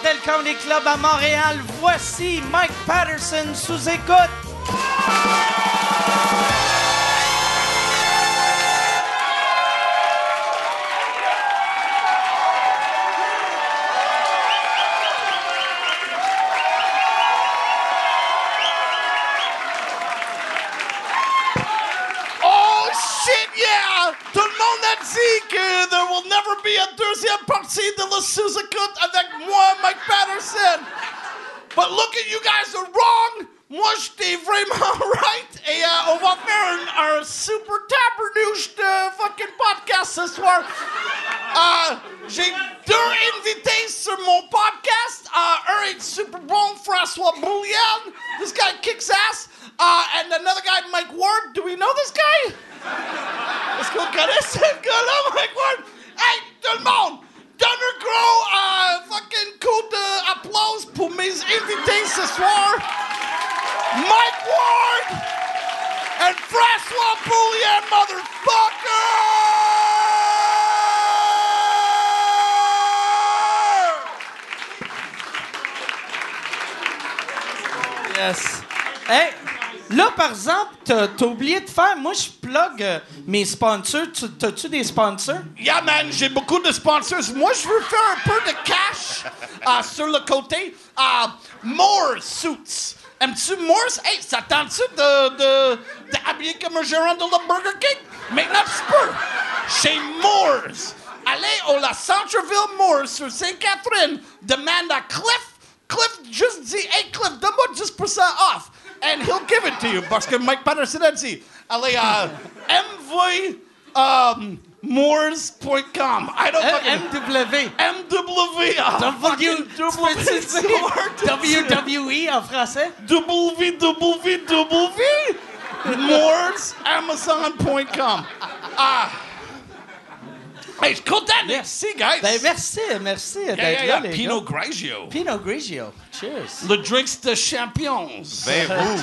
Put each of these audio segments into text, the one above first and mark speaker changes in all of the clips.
Speaker 1: Bell Comedy Club à Montréal. Voici Mike Patterson sous écoute.
Speaker 2: Que there will never be a deuxième partie de la sous-écoute avec moi, Mike Patterson. But look at you guys are wrong. Moi, j'étais vraiment right. Et on va faire un super tabernouche de fucking podcast ce soir. J'ai deux invités sur mon podcast. Un est super bon, François Boulian. This guy kicks ass. And another guy, Mike Ward. Do we know this guy? Est-ce qu'on connaît ce gars-là, Mike Ward? Hey, tout le monde! Donne un gros fucking coup d'applause pour mes invités ce soir. Mike Ward and François Boulian, motherfucker!
Speaker 1: Yes. Hey! Là, par exemple, t'as oublié de faire... Moi, je plug mes sponsors. T'as-tu des sponsors?
Speaker 2: Yeah, man, j'ai beaucoup de sponsors. Moi, je veux faire un peu de cash sur le côté. Moore's Suits. Aimes-tu Moore's? Hey, ça tente-tu d'habiller comme un gérant de la Burger King? Maintenant, tu peux. Chez Moore's. Allez au la Centreville Moore's sur Sainte-Catherine. Demande à Cliff. Cliff juste dit, hey, Cliff, donne-moi 10% off. And he'll give it to you, parce que Mike Patterson a dit. Allez, mvmoors.com. I don't fucking...
Speaker 1: MW. WWE en français?
Speaker 2: www.moorsamazon.com. Hey, je suis content. Merci, guys.
Speaker 1: Ben, merci d'être là, les
Speaker 2: Pinot
Speaker 1: gars.
Speaker 2: Grigio.
Speaker 1: Pinot Grigio. Cheers.
Speaker 2: Le drinks de champions.
Speaker 3: Vin rouge.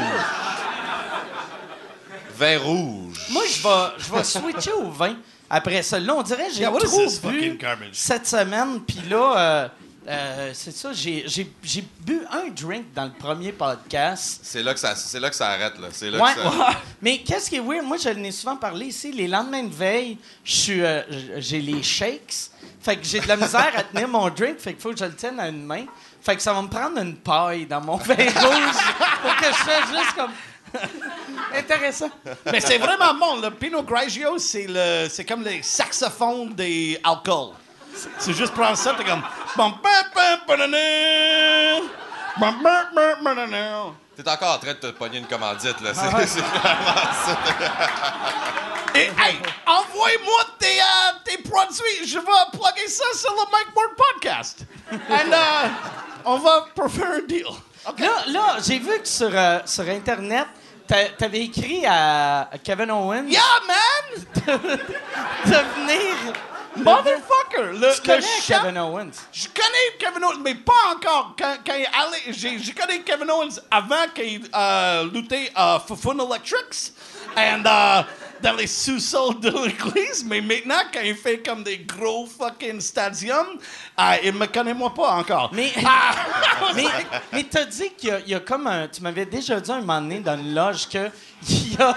Speaker 3: Vin rouge.
Speaker 1: Moi, je vais switcher au vin. Après ça, là, on dirait que j'ai
Speaker 2: what is
Speaker 1: trop
Speaker 2: this
Speaker 1: bu
Speaker 2: fucking garbage?
Speaker 1: cette semaine. Puis là, c'est ça, j'ai bu un drink dans le premier podcast.
Speaker 3: C'est là que ça arrête, là. C'est là
Speaker 1: Ouais.
Speaker 3: que ça...
Speaker 1: Mais qu'est-ce qui est weird? Moi, je l'ai souvent parlé ici. Les lendemains de veille, j'ai les shakes. Fait que j'ai de la misère à tenir mon drink. Fait qu'il faut que je le tienne à une main. Fait que ça va me prendre une paille dans mon vin rouge pour que je fasse juste comme... Intéressant.
Speaker 2: Mais c'est vraiment bon. Le Pinot Grigio, c'est comme les saxophones des alcools. C'est juste prendre ça, t'es comme...
Speaker 3: T'es encore en train de te pogner une commandite, là. C'est vraiment ça.
Speaker 2: Et, hey, envoie-moi tes produits. Je vais plugger ça sur le Mike Ward podcast. And on va faire un deal. Okay.
Speaker 1: Là, j'ai vu que sur Internet, t'avais écrit à Kevin Owens...
Speaker 2: Yeah, man!
Speaker 1: de venir...
Speaker 2: Motherfucker!
Speaker 1: Tu connais Kevin Owens?
Speaker 2: Je connais Kevin Owens, mais pas encore. Quand il est allé... Je connais Kevin Owens avant qu'il luttait à Fufun Electrics. And dans les sous-sols de l'église. Mais maintenant, quand il fait comme des gros fucking stadiums, il me connaît moi pas encore.
Speaker 1: Mais t'as dit qu'il y a comme un... Tu m'avais déjà dit un moment donné dans une loge que il y a...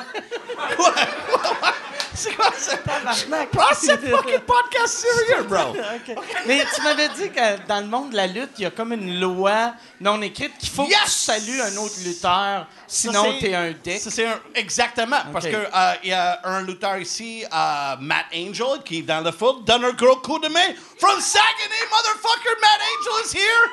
Speaker 2: C'est quoi ça? Prends cette fucking podcast sérieux, bro.
Speaker 1: Okay. Mais tu m'avais dit que dans le monde de la lutte, il y a comme une loi non écrite qu'il faut que tu salues un autre lutteur, sinon t'es un dick.
Speaker 2: Exactement. Okay. Parce que il y a un lutteur ici, Matt Angel, qui est dans le foot. Donne un gros coup de main. From Saguenay, motherfucker, Matt Angel is here.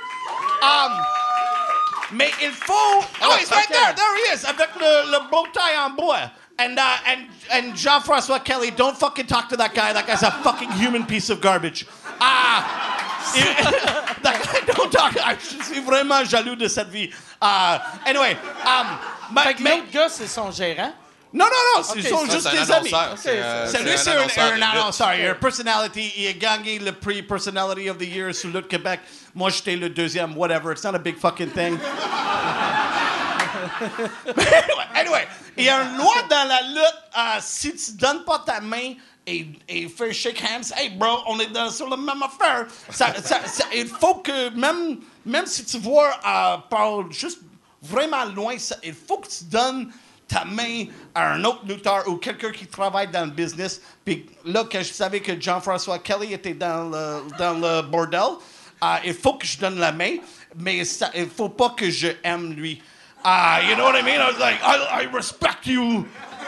Speaker 2: Mais il faut... Oh, he's right there. There he is. Avec le bow tie en bois. And Jean-François Kelly, don't fucking talk to that guy. That guy's a fucking human piece of garbage. That guy, don't talk. Je suis vraiment jaloux de cette vie. Anyway.
Speaker 1: Fait que l'autre gars, c'est son gérant?
Speaker 2: Non, ils sont juste des amis.
Speaker 3: C'est
Speaker 2: lui, c'est un annonceur. Il a un personality. Il a gagné le prix Personality of the Year sur Lutte Québec. Moi, j'étais le deuxième, whatever. It's not a big fucking thing. Anyway, il y a une loi dans la lutte, si tu donnes pas ta main et fais shake hands, hey bro, on est sur la même affaire. Il faut que, même si tu vois par juste vraiment loin, il faut que tu donnes ta main à un autre lutteur ou quelqu'un qui travaille dans le business. Puis là, quand je savais que Jean-François Kelly était dans le bordel, il faut que je donne la main, mais il faut pas que je aime lui. You know what I mean? I was like, I respect you.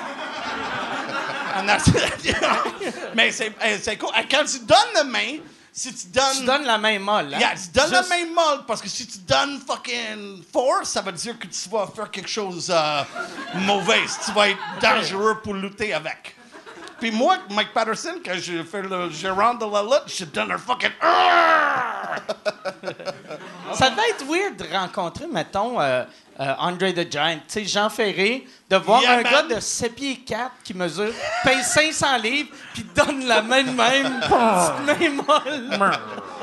Speaker 2: And that's it. Mais c'est cool. Quand tu donnes la main, si tu donnes...
Speaker 1: Tu donnes la main molle, hein?
Speaker 2: Yeah, tu donnes la main molle, parce que si tu donnes fucking force, ça veut dire que tu vas faire quelque chose mauvais. Tu vas être dangereux pour lutter avec. Puis moi, Mike Patterson, quand je rentre dans la lutte, je donne un fucking...
Speaker 1: Ça devait être weird de rencontrer, mettons, Andre the Giant. Tu sais, Jean Ferré, de voir un gars de 7 pieds 4 qui mesure, paye 500 livres, puis donne la main de même, petite main molle.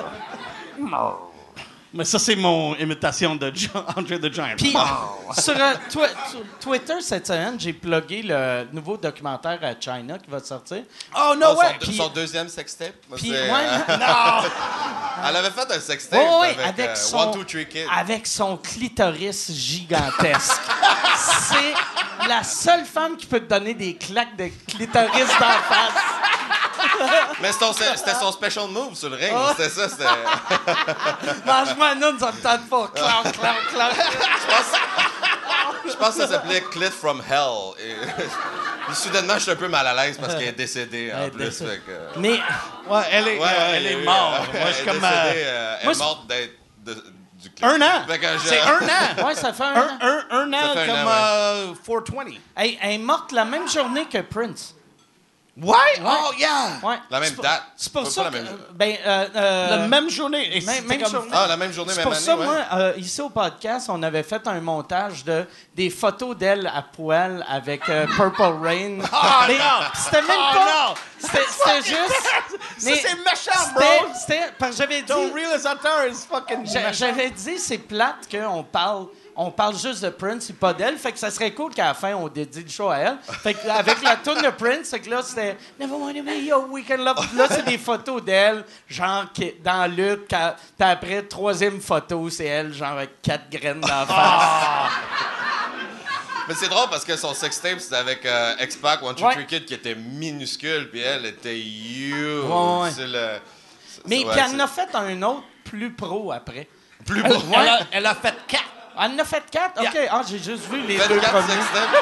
Speaker 2: Mais ça, c'est mon imitation de Andre the Giant.
Speaker 1: Puis, sur Twitter, cette semaine, j'ai plugué le nouveau documentaire à China qui va sortir.
Speaker 2: Oh, no way!
Speaker 3: Son deuxième sextape.
Speaker 1: Puis,
Speaker 2: Non!
Speaker 3: Elle avait fait un sextape avec
Speaker 1: son,
Speaker 3: One, Two, Three Kids.
Speaker 1: avec son clitoris gigantesque. C'est la seule femme qui peut te donner des claques de clitoris d'en face.
Speaker 3: Mais c'était son special move sur le ring. C'était ça, c'était...
Speaker 1: Mange-moi une noune, ça me tente pas. Clac, clac, clac.
Speaker 3: Je pense que ça s'appelait Clit from Hell. Et soudainement, je suis un peu mal à l'aise parce qu'elle est décédée en plus. Fait que...
Speaker 1: Mais...
Speaker 2: Ouais, elle est morte. Moi, je suis comme...
Speaker 3: Elle est morte d'être... du clit.
Speaker 2: 1 an!
Speaker 3: Fait que
Speaker 2: C'est 1 an!
Speaker 1: Ouais, ça fait un an.
Speaker 2: Un an
Speaker 3: Ça fait un
Speaker 2: comme 420.
Speaker 1: Elle est morte la même journée que Prince.
Speaker 2: Ouais? Oh, yeah!
Speaker 1: Ouais.
Speaker 3: La même date.
Speaker 1: C'est pour
Speaker 3: Pas
Speaker 1: ça
Speaker 3: la
Speaker 1: que...
Speaker 3: même-
Speaker 2: La même journée. Et
Speaker 1: Même
Speaker 2: c'était comme...
Speaker 1: journée.
Speaker 3: Ah, la même journée,
Speaker 1: C'est
Speaker 3: même
Speaker 1: pour
Speaker 3: année,
Speaker 1: ça,
Speaker 3: ouais.
Speaker 1: moi, ici au podcast, on avait fait un montage des photos d'elle à poil avec Purple Rain.
Speaker 2: Ah,
Speaker 1: Mais
Speaker 2: non!
Speaker 1: c'était même
Speaker 2: Oh,
Speaker 1: pas...
Speaker 2: non!
Speaker 1: C'était juste...
Speaker 2: Ça,
Speaker 1: mais
Speaker 2: c'est méchant, bro!
Speaker 1: C'était... Parce que j'avais dit...
Speaker 2: Ton réalisateur is fucking méchant.
Speaker 1: J'avais dit, c'est plate qu'on parle juste de Prince et pas d'elle. Fait que ça serait cool qu'à la fin, on dédie le show à elle. Fait que avec la tune de Prince, c'est que là, c'était Never Wanna Be Your Weekend Love. Puis là, c'est des photos d'elle, genre dans la lutte. Puis après, troisième photo, c'est elle, genre avec 4 graines dans la face.
Speaker 3: Mais c'est drôle parce que son sextape, c'était avec X-Pac, One, Two, Three Kid, qui était minuscule, puis elle était huge.
Speaker 1: Ouais. Mais
Speaker 3: ouais,
Speaker 1: puis elle en a fait un autre plus pro après.
Speaker 3: plus beau.
Speaker 2: Elle a fait 4.
Speaker 1: Elle en a fait 4? OK.
Speaker 2: Yeah.
Speaker 1: Ah, j'ai juste vu les
Speaker 3: 24
Speaker 1: deux premiers.
Speaker 3: sextapes.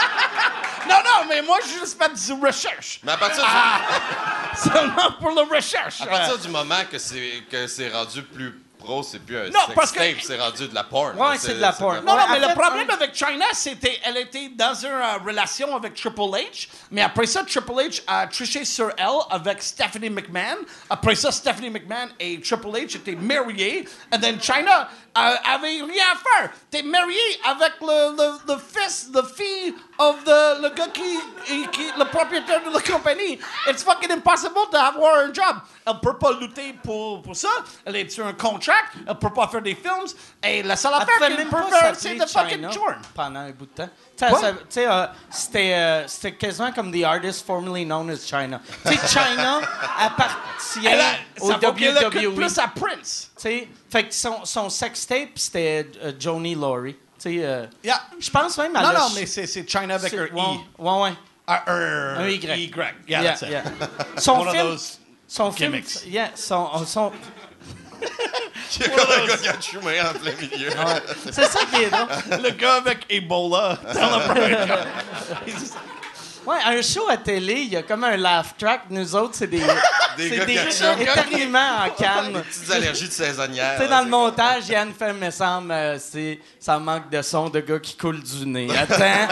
Speaker 2: Non, mais moi, j'ai juste fait du recherche.
Speaker 3: Mais à partir
Speaker 2: Seulement pour la recherche.
Speaker 3: à partir du moment que c'est rendu plus pro, c'est plus un
Speaker 2: Non, parce que-
Speaker 3: sextape, c'est rendu de la porn.
Speaker 1: Ouais, c'est de la porn.
Speaker 2: Non,
Speaker 1: Ouais,
Speaker 2: mais
Speaker 1: en
Speaker 2: le
Speaker 1: fait,
Speaker 2: problème avec Chyna, c'était elle était dans une relation avec Triple H, mais après ça, Triple H a triché sur elle avec Stephanie McMahon. Après ça, Stephanie McMahon et Triple H étaient mariés, et then Chyna avait rien à faire. T'es marié avec le fils, le fille of le gars qui le propriétaire de la compagnie. It's fucking impossible d'avoir un job. Elle peut pas lutter pour ça. Elle est sur un contract. Elle peut pas faire des films. Et la seule
Speaker 1: Elle
Speaker 2: affaire
Speaker 1: pouvait
Speaker 2: qu'elle
Speaker 1: même
Speaker 2: peut
Speaker 1: pas
Speaker 2: faire, c'est
Speaker 1: s'appeler
Speaker 2: de fucking
Speaker 1: China
Speaker 2: journ.
Speaker 1: pendant un bout de temps. Tu sais, c'était quasiment comme The Artist formerly known as China. Tu sais, China appartient au
Speaker 2: Ça va bien le coup
Speaker 1: WWE.
Speaker 2: plus à Prince.
Speaker 1: Tu sais, fait que son sextape, c'était Joni Laurie. Tu sais,
Speaker 2: Yeah.
Speaker 1: je pense même à
Speaker 2: Non, mais c'est China avec un I.
Speaker 1: Ouais.
Speaker 2: Un
Speaker 1: Y.
Speaker 2: Yeah, that's it.
Speaker 1: Son
Speaker 2: One of
Speaker 1: film,
Speaker 2: those
Speaker 1: son film,
Speaker 2: gimmicks.
Speaker 1: yeah, son
Speaker 3: Il y a comme un gars qui a chumé en plein milieu.
Speaker 1: c'est ça qui est drôle.
Speaker 2: Le gars avec Ebola dans le break.
Speaker 1: Ouais, un show à télé, il y a comme un laugh track. Nous autres, c'est des
Speaker 3: Des gars qui achètent.
Speaker 1: éternuements en canne.
Speaker 3: Petites allergies de saisonnières.
Speaker 1: Tu sais, dans le montage, Yann fait, me semble, ça manque de son de gars qui coulent du nez. Attends.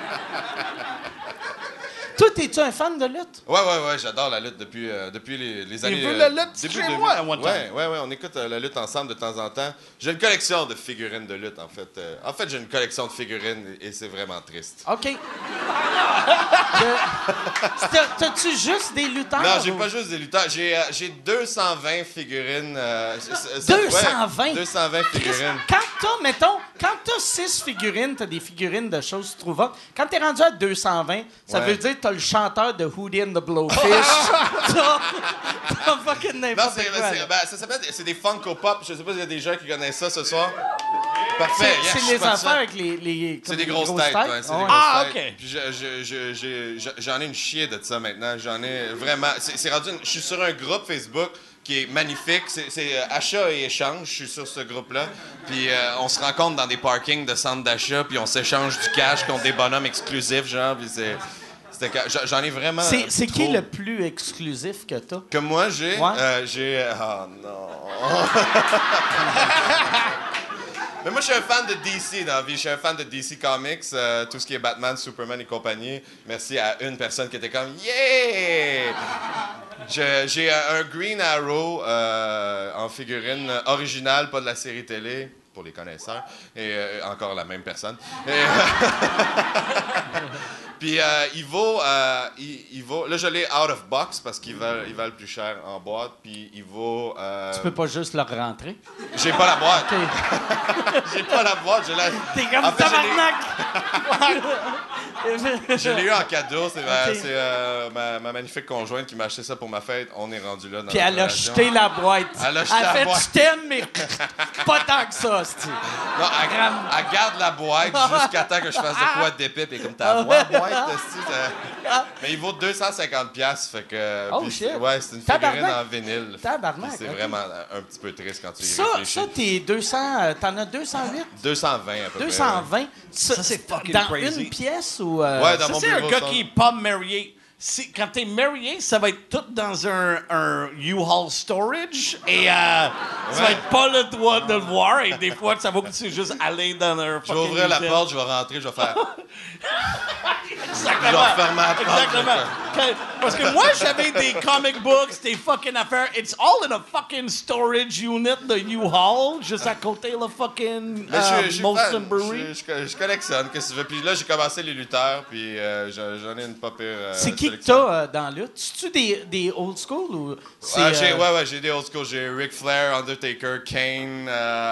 Speaker 1: Toi, es-tu un fan de lutte?
Speaker 3: Ouais, j'adore la lutte depuis les années...
Speaker 2: veut la lutte
Speaker 3: début
Speaker 2: chez
Speaker 3: 2000.
Speaker 2: moi, à one time.
Speaker 3: Ouais, on écoute la lutte ensemble de temps en temps. J'ai une collection de figurines de lutte, en fait. En fait, j'ai une collection de figurines et c'est vraiment triste.
Speaker 1: OK. T'as-tu juste des lutteurs?
Speaker 3: Non, j'ai pas juste des lutteurs. J'ai 220 figurines.
Speaker 1: 220?
Speaker 3: Ouais, 220 figurines.
Speaker 1: Quand t'as 6 figurines, t'as des figurines de choses trouvables. Quand t'es rendu à 220, ça veut dire que t'as le chanteur de Hootie and the Blowfish. t'as fucking n'importe quoi.
Speaker 3: Ça s'appelle... C'est des Funko Pop. Je sais pas s'il y a des gens qui connaissent ça ce soir. Parfait.
Speaker 1: C'est les affaires avec les
Speaker 3: c'est des grosses têtes. Ouais, c'est des grosses têtes. Puis j'en ai une chier de ça maintenant. J'en ai vraiment... C'est rendu... Je suis sur un groupe Facebook qui est magnifique. C'est achat et échange. Je suis sur ce groupe-là. Puis on se rencontre dans des parkings de centres d'achat, puis on s'échange du cash contre des bonhommes exclusifs, genre. Puis j'en ai vraiment.
Speaker 1: C'est qui le plus exclusif que t'as?
Speaker 3: Que moi, j'ai.
Speaker 1: Ouais.
Speaker 3: Oh non. Mais moi, je suis un fan de DC dans la vie. Je suis un fan de DC Comics, tout ce qui est Batman, Superman et compagnie. Merci à une personne qui était comme « Yeah! » J'ai un Green Arrow en figurine originale, pas de la série télé, pour les connaisseurs, et encore la même personne. Puis il vaut... Là, je l'ai out of box parce qu'il valent plus cher en boîte. Puis il vaut...
Speaker 1: Tu peux pas juste le rentrer?
Speaker 3: J'ai pas la boîte.
Speaker 1: Okay.
Speaker 3: J'ai pas la boîte.
Speaker 1: T'es comme tabarnak!
Speaker 3: Je l'ai eu en cadeau. C'est ma magnifique conjointe qui m'a acheté ça pour ma fête. On est rendu là dans
Speaker 1: Puis elle a jeté la boîte.
Speaker 3: Elle a jeté la boîte.
Speaker 1: Je t'aime, mais pas tant que ça, c'ti.
Speaker 3: Non, elle garde la boîte jusqu'à temps que je fasse de quoi d'épais. Puis comme ta boîte, mais il vaut 250$. Fait que.
Speaker 1: Oh shit!
Speaker 3: Ouais, c'est une figurine en vinyle.
Speaker 1: Tabarnak.
Speaker 3: C'est vraiment un petit peu triste quand tu y réfléchis.
Speaker 1: Ça, t'es 200. T'en as 208?
Speaker 3: 220 à peu près.
Speaker 1: 220. Ouais.
Speaker 4: Ça, c'est fucking
Speaker 1: dans
Speaker 4: crazy.
Speaker 1: Dans une pièce ou.
Speaker 3: Ouais, dans
Speaker 4: Ça,
Speaker 3: mon
Speaker 4: c'est un
Speaker 3: bureau.
Speaker 4: gars qui est pas marié. Quand t'es marié, ça va être tout dans un U-Haul storage et tu vas être pas le droit de le voir. Et des fois, ça va que tu juste aller dans un fucking...
Speaker 3: Je vais ouvrir la porte, je vais rentrer, je vais faire...
Speaker 4: Exactement.
Speaker 3: Je vais refermer la porte.
Speaker 4: Exactement. Parce que moi, j'avais des comic books, des fucking affaires. It's all in a fucking storage unit de U-Haul, juste à côté le fucking Molson Brewery.
Speaker 3: Je collectionne, qu'est-ce que tu veux. Puis là, j'ai commencé les lutteurs, puis j'en ai une pas pire...
Speaker 1: c'est qui que t'as dans la lutte? C'est-tu des old school ou...
Speaker 3: j'ai des old school. J'ai Ric Flair, Undertaker, Kane,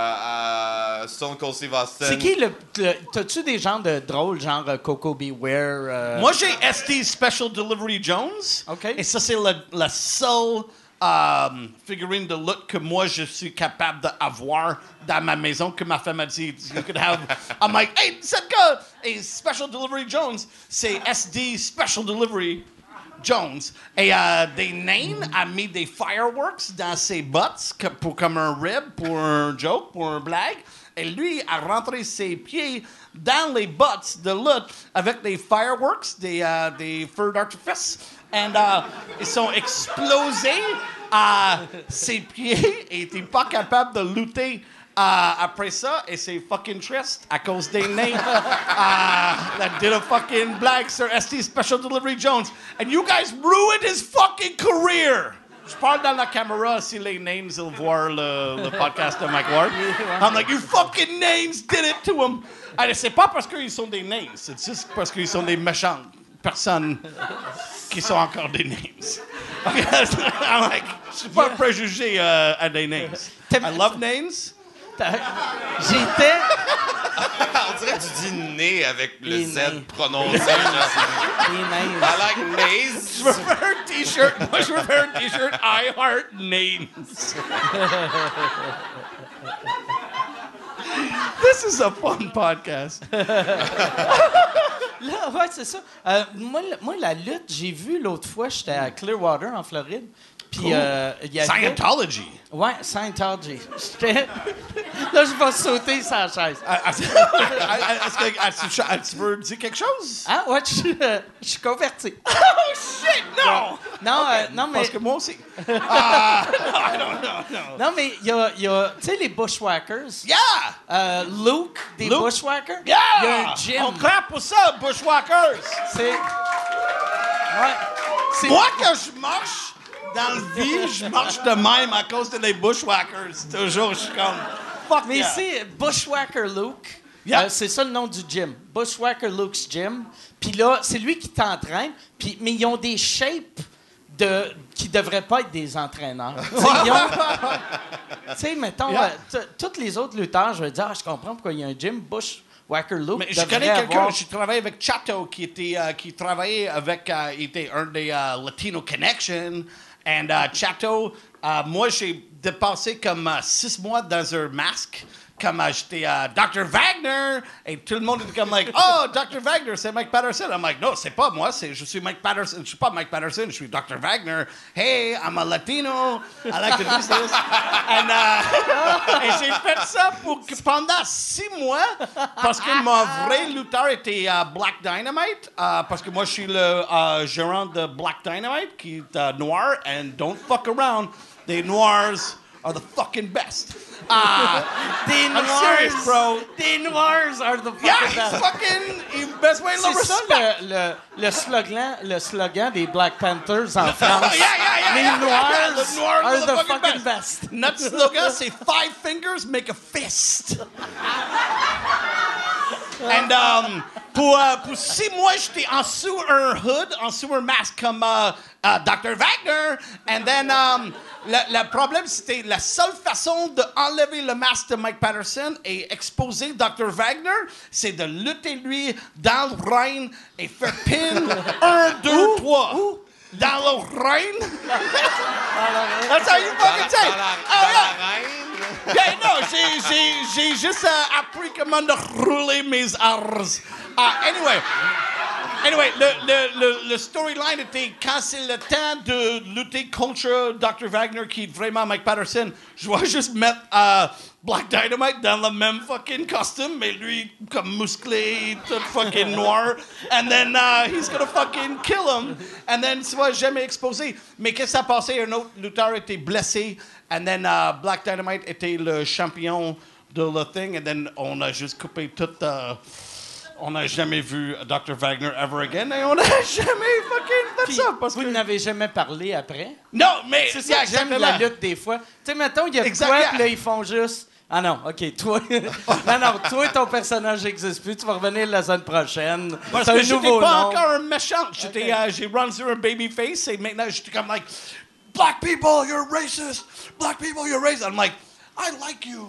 Speaker 3: Stone Cold Steve Austin.
Speaker 1: C'est qui t'as-tu des genres de drôles, genre Coco Beware?
Speaker 4: Moi, j'ai ST Special Delivery Jones.
Speaker 1: OK.
Speaker 4: Et ça, c'est la seule figurine de lutte que moi, je suis capable d'avoir dans ma maison, que ma femme a dit, you could have... I'm like, hey, cette gars, et Special Delivery Jones, c'est SD Special Delivery Jones. Et des nains a mis des fireworks dans ses butts comme un rib, pour un joke, pour une blague. Et lui a rentré ses pieds dans les butts de lutte avec des fireworks, des feux d'artifice. Et ils sont explosés à ses pieds et il n'était pas capable de lutter après ça. Et c'est fucking triste à cause des nains that did a fucking blague sur ST Special Delivery Jones. And you guys ruined his fucking career. Je parle dans la caméra si les names ils voir le podcast de Mike Ward. I'm like, you fucking names did it to him. Et c'est pas parce qu'ils sont des names, c'est juste parce qu'ils sont des méchantes personnes qui sont encore des names. I'm like, je suis pas préjugé à des names. I love names.
Speaker 1: J'étais...
Speaker 3: On dirait que tu dis né avec le
Speaker 1: Les
Speaker 3: Z
Speaker 1: nains.
Speaker 3: prononcé. Genre.
Speaker 1: Les nains.
Speaker 3: I like nays.
Speaker 4: Je veux faire un t-shirt. Moi, je veux faire un t-shirt I heart names. This is a fun podcast.
Speaker 1: Là, ouais, c'est ça. Moi, la lutte, j'ai vu l'autre fois, j'étais à Clearwater, en Floride. Puis, il y avait...
Speaker 4: Scientology.
Speaker 1: Ouais, Scientology. J'étais... Là, je vais sauter sur la chaise.
Speaker 4: Est-ce que tu veux dire quelque chose?
Speaker 1: Ah, ouais, je suis converti.
Speaker 4: Oh, shit, no!
Speaker 1: Non, mais...
Speaker 4: Parce que moi aussi.
Speaker 1: Non, mais il y a tu sais, les Bushwhackers.
Speaker 4: Yeah!
Speaker 1: Luke, des
Speaker 4: Luke?
Speaker 1: Bushwhackers.
Speaker 4: Yeah!
Speaker 1: Il y a un gym.
Speaker 4: On clappe pour ça, Bushwhackers!
Speaker 1: C'est... Ouais. C'est...
Speaker 4: Moi, quand je marche dans le vie, je marche de même à cause de les Bushwhackers. Toujours, je suis comme... Fuck
Speaker 1: Mais
Speaker 4: yeah.
Speaker 1: c'est Bushwhacker Luke.
Speaker 4: Yeah.
Speaker 1: C'est ça le nom du gym. Bushwhacker Luke's Gym. Puis là, c'est lui qui t'entraîne. Mais ils ont des shapes qui devraient pas être des entraîneurs. Tu sais, mettons, tous les autres lutteurs, je vais dire, je comprends pourquoi il y a un gym. Bushwhacker Luke.
Speaker 4: Mais je connais quelqu'un, j'ai travaillé avec Chato qui travaillait avec, il était un des Latino Connection. Et Chato, moi, j'ai dépassé comme 6 mois dans un masque. Comme j'étais Dr. Wagner, et tout le monde était comme like, oh, Dr. Wagner, c'est Mike Patterson. I'm like, no, c'est pas moi, je suis Mike Patterson. Je suis pas Mike Patterson, je suis Dr. Wagner. Hey, I'm a Latino. I like to do this. Et j'ai fait ça pendant 6 mois parce que mon vrai lutteur était Black Dynamite. Parce que moi, je suis le gérant de Black Dynamite qui est noir. And don't fuck around. Des noirs are the fucking best.
Speaker 1: Des
Speaker 4: I'm
Speaker 1: noirs,
Speaker 4: serious, bro.
Speaker 1: Des noirs are the fucking
Speaker 4: Yeah,
Speaker 1: best.
Speaker 4: fucking best way to
Speaker 1: C'est
Speaker 4: respect.
Speaker 1: ça le slogan des Black Panthers en France.
Speaker 4: Yeah.
Speaker 1: Les noirs
Speaker 4: The noirs
Speaker 1: are the fucking best.
Speaker 4: Notre slogan, c'est 5 fingers make a fist. And pour 6 mois, j'étais en sous un hood, en sous un masque comme Dr. Wagner. And then le problème, c'était la seule façon d'enlever le masque de Mike Patterson et exposer Dr. Wagner, c'est de lutter lui dans le Rhin et faire pin 1, 2, 3. Dans le Rhin. That's how you fucking say it. Oh, yeah. Yeah, no, j'ai juste appris comment de rouler mes arts. Anyway, le storyline était quand c'est le temps de lutter contre Dr. Wagner qui est vraiment Mike Patterson, je vais juste mettre Black Dynamite dans le même fucking costume, mais lui comme musclé, tout fucking noir. And then he's gonna fucking kill him. And then ça va jamais exposer. Mais qu'est-ce qui s'est passé? Un autre lutteur était blessé. And then Black Dynamite était le champion de le thing. And then on a juste coupé tout. On n'a jamais vu Dr. Wagner ever again et on n'a jamais fucking fait ça. Parce
Speaker 1: vous
Speaker 4: que...
Speaker 1: n'avez jamais parlé après?
Speaker 4: Non, mais
Speaker 1: C'est ça que j'aime de la lutte des fois. Tu sais, mettons, il y a de quoi, puis là, ils font juste... Ah non, OK, toi... toi, ton personnage n'existe plus. Tu vas revenir la semaine prochaine.
Speaker 4: Parce
Speaker 1: c'est
Speaker 4: que
Speaker 1: un
Speaker 4: j'étais
Speaker 1: nouveau
Speaker 4: pas
Speaker 1: nom.
Speaker 4: encore un méchant. J'ai run sur un babyface et maintenant, j'étais comme like, Black people, you're racist. Black people, you're racist. I'm like, I like you.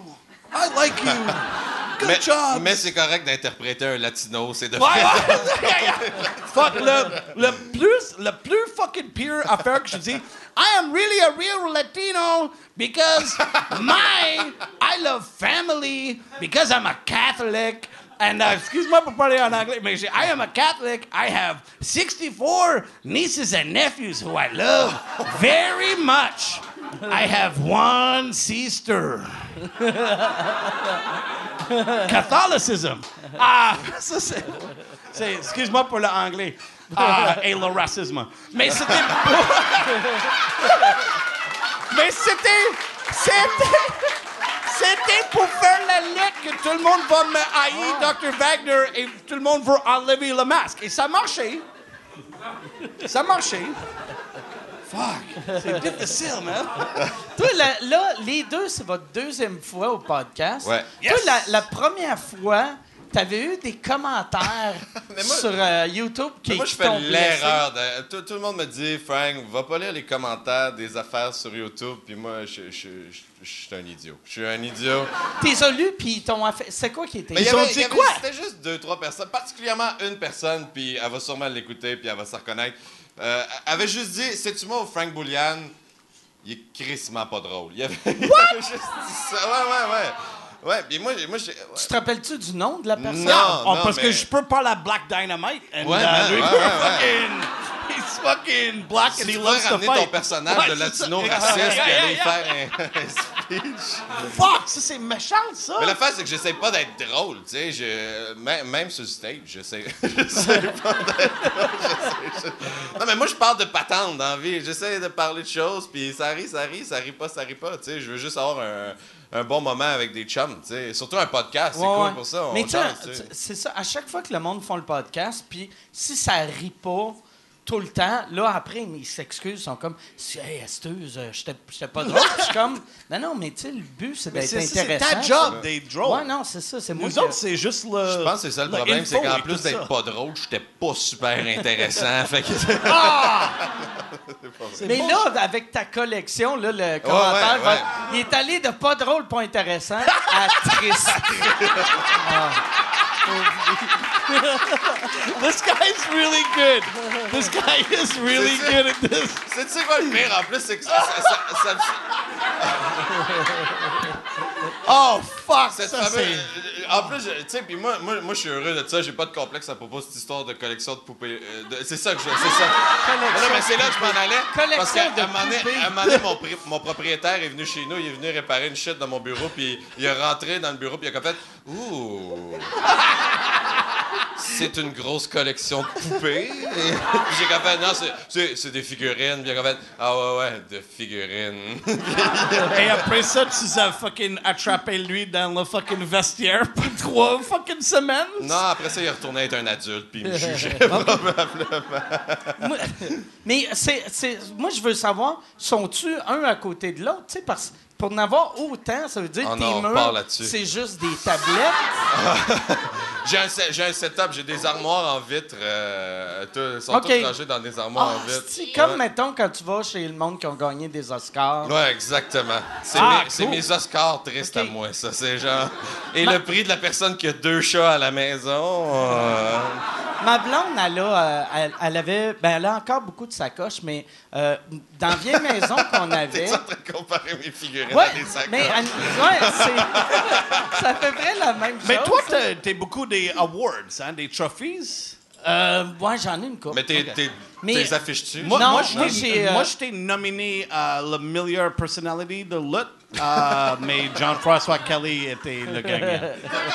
Speaker 4: Good job.
Speaker 3: Mais c'est correct d'interpréter un latino, c'est de
Speaker 4: Fuck, le plus fucking pire affaire que je dis, I am really a real Latino because I love family, because I'm a Catholic. And excuse-moi pour parler en anglais, mais I am a Catholic. I have 64 nieces and nephews who I love very much. I have 1 sister. Catholicism. Ça c'est excuse-moi pour l'anglais et le racisme. Mais c'était c'était pour faire la lutte que tout le monde va me haïr Dr. Wagner et tout le monde veut enlever le masque. Et ça marchait. Fuck. C'est difficile, man.
Speaker 1: Toi, là, les deux, c'est votre deuxième fois au podcast.
Speaker 3: Ouais.
Speaker 1: Toi,
Speaker 4: Yes.
Speaker 1: la première fois, t'avais eu des commentaires sur YouTube qui
Speaker 3: moi, je fais l'erreur. Tout le monde me dit, Frank, va pas lire les commentaires des affaires sur YouTube. Puis moi, je suis un idiot. Je suis un idiot.
Speaker 1: T'es lu, puis ils t'ont fait... C'est quoi qui était...
Speaker 3: Mais
Speaker 4: Ils ont dit quoi?
Speaker 3: C'était juste 2-3 personnes, particulièrement une personne, puis elle va sûrement l'écouter, puis elle va se reconnaître. Elle avait juste dit, sais-tu moi, Frank Boulian, il est crissement pas drôle. Il avait juste dit ça. Ouais. Ouais, puis moi j'ai...
Speaker 1: Tu te rappelles-tu du nom de la personne?
Speaker 3: Non,
Speaker 4: parce
Speaker 3: mais-
Speaker 4: que je peux parler à Black Dynamite. And,
Speaker 3: Ouais, man,
Speaker 4: lui,
Speaker 3: ouais.
Speaker 4: He's fucking black
Speaker 3: Si
Speaker 4: and
Speaker 3: tu
Speaker 4: he
Speaker 3: veux
Speaker 4: loves to
Speaker 3: ramener
Speaker 4: fight.
Speaker 3: ton personnage
Speaker 4: Ouais,
Speaker 3: de
Speaker 4: c'est ça.
Speaker 3: latino raciste
Speaker 4: Yeah,
Speaker 3: et aller
Speaker 4: yeah.
Speaker 3: faire un speech.
Speaker 4: Fuck, ça c'est méchant, ça.
Speaker 3: Mais l'affaire, c'est que j'essaie pas d'être drôle, tu sais. Même sur le stage, j'essaie pas d'être drôle. Non, mais moi, je parle de patente dans la vie. J'essaie de parler de choses, puis ça rit pas, tu sais. Je veux juste avoir un bon moment avec des chums, tu sais. Surtout un podcast, c'est cool pour ça.
Speaker 1: Mais
Speaker 3: On
Speaker 1: tu
Speaker 3: chante,
Speaker 1: sais,
Speaker 3: tu sais.
Speaker 1: c'est ça. À chaque fois que le monde font le podcast, puis si ça rit pas, tout le temps. Là, après, ils s'excusent, ils sont comme « Hey, excuse, j'étais pas drôle. » Je suis comme « Non, mais tu sais, le but, c'est d'être intéressant. »
Speaker 4: C'est ta job d'être drôle.
Speaker 1: Ouais, non, c'est ça. C'est moi
Speaker 4: Nous autres, c'est juste le...
Speaker 3: Je pense que c'est ça le problème, c'est qu'en plus d'être pas drôle, j'étais pas super intéressant. Fait que...
Speaker 1: Mais là, avec ta collection, là, le commentaire,
Speaker 3: ouais.
Speaker 1: il est allé de pas drôle, pas intéressant à triste.
Speaker 4: This guy's really good. This guy is really good at this.
Speaker 3: Tu sais quoi le pire en plus, c'est que ça
Speaker 4: Oh, fuck!
Speaker 3: cette
Speaker 4: Ça,
Speaker 3: fameuse- En plus, tu sais, puis moi, je suis heureux de ça. J'ai pas de complexe à propos de cette histoire de collection de poupées. C'est ça que je... C'est ça. Non, mais c'est là que je m'en allais.
Speaker 1: Collection
Speaker 3: Parce qu'à
Speaker 1: de
Speaker 3: un moment donné, mon propriétaire est venu chez nous. Il est venu réparer une shit dans mon bureau. Puis il est rentré dans le bureau. Puis il a comme fait... Ouh... C'est une grosse collection de poupées. Et j'ai comme fait... Non, c'est des figurines. Puis il a comme fait... Ah ouais, de figurines.
Speaker 4: Et après ça, tu as fucking attrapé lui dans le fucking vestiaire pour 3 fucking semaines?
Speaker 3: Non, après ça, il est retourné être un adulte. Puis il me jugeait probablement.
Speaker 1: Mais moi, je veux savoir, sont-tu un à côté de l'autre? Tu sais, parce pour en avoir autant, ça veut dire que tes
Speaker 3: on repart
Speaker 1: murs,
Speaker 3: là-dessus.
Speaker 1: c'est juste des tablettes.
Speaker 3: J'ai un setup, j'ai des armoires en vitre. Ils sont tous rangés dans des armoires en vitre.
Speaker 1: C'est comme, mettons, quand tu vas chez le monde qui ont gagné des Oscars.
Speaker 3: Ouais, exactement. C'est mes Oscars tristes à moi, ça. C'est genre... Et le prix de la personne qui a 2 chats à la maison...
Speaker 1: Ma blonde, elle avait... Ben, elle a encore beaucoup de sacoches, mais dans la vieille maison qu'on avait...
Speaker 3: T'es en train de comparer mes figurines
Speaker 1: Ouais,
Speaker 3: à des sacoches.
Speaker 1: mais c'est à peu près la même chose.
Speaker 4: Mais toi, t'es beaucoup des awards, hein, des trophies.
Speaker 1: Ouais, j'en ai une couple.
Speaker 3: Mais t'es les affiches-tu?
Speaker 1: Moi,
Speaker 4: j'étais nominé à la meilleure personnalité de lutte, mais Jean-François Kelly était le gagnant.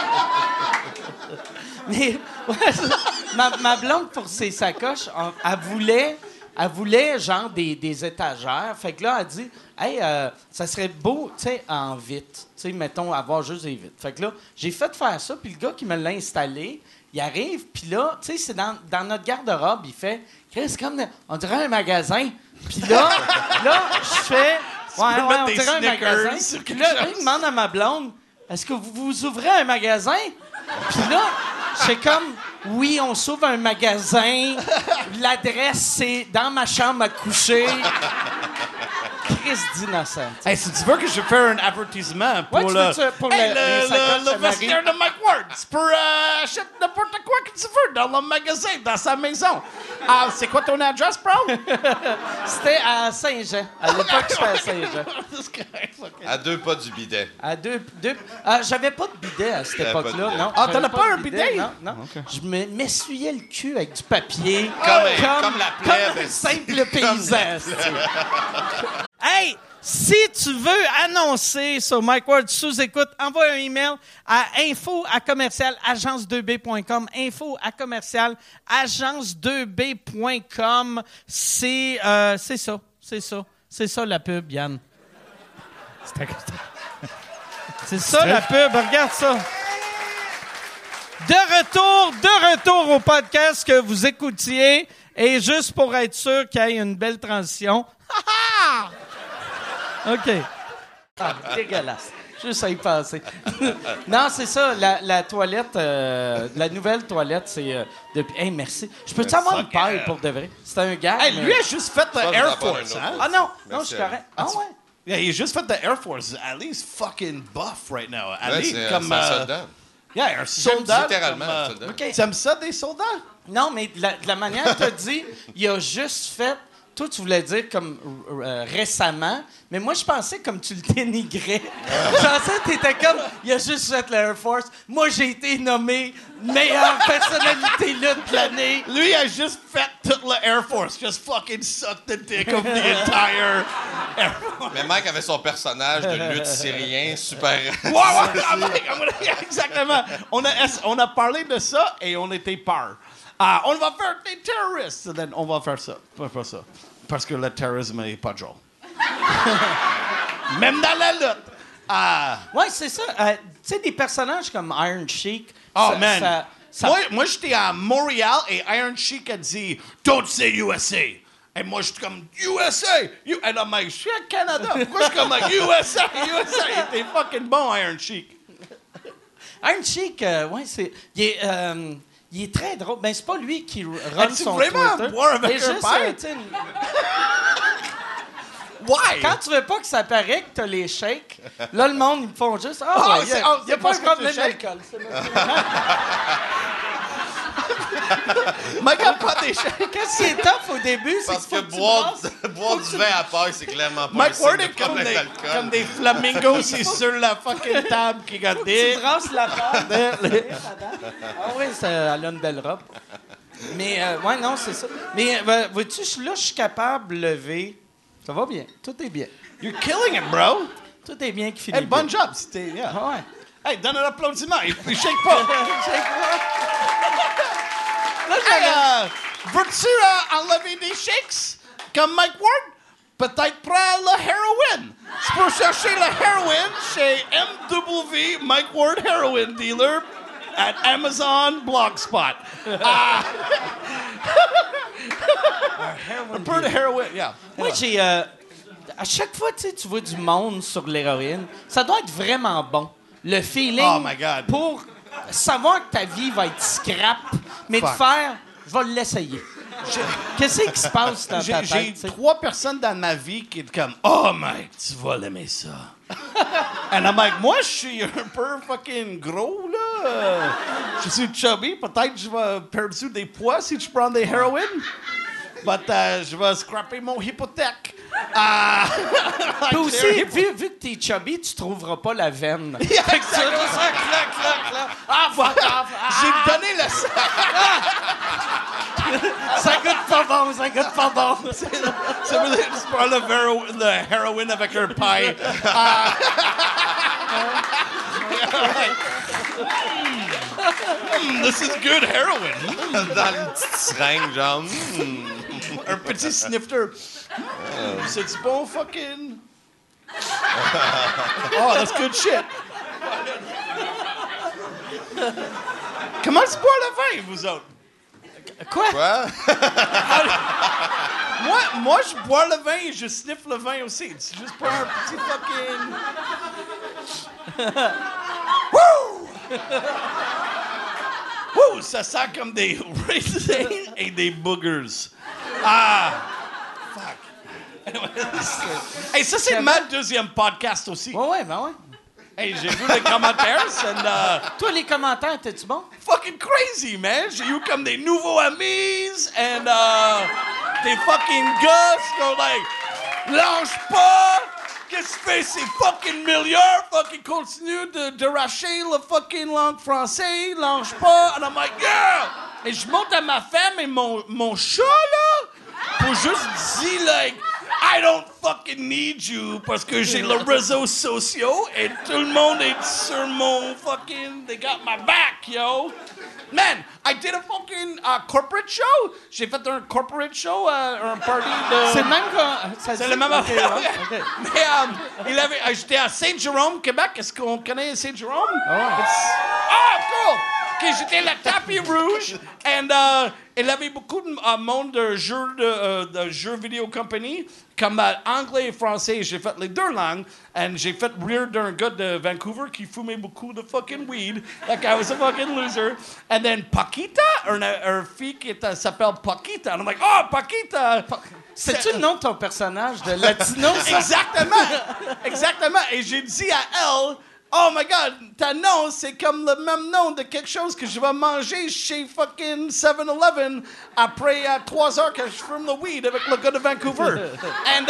Speaker 1: Mais ma blonde, pour ses sacoches, elle voulait genre des étagères. Fait que là, elle dit, hey, ça serait beau, tu sais, en vitre. Tu sais, mettons, avoir juste des vitres. Fait que là, j'ai fait faire ça, puis le gars qui me l'a installé, il arrive, puis là, tu sais, c'est dans notre garde-robe, il fait, Chris, comme, on dirait un magasin. Puis là, je fais, ouais, on dirait un magasin. Puis là, il demande à ma blonde, est-ce que vous ouvrez un magasin? Puis là, c'est comme, oui, on s'ouvre un magasin. L'adresse, c'est dans ma chambre à coucher. Chris d'innocent.
Speaker 4: Hey, si tu veux que je fasse un avertissement pour le vestiaire de Mike Ward, tu peux acheter n'importe quoi que tu veux dans le magasin, dans sa maison. C'est quoi ton adresse, bro?
Speaker 1: C'était à Saint-Jean. À l'époque, j'étais à Saint-Jean.
Speaker 3: À 2 pas du bidet.
Speaker 1: À deux. J'avais pas de bidet à cette époque-là. Non.
Speaker 4: Ah, t'en
Speaker 1: J'avais
Speaker 4: as pas un
Speaker 1: de
Speaker 4: bidet?
Speaker 1: Non. Okay. Je m'essuyais le cul avec du papier.
Speaker 3: Comme la plèbe.
Speaker 1: Comme un simple paysan. Hey, si tu veux annoncer sur Mike Ward sous-écoute, envoie un email à info@agence2b.com. info@agence2b.com. C'est ça. C'est ça la pub, Yann. C'est ça la pub. Regarde ça. De retour au podcast que vous écoutiez. Et juste pour être sûr qu'il y ait une belle transition. OK. Dégueulasse. Juste à y penser. Non, c'est ça. La toilette, la nouvelle toilette, c'est depuis... Hey, merci. Je peux-tu avoir une paille pour de vrai? C'était un gars.
Speaker 4: Hey, lui a juste fait le Air Force, hein?
Speaker 1: Ah non, je suis correct. Ah ouais?
Speaker 4: Yeah, il a juste fait le Air Force. Ali's fucking buff right now. Ali,
Speaker 3: c'est
Speaker 4: comme...
Speaker 3: un soldat.
Speaker 4: Yeah, un soldat.
Speaker 3: Littéralement
Speaker 4: comme,
Speaker 3: un soldat.
Speaker 1: Okay.
Speaker 4: Tu aimes ça, des soldats?
Speaker 1: Non, mais de la manière que tu as dit, il a juste fait... Toi, tu voulais dire comme récemment, mais moi, je pensais comme tu le dénigrais. Je pensais que t'étais comme, il a juste fait l'Air Force. Moi, j'ai été nommé meilleure personnalité lutte de l'année.
Speaker 4: Lui a juste fait toute le Air Force. Just fucking suck the dick of the entire Air Force.
Speaker 3: Mais Mike avait son personnage de lutte syrien super...
Speaker 4: Ouais, exactement. On a parlé de ça et on était peur. On va faire des terroristes. Then on va faire ça. On va faire ça. Parce que le terrorisme n'est pas drôle. Même dans la lutte.
Speaker 1: Ouais, c'est ça. Tu sais, des personnages comme Iron Sheik.
Speaker 4: Oh,
Speaker 1: ça,
Speaker 4: man. Moi, j'étais à Montréal et Iron Sheik a dit « Don't say USA ». Et moi, j'étais comme « USA! Et I'm like, je suis à Canada. Pourquoi je suis comme like, USA, USA? Il était fucking bon, Iron Sheik.
Speaker 1: Iron Sheik, ouais, il est très drôle. Ben, c'est pas lui qui run son
Speaker 4: vraiment
Speaker 1: Twitter.
Speaker 4: boire avec
Speaker 1: Mais
Speaker 4: un
Speaker 1: juste,
Speaker 4: père?
Speaker 1: tu sais,
Speaker 4: Why?
Speaker 1: quand tu veux pas que ça paraît que t'as les shakes, là, le monde, ils me font juste « Ah, il y a pas
Speaker 4: parce
Speaker 1: de
Speaker 4: que
Speaker 1: problème
Speaker 4: tu shakes.
Speaker 1: d'alcool.
Speaker 4: Mike a pas des chèques.
Speaker 1: Qu'est-ce qui est tough au début, c'est
Speaker 3: Parce
Speaker 1: qu'il
Speaker 3: que
Speaker 1: faut que tu
Speaker 3: boire
Speaker 1: brasses.
Speaker 3: du vin à paille, c'est clairement pas un
Speaker 4: Mike
Speaker 3: signe
Speaker 4: Ward
Speaker 3: de
Speaker 4: est comme
Speaker 3: problème
Speaker 4: des,
Speaker 3: d'alcool.
Speaker 4: comme des flamingos, c'est sur la fucking table qui
Speaker 1: Tu
Speaker 4: gardait.
Speaker 1: brasses la pâte. Ah oui, elle a une belle robe. Mais, ouais, non, c'est ça. Mais, vois-tu, là, je suis capable de lever. Ça va bien. Tout est bien.
Speaker 4: You're killing it, bro.
Speaker 1: Tout est bien qui finit
Speaker 4: Hey, bon
Speaker 1: bien.
Speaker 4: job. C'était, yeah.
Speaker 1: Ah ouais.
Speaker 4: Hey, donne un applaudissement. Il shake pas. Hey, veux-tu enlever des shakes comme Mike Ward? Peut-être prends le heroin. Tu peux chercher le heroin chez MW Mike Ward Heroin Dealer at Amazon Blogspot. Un peu de heroin, yeah.
Speaker 1: Moi, j'ai. À chaque fois, tu vois du monde sur l'héroïne, ça doit être vraiment bon. Le feeling
Speaker 4: Oh my God.
Speaker 1: pour savoir que ta vie va être scrap, mais
Speaker 4: Fuck.
Speaker 1: de faire, je vais l'essayer. Qu'est-ce qui se passe dans ta
Speaker 4: J'ai
Speaker 1: tête? tu sais?
Speaker 4: 3 personnes dans ma vie qui sont comme « Oh, mec, tu vas l'aimer ça. » And I'm like, moi, je suis un peu fucking gros, là. Je suis chubby. Peut-être je vais perdre des poids si je prends des heroin. But je vais scraper mon hypothèque.
Speaker 1: Puis aussi, vu que t'es chubby, tu trouveras pas la veine. Fait que tu vas juste faire clac, clac, clac. Ah, fuck off.
Speaker 4: J'ai donné le
Speaker 1: Ça goûte pas bon, ça goûte pas bon.
Speaker 4: Ça veut dire que je prends le heroin avec un paille. This is good heroin.
Speaker 3: Dans une petite seringue, genre.
Speaker 4: Un petit snifter. C'est bon fucking. Oh, that's good shit. Comment tu bois le vin, vous autres?
Speaker 1: Quoi?
Speaker 3: Quoi?
Speaker 4: Moi, je bois le vin et je sniffe le vin aussi. C'est juste pas un petit fucking. Wouh! Wouh! Ça sent comme des raisins et des boogers. Ah! Fuck. Hey, ça, c'est ma deuxième podcast aussi.
Speaker 1: Ouais, ben ouais.
Speaker 4: Hey, j'ai vu les commentaires, and
Speaker 1: Toi, les commentaires, t'es-tu bon?
Speaker 4: fucking crazy, man. J'ai eu comme des nouveaux amis, and des fucking gars qui sont like, lâche pas! Qu'est-ce que tu fais? C'est fucking milliards! Fucking continue de racher la fucking langue française, lâche pas! And I'm like, yeah! Et je monte à ma femme et mon chat, là, pour juste dire, like, I don't fucking need you parce que j'ai les réseaux sociaux et tout le monde est sur mon fucking. They got my back, yo. Man, I did a fucking corporate show. J'ai fait un corporate show, un party de.
Speaker 1: C'est le même que.
Speaker 4: C'est le même affaire. Mais j'étais à Saint-Jérôme, Québec. Est-ce qu'on connaît Saint-Jérôme? Ah, cool! Okay, j'étais la tapis rouge, and il avait beaucoup de monde de jeux vidéo compagnie, comme anglais et français. J'ai fait les deux langues, and j'ai fait rire d'un gars de Vancouver qui fumait beaucoup de fucking weed. Like I was a fucking loser. And then Paquita, une fille qui s'appelle Paquita. And I'm like, oh, Paquita!
Speaker 1: C'est-tu le nom de ton personnage de Latino, ça?
Speaker 4: Exactement. Et j'ai dit à elle, oh my God, ta nom, c'est comme le même nom de quelque chose que je vais manger chez fucking 7-Eleven après 3 heures que je fume le weed avec le gars de Vancouver. And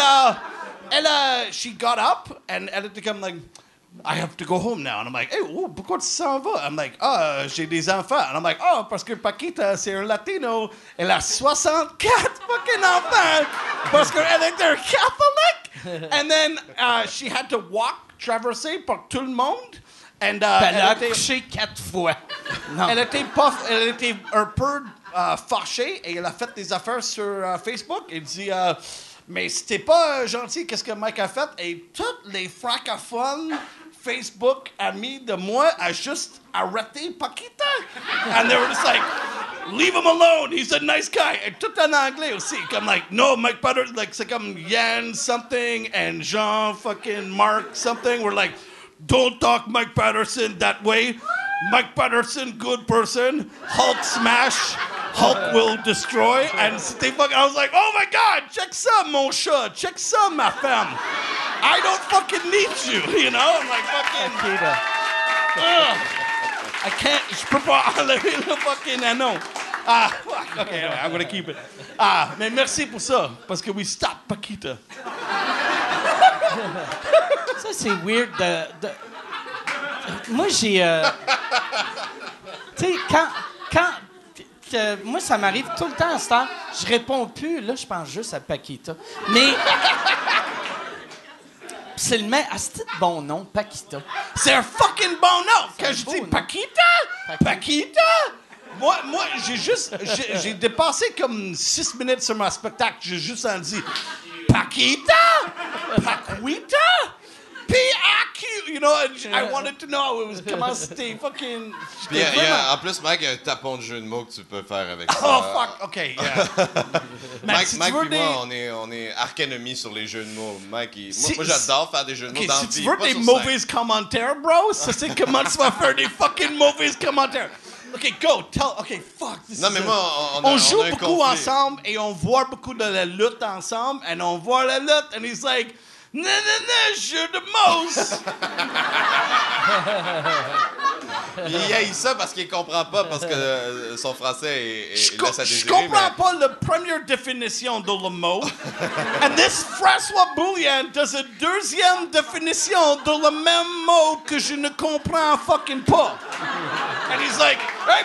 Speaker 4: she got up and elle était comme like, I have to go home now. And I'm like, hey, oh, pourquoi tu s'en vas? I'm like, j'ai des enfants. And I'm like, oh, parce que Paquita, c'est un latino. Elle a 64 fucking enfants parce qu'elle est un catholique. And then she had to traverser par tout le monde. And,
Speaker 1: Elle a accouché 4 fois. Non.
Speaker 4: Elle était un peu fâchée et elle a fait des affaires sur Facebook. Elle dit, mais c'était pas gentil qu'est-ce que Mike a fait. Et tous les francophones Facebook amis de moi à juste arrêter Paquita. And they were just like, leave him alone, he's a nice guy. Et tout en anglais aussi, comme like, no, Mike Patterson, like, c'est comme Yann something and Jean fucking Mark something. We're like, don't talk Mike Patterson that way. Mike Patterson, good person. Hulk smash. Hulk will destroy. And they fucking, I was like, oh my God, check ça, mon chat. Check ça, ma femme. I don't fucking need you, you know? I'm like, fucking... I can't, je peux pas enlever le fucking anneau. Fuck, okay, anyway, I'm gonna keep it. Mais merci pour ça, parce que we stop Paquita.
Speaker 1: Ça, c'est weird de... Moi, j'ai... tu sais, quand moi, ça m'arrive tout le temps à ce temps, je réponds plus. Là, je pense juste à Paquita. Mais... c'est le même... Ah, c'est un bon nom, Paquita.
Speaker 4: C'est un fucking bon nom! Quand je dis
Speaker 1: nom.
Speaker 4: Paquita! Moi, j'ai dépassé comme 6 minutes sur mon spectacle. J'ai juste en dit Paquita? Paquita? P-A-Q! You know, I wanted to know. It was comment c'était fucking...
Speaker 3: En plus, Mike, il y a un tapon de jeu de mots que tu peux faire avec ça.
Speaker 4: Oh, fuck! OK, yeah.
Speaker 3: Mike,
Speaker 4: si
Speaker 3: Mike
Speaker 4: tu veux
Speaker 3: et moi, on est arc-ennemis sur les jeux de mots. Mike, moi, j'adore faire des jeux de mots dans la
Speaker 4: si
Speaker 3: vie.
Speaker 4: tu veux
Speaker 3: pas
Speaker 4: des
Speaker 3: sur
Speaker 4: mauvais
Speaker 3: scène.
Speaker 4: commentaires, bro, ça c'est comment tu vas faire des fucking mauvais commentaires. OK, go, tell... OK, fuck.
Speaker 3: Non, mais moi,
Speaker 4: on joue
Speaker 3: a un
Speaker 4: beaucoup
Speaker 3: conflit.
Speaker 4: ensemble et on voit beaucoup de la lutte ensemble et on voit la lutte and he's like, non, jeu de mots.
Speaker 3: Il haït ça parce qu'il comprend pas, parce que son français laisse à
Speaker 4: Je
Speaker 3: désirer.
Speaker 4: comprends pas la première définition de le mot. And this François Boulian does a deuxième définition de le même mot que je ne comprends fucking pas. And he's like, hey,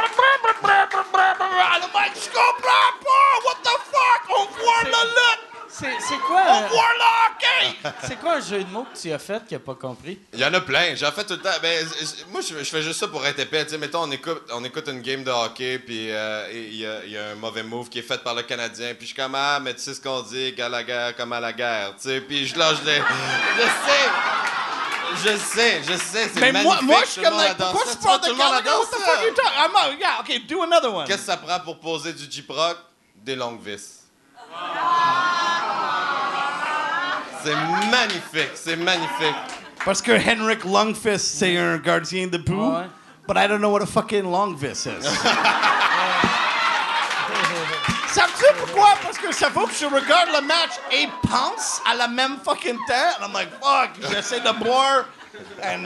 Speaker 4: I'm like, je comprends pas, what the fuck? On voit la lutte.
Speaker 1: C'est quoi...
Speaker 4: On voit le hockey.
Speaker 1: c'est quoi un jeu de mots que tu as fait qu'il a pas compris?
Speaker 3: Il y en a plein. J'en fais tout le temps. Ben, moi, je fais juste ça pour être épais. Tu sais, mettons, on écoute une game de hockey, puis il y a un mauvais move qui est fait par le Canadien, puis je suis comme, mais tu sais ce qu'on dit, qu'à la guerre comme à la guerre. Tu sais, puis je lâche les... Je sais, c'est
Speaker 4: mais
Speaker 3: magnifique.
Speaker 4: moi, je suis comme,
Speaker 3: like,
Speaker 4: pourquoi tu parles de Gallagher? What the fuck are you talking? I'm out. Yeah, okay, do another one.
Speaker 3: Qu'est-ce que ça prend pour poser du J-Proc? Des longues vis. C'est magnifique.
Speaker 4: Parce que Henrik Lundqvist, c'est un gardien de but.
Speaker 1: Ouais.
Speaker 4: But I don't know what a fucking Lundqvist is. Savez-tu pourquoi? Parce que ça faut que je regarde le match et pense à la même fucking temps. And I'm like, fuck, j'essaie de boire. And,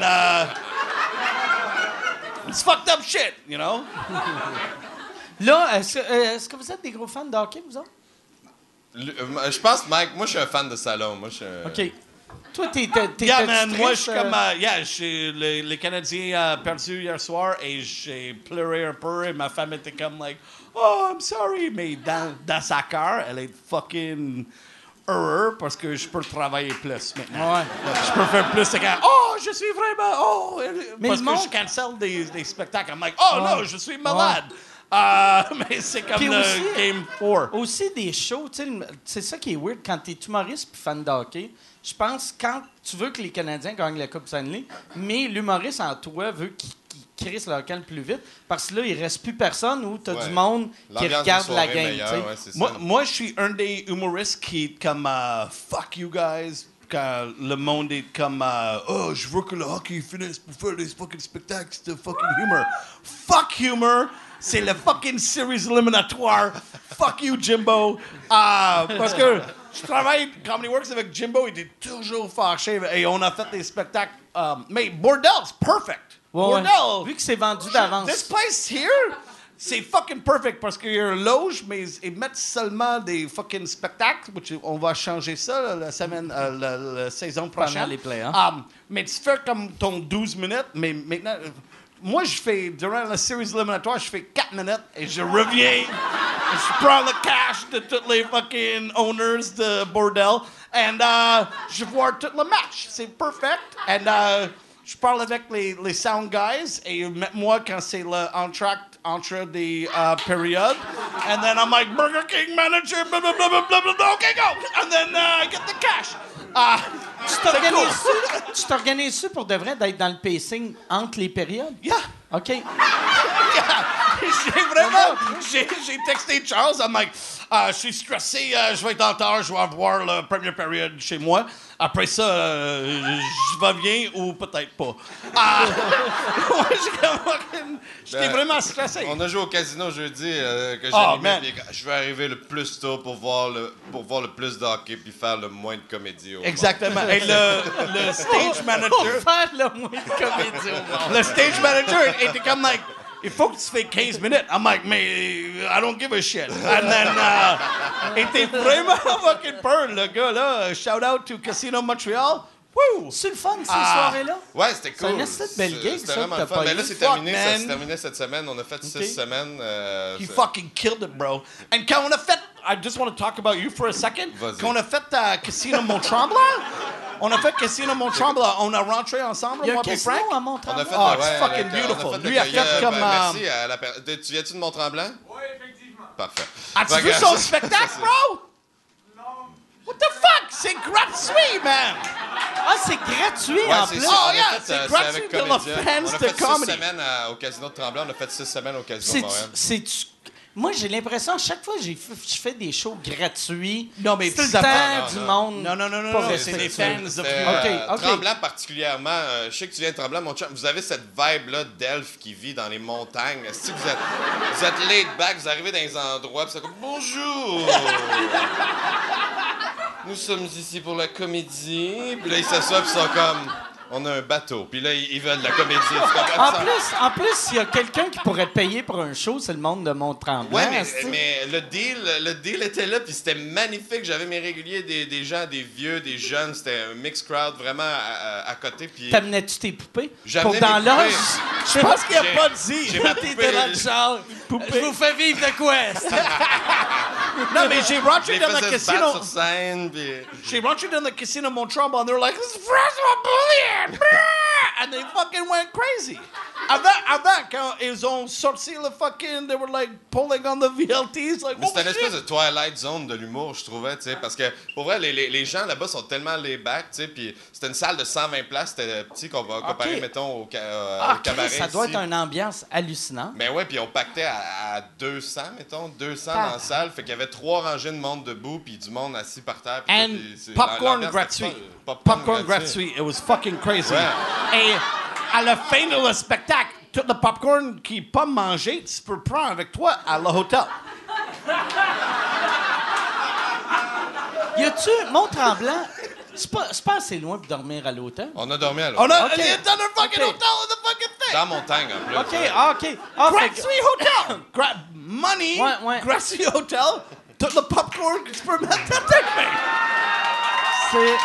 Speaker 4: it's fucked up shit, you know?
Speaker 1: Là, est-ce que vous êtes des gros fans de hockey, vous autres?
Speaker 3: Je pense, Mike, moi, je suis un fan de salon. Moi,
Speaker 1: OK. Toi, t'es
Speaker 4: Yeah, man, moi, je suis comme... les Canadiens ont perdu hier soir et j'ai pleuré un peu et ma femme était comme, like, oh, I'm sorry. Mais dans sa cœur, elle est fucking heureux parce que je peux travailler plus maintenant.
Speaker 1: Ouais.
Speaker 4: Je peux faire plus de gars. Oh, je suis vraiment... Oh,
Speaker 1: Mais
Speaker 4: parce
Speaker 1: le
Speaker 4: que
Speaker 1: monde-
Speaker 4: je cancelle des spectacles. I'm like, oh, non, je suis malade. Mais c'est comme
Speaker 1: Puis
Speaker 4: le
Speaker 1: aussi-
Speaker 4: Game 4.
Speaker 1: Aussi des shows, tu sais, c'est ça qui est weird quand t'es humoriste puis fan de hockey. Je pense quand tu veux que les Canadiens gagnent la Coupe Stanley, mais l'humoriste en toi veut qu'ils crissent leur camp le plus vite, parce que là, il reste plus personne ou t'as du monde qui
Speaker 3: L'ambiance
Speaker 1: regarde
Speaker 3: de
Speaker 1: la
Speaker 3: soirée
Speaker 1: game,
Speaker 3: meilleure,
Speaker 1: tu sais.
Speaker 3: ouais, c'est ça.
Speaker 4: Moi, je suis un des humoristes qui est comme fuck you guys. Quand le monde est comme oh, je veux que le hockey finisse pour faire des fucking spectacles de fucking humor. Fuck humor. C'est le fucking series éliminatoire. Fuck you, Jimbo. Parce que je travaille Comedy Works avec Jimbo, il est toujours fâché et on a fait des spectacles. Mais Bordel's perfect.
Speaker 1: Ouais,
Speaker 4: Bordel.
Speaker 1: vu que c'est vendu d'avance.
Speaker 4: This place here, c'est fucking perfect parce qu'il y a une loge, mais ils mettent seulement des fucking spectacles. On va changer ça la semaine, la saison prochaine.
Speaker 1: Pendant les playoffs.
Speaker 4: Mais tu fais comme ton 12 minutes, mais maintenant... Moi, durant la série éliminatoire, je fais 4 minutes et je reviens. Je prends le cash de tous les fucking owners de Bordel and je vois tout le match. C'est perfect. And je parle avec les sound guys et moi quand c'est l'entracte entre des périodes. And then I'm like, Burger King manager, blah, blah, blah, blah, blah, blah, okay, go. And then I get the cash.
Speaker 1: Tu t'organises-tu pour de vrai d'être dans le pacing entre les périodes?
Speaker 4: Yeah.
Speaker 1: OK.
Speaker 4: J'ai texté Charles, I'm like, je suis stressé, je vais être en retard, je vais avoir la première période chez moi. Après ça, je vais bien ou peut-être pas. J'étais vraiment stressé.
Speaker 3: On a joué au casino jeudi que j'animais. Puis je veux arriver le plus tôt pour voir le plus de hockey puis faire le moins de comédie au monde.
Speaker 4: Exactement. Et le stage manager...
Speaker 1: Pour faire le moins de comédie au monde.
Speaker 4: Le stage manager était comme like, il faut que tu fais 15 minutes. I'm like, mais I don't give a shit. And then, il était vraiment fucking peur, le gars, là. Shout out to Casino Montreal. Woo!
Speaker 1: C'est le fun, ces soirées-là?
Speaker 3: Ouais, c'était cool.
Speaker 1: C'est une assez belle gig,
Speaker 3: C'était
Speaker 1: ça,
Speaker 3: vraiment
Speaker 1: que
Speaker 3: le
Speaker 1: t'as
Speaker 3: fun.
Speaker 1: pas
Speaker 3: Mais
Speaker 1: eu.
Speaker 3: là, c'est
Speaker 4: Fuck,
Speaker 3: terminé. Ça
Speaker 4: man.
Speaker 3: s'est terminé cette semaine. On a fait 6 semaines.
Speaker 4: He fucking killed it, bro. And quand on a fait... I just want to talk about you for a second.
Speaker 3: Vas-y.
Speaker 4: Quand on a fait Casino Mont-Tremblant, on a rentré ensemble,
Speaker 1: Il y a un
Speaker 4: moi et
Speaker 1: casino
Speaker 4: Frank.
Speaker 1: à
Speaker 3: On a
Speaker 1: Mont-Tremblant.
Speaker 3: fait,
Speaker 4: Oh, it's fucking beautiful. Lui a fait comme...
Speaker 3: Merci à la personne. Tu viens-tu de Mont-Tremblant?
Speaker 5: Oui, effectivement.
Speaker 3: Parfait.
Speaker 4: As-tu
Speaker 3: Fait
Speaker 4: vu
Speaker 3: que-
Speaker 4: son spectacle, bro?
Speaker 5: Non.
Speaker 4: What the fuck? C'est gratuit, man!
Speaker 1: Ah, c'est gratuit
Speaker 3: Ouais,
Speaker 1: en
Speaker 3: c'est
Speaker 1: plus.
Speaker 3: ça.
Speaker 4: Oh,
Speaker 3: On a
Speaker 4: yeah,
Speaker 3: fait,
Speaker 4: c'est
Speaker 3: c'est avec
Speaker 4: gratuit pour
Speaker 3: Comédia.
Speaker 4: les fans
Speaker 3: On a
Speaker 4: de
Speaker 3: fait 6
Speaker 4: comedy.
Speaker 3: semaines au Casino de Tremblant. On a fait 6 semaines au Casino de Montréal.
Speaker 1: Moi, j'ai l'impression, à chaque fois que je fais des shows gratuits,
Speaker 4: Non, mais
Speaker 1: c'est le
Speaker 4: ça
Speaker 1: temps
Speaker 3: fait-
Speaker 1: du
Speaker 3: non,
Speaker 1: monde.
Speaker 4: Non,
Speaker 1: pas
Speaker 4: c'est
Speaker 1: respectueux.
Speaker 4: les fans de
Speaker 1: OK.
Speaker 3: Tremblant particulièrement. Je sais que tu viens de Tremblant, mon chum. Vous avez cette vibe-là d'elfe qui vit dans les montagnes. Si vous êtes laid back, vous arrivez dans les endroits, puis c'est comme bonjour. Nous sommes ici pour la comédie. Puis là, ils s'assoient, puis ils sont comme on a un bateau. Puis là, ils veulent de la comédie. Tu comprends?
Speaker 1: En plus, s'il y a quelqu'un qui pourrait payer pour un show, c'est le monde de Mont-Tremblant.
Speaker 3: Ouais,
Speaker 1: esti.
Speaker 3: mais le deal était là, puis c'était magnifique. J'avais mes réguliers, des gens, des vieux, des jeunes. C'était un mix crowd vraiment à côté. Puis
Speaker 1: T'amenais-tu tes poupées?
Speaker 3: J'amenais
Speaker 1: Pour dans
Speaker 3: mes
Speaker 1: l'âge?
Speaker 3: poupées.
Speaker 1: Je pense qu'il n'y a
Speaker 3: J'ai-
Speaker 1: pas dit.
Speaker 3: j'ai ma
Speaker 1: T'étais
Speaker 3: poupée.
Speaker 1: dans le char. Je vous fais vivre de quoi? esti?
Speaker 4: Non, mais j'ai
Speaker 3: je
Speaker 4: rentré
Speaker 3: les
Speaker 4: dans le
Speaker 3: faisais se battre
Speaker 4: casino.
Speaker 3: sur scène, puis...
Speaker 4: J'ai rentré dans le casino Mont-Tremblant, and they're like, this is François Boulier! And they fucking went crazy. Avant, quand ils ont sorti le fucking, they were like pulling on the VLTs, like,
Speaker 3: Mais
Speaker 4: oh
Speaker 3: c'était une espèce
Speaker 4: shit!
Speaker 3: de Twilight Zone de l'humour, je trouvais, tu sais, parce que, pour vrai, les gens là-bas sont tellement laid-back, tu sais, puis c'était une salle de 120 places, c'était petit comparé,
Speaker 1: Ok.
Speaker 3: mettons, au
Speaker 1: Ah,
Speaker 3: cabaret
Speaker 1: Chris, ça doit
Speaker 3: ici.
Speaker 1: être une ambiance hallucinante.
Speaker 3: Mais ouais, puis on pactait à 200, mettons, 200 dans la salle, fait qu'il y avait 3 rangées de monde debout, puis du monde assis par terre. puis
Speaker 4: And
Speaker 3: tout, puis c'est-
Speaker 4: popcorn
Speaker 3: l'ambiance
Speaker 4: gratuit.
Speaker 3: était fun.
Speaker 4: Popcorn gratuit. It was fucking crazy.
Speaker 3: Ouais.
Speaker 4: Et à la fin de le spectacle, tout le popcorn qui n'est pas mangé, tu peux prendre avec toi à l'hôtel.
Speaker 1: Y a-tu Mont-Tremblant? C'est pas assez loin pour dormir à l'hôtel.
Speaker 3: On a dormi à
Speaker 4: On
Speaker 3: l'hôtel.
Speaker 4: a
Speaker 1: Ok.
Speaker 4: il est dans un fucking
Speaker 1: Ok.
Speaker 4: hôtel in the fucking thing.
Speaker 3: Dans la montagne, en plus.
Speaker 1: OK,
Speaker 3: ouais.
Speaker 1: OK. Ah, fait que-
Speaker 4: Gratuit hotel. Money.
Speaker 1: Ouais.
Speaker 4: Gratuit hotel. Tout le popcorn que tu peux mettre dans ta main.
Speaker 1: c'est...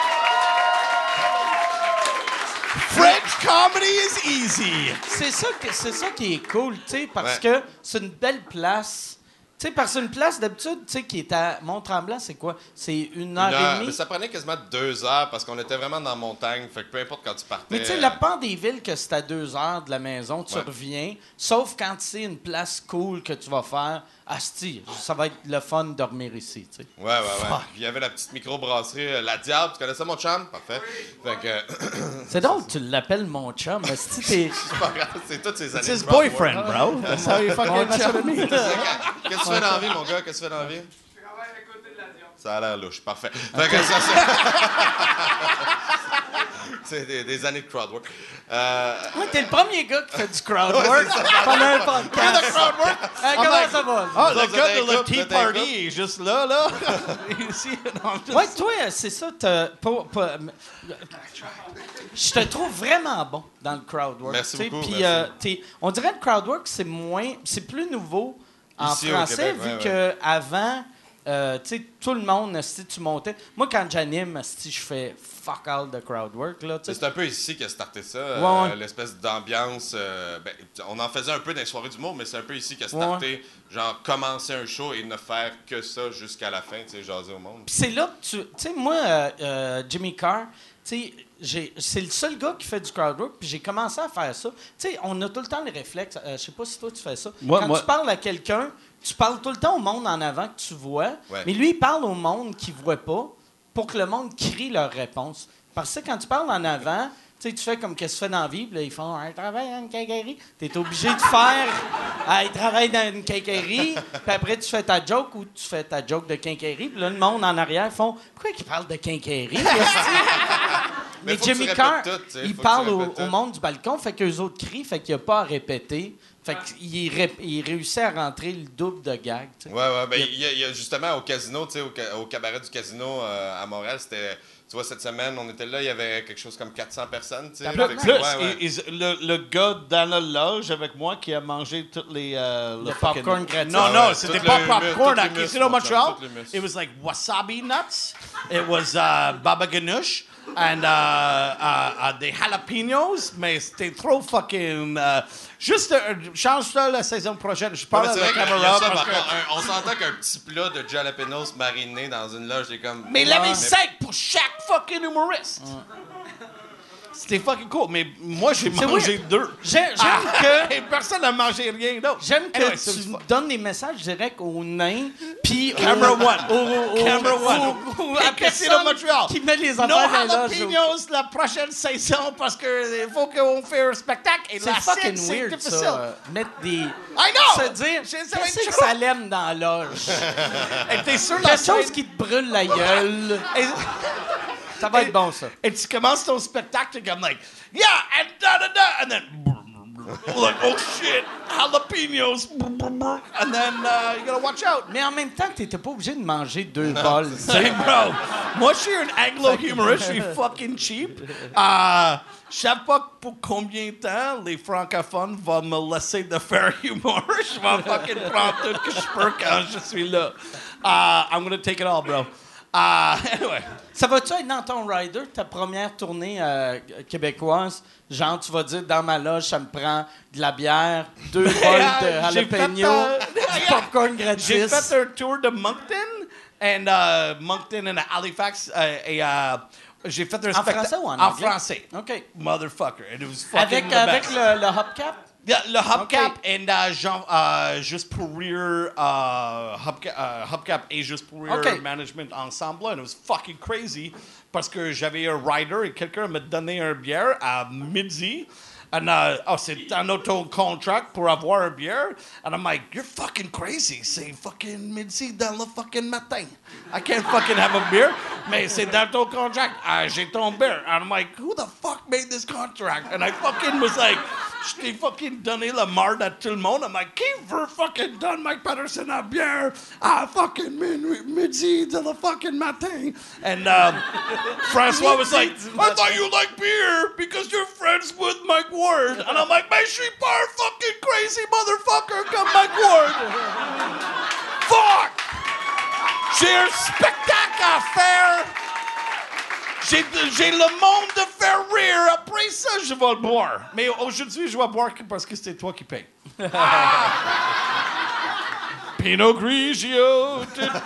Speaker 4: French comedy is easy.
Speaker 1: C'est ça qui est cool, tu sais, parce
Speaker 3: Ouais.
Speaker 1: que c'est une belle place. Tu sais, parce qu'une place, d'habitude, tu sais, qui est à Mont-Tremblant, c'est quoi? C'est une heure et demie.
Speaker 3: Mais ça prenait quasiment 2 heures parce qu'on était vraiment dans la montagne. Fait que peu importe quand tu partais.
Speaker 1: Mais tu sais, la plupart des villes que c'est à 2 heures de la maison, tu
Speaker 3: Ouais.
Speaker 1: reviens. Sauf quand c'est une place cool que tu vas faire. Asti, ça va être le fun de dormir ici, tu sais.
Speaker 3: Ouais. Puis il y avait la petite microbrasserie La Diable. Tu connais ça, mon chum? Parfait. Fait que...
Speaker 1: C'est drôle, tu l'appelles mon chum, mais si t'es...
Speaker 3: c'est pas grave, c'est toutes ces années.
Speaker 4: It's his
Speaker 3: de crowd
Speaker 4: boyfriend, bro. That's how you fucking
Speaker 1: Mon
Speaker 4: mess
Speaker 1: chum.
Speaker 4: with me.
Speaker 3: work. Qu'est-ce que tu fais dans la vie, mon gars? Qu'est-ce que tu fais dans la vie?
Speaker 5: Je travaille à côté de l'avion.
Speaker 3: Ça a l'air louche. Parfait. Fait que ça, c'est des années de crowd work.
Speaker 1: Ouais, t'es le premier gars qui fait du crowd work pendant un podcast.
Speaker 4: Crowd work.
Speaker 1: Comment
Speaker 4: like-
Speaker 1: ça va?
Speaker 4: Oh,
Speaker 3: Vous
Speaker 4: le
Speaker 3: autres,
Speaker 4: gars
Speaker 3: vous avez
Speaker 4: de
Speaker 3: un
Speaker 4: le
Speaker 3: couple,
Speaker 4: Tea
Speaker 3: vous avez un
Speaker 4: Party est juste là, là. Ici, non, just-
Speaker 1: Ouais, toi, c'est ça. Je te trouve vraiment bon dans le crowd work.
Speaker 3: Merci
Speaker 1: tu sais,
Speaker 3: beaucoup,
Speaker 1: puis,
Speaker 3: merci.
Speaker 1: on dirait que le crowd work, c'est plus nouveau en
Speaker 3: Ici, au
Speaker 1: français,
Speaker 3: Québec,
Speaker 1: vu
Speaker 3: ouais.
Speaker 1: qu'avant, tu sais, tout le monde, si tu montais. Moi, quand j'anime, si je fais fuck all de crowd work, là, tu sais.
Speaker 3: C'est un peu ici qu'a starté ça,
Speaker 1: Ouais.
Speaker 3: l'espèce d'ambiance. On en faisait un peu dans les soirées d'humour, mais c'est un peu ici qu'a starté, genre, commencer un show et ne faire que ça jusqu'à la fin, tu sais, jaser au monde.
Speaker 1: Puis c'est là que tu sais, moi, Jimmy Carr, tu sais, c'est le seul gars qui fait du crowd work, puis j'ai commencé à faire ça. Tu sais, on a tout le temps les réflexes. Je sais pas si toi, tu fais ça. Quand tu parles à quelqu'un, tu parles tout le temps au monde en avant que tu vois,
Speaker 3: Ouais.
Speaker 1: mais lui, il parle au monde qu'il voit pas. pour que le monde crie leur réponse. Parce que quand tu parles en avant, tu sais, tu fais comme qu'est-ce que tu fais dans la vie, puis là, ils font « travaille dans une quincaillerie ». Tu es obligé de faire « il travaille dans une quincaillerie », puis après, tu fais ta joke ou tu fais ta joke de quincaillerie, puis là, le monde en arrière font « Pourquoi ils parlent de quincaillerie? » Mais
Speaker 3: faut que
Speaker 1: Jimmy
Speaker 3: tu
Speaker 1: Carr,
Speaker 3: répètes tout, tu sais,
Speaker 1: il
Speaker 3: faut que
Speaker 1: parle
Speaker 3: tu
Speaker 1: au
Speaker 3: répètes tout.
Speaker 1: monde du balcon, fait qu'eux autres crient, fait qu'il n'y a pas à répéter. Fait qu'il réussit à rentrer le double de gags. Tu sais.
Speaker 3: Ouais, ben, il y a justement au casino, tu sais, au cabaret du casino à Montréal, c'était. Tu vois, cette semaine, on était là, il y avait quelque chose comme 400 personnes, tu sais.
Speaker 4: Plus,
Speaker 3: Ouais.
Speaker 4: le gars dans la loge avec moi qui a mangé toutes les...
Speaker 1: Le popcorn gratuit.
Speaker 4: Non,
Speaker 3: Ah ouais,
Speaker 4: c'était
Speaker 3: tout
Speaker 4: pas
Speaker 3: le
Speaker 4: popcorn
Speaker 3: muscle,
Speaker 4: à
Speaker 3: tout le
Speaker 4: Casino
Speaker 3: muscle,
Speaker 4: Montreal.
Speaker 3: tout le muscle.
Speaker 4: It was like wasabi nuts. It was baba ganoush. And des jalapenos, mais c'était trop fucking... juste, change ça la saison prochaine. Je parle
Speaker 3: Ouais, mais
Speaker 4: avec
Speaker 3: c'est
Speaker 4: la
Speaker 3: vrai qu'il y a
Speaker 4: caméra
Speaker 3: ça,
Speaker 4: parce
Speaker 3: par
Speaker 4: que...
Speaker 3: contre, on s'entend qu'un petit plat de jalapenos marinés dans une loge, c'est comme...
Speaker 4: Mais il avait 5 pour chaque fucking humoriste. C'était fucking cool, mais moi, j'ai mangé 2.
Speaker 1: J'aime
Speaker 4: Et personne n'a mangé rien d'autre.
Speaker 1: J'aime que
Speaker 4: Anyway,
Speaker 1: tu donnes des messages directs aux nains, puis
Speaker 4: Camera one. Camera one.
Speaker 1: à
Speaker 4: Casino
Speaker 1: personne
Speaker 4: Montreal.
Speaker 1: qui met les
Speaker 4: No
Speaker 1: enfants dans la loge.
Speaker 4: jalapenos la prochaine saison parce qu'il faut qu'on fasse un spectacle. Et
Speaker 1: C'est
Speaker 4: la
Speaker 1: fucking
Speaker 4: scène, c'est
Speaker 1: weird,
Speaker 4: difficile.
Speaker 1: ça. Mettre des...
Speaker 4: I know!
Speaker 1: Se dire,
Speaker 4: C'est
Speaker 1: qu'est-ce que
Speaker 4: true.
Speaker 1: ça l'aime dans la loge?
Speaker 4: Et t'es sur la
Speaker 1: Quelque chose
Speaker 4: scène.
Speaker 1: qui te brûle la gueule.
Speaker 4: Et-
Speaker 1: Ça va être bon, ça.
Speaker 4: Et tu commences ton spectacle, comme like, yeah, and da-da-da, and then, like, oh shit, jalapenos, and then you gotta watch out.
Speaker 1: Mais en même temps, t'étais pas obligé de manger 2 bols. tu sais.
Speaker 4: Hey, bro, moi, je suis un anglo-humoriste, je suis fucking cheap. Je sais pas pour combien de temps les francophones vont me laisser de faire humour. Je vais fucking prendre tout que je peux quand je suis là. I'm gonna take it all, bro. Anyway.
Speaker 1: Ça va-tu être dans ton rider, ta première tournée québécoise? Genre, tu vas dire, dans ma loge, ça me prend de la bière, 2 bols de jalapeno, du popcorn gratis.
Speaker 4: J'ai fait un tour de Moncton, Moncton and Halifax, j'ai fait un
Speaker 1: En
Speaker 4: spectacle...
Speaker 1: français ou en
Speaker 4: En
Speaker 1: anglais?
Speaker 4: français.
Speaker 1: OK.
Speaker 4: Motherfucker. And it was fucking
Speaker 1: Avec
Speaker 4: the best.
Speaker 1: le hubcap?
Speaker 4: Yeah, le Hubcap
Speaker 1: Okay.
Speaker 4: and Juste pour rire, Hubcap et Juste pour rire
Speaker 1: Okay.
Speaker 4: management ensemble. And it was fucking crazy parce que j'avais un rider et quelqu'un m'a donné une bière à midi. And c'est un auto-contract pour avoir une bière. And I'm like, you're fucking crazy. C'est fucking midi dans le fucking matin. I can't fucking have a beer. Mais c'est dans ton contract. J'ai ton beer. And I'm like, who the fuck made this contract? And I fucking was like, je t'ai fucking donné la marde à tout le monde. I'm like, qui veut fucking donner Mike Patterson à bière à fucking midi de le fucking matin? And François was like, I thought you like beer because you're friends with Mike Ward. And I'm like, mais je suis pas un fucking crazy motherfucker comme Mike Ward. Fuck! J'ai un spectacle à faire. J'ai le monde de faire rire. Après ça, je vais le boire. Mais aujourd'hui, je vais boire parce que c'est toi qui payes. Pinot Grigio.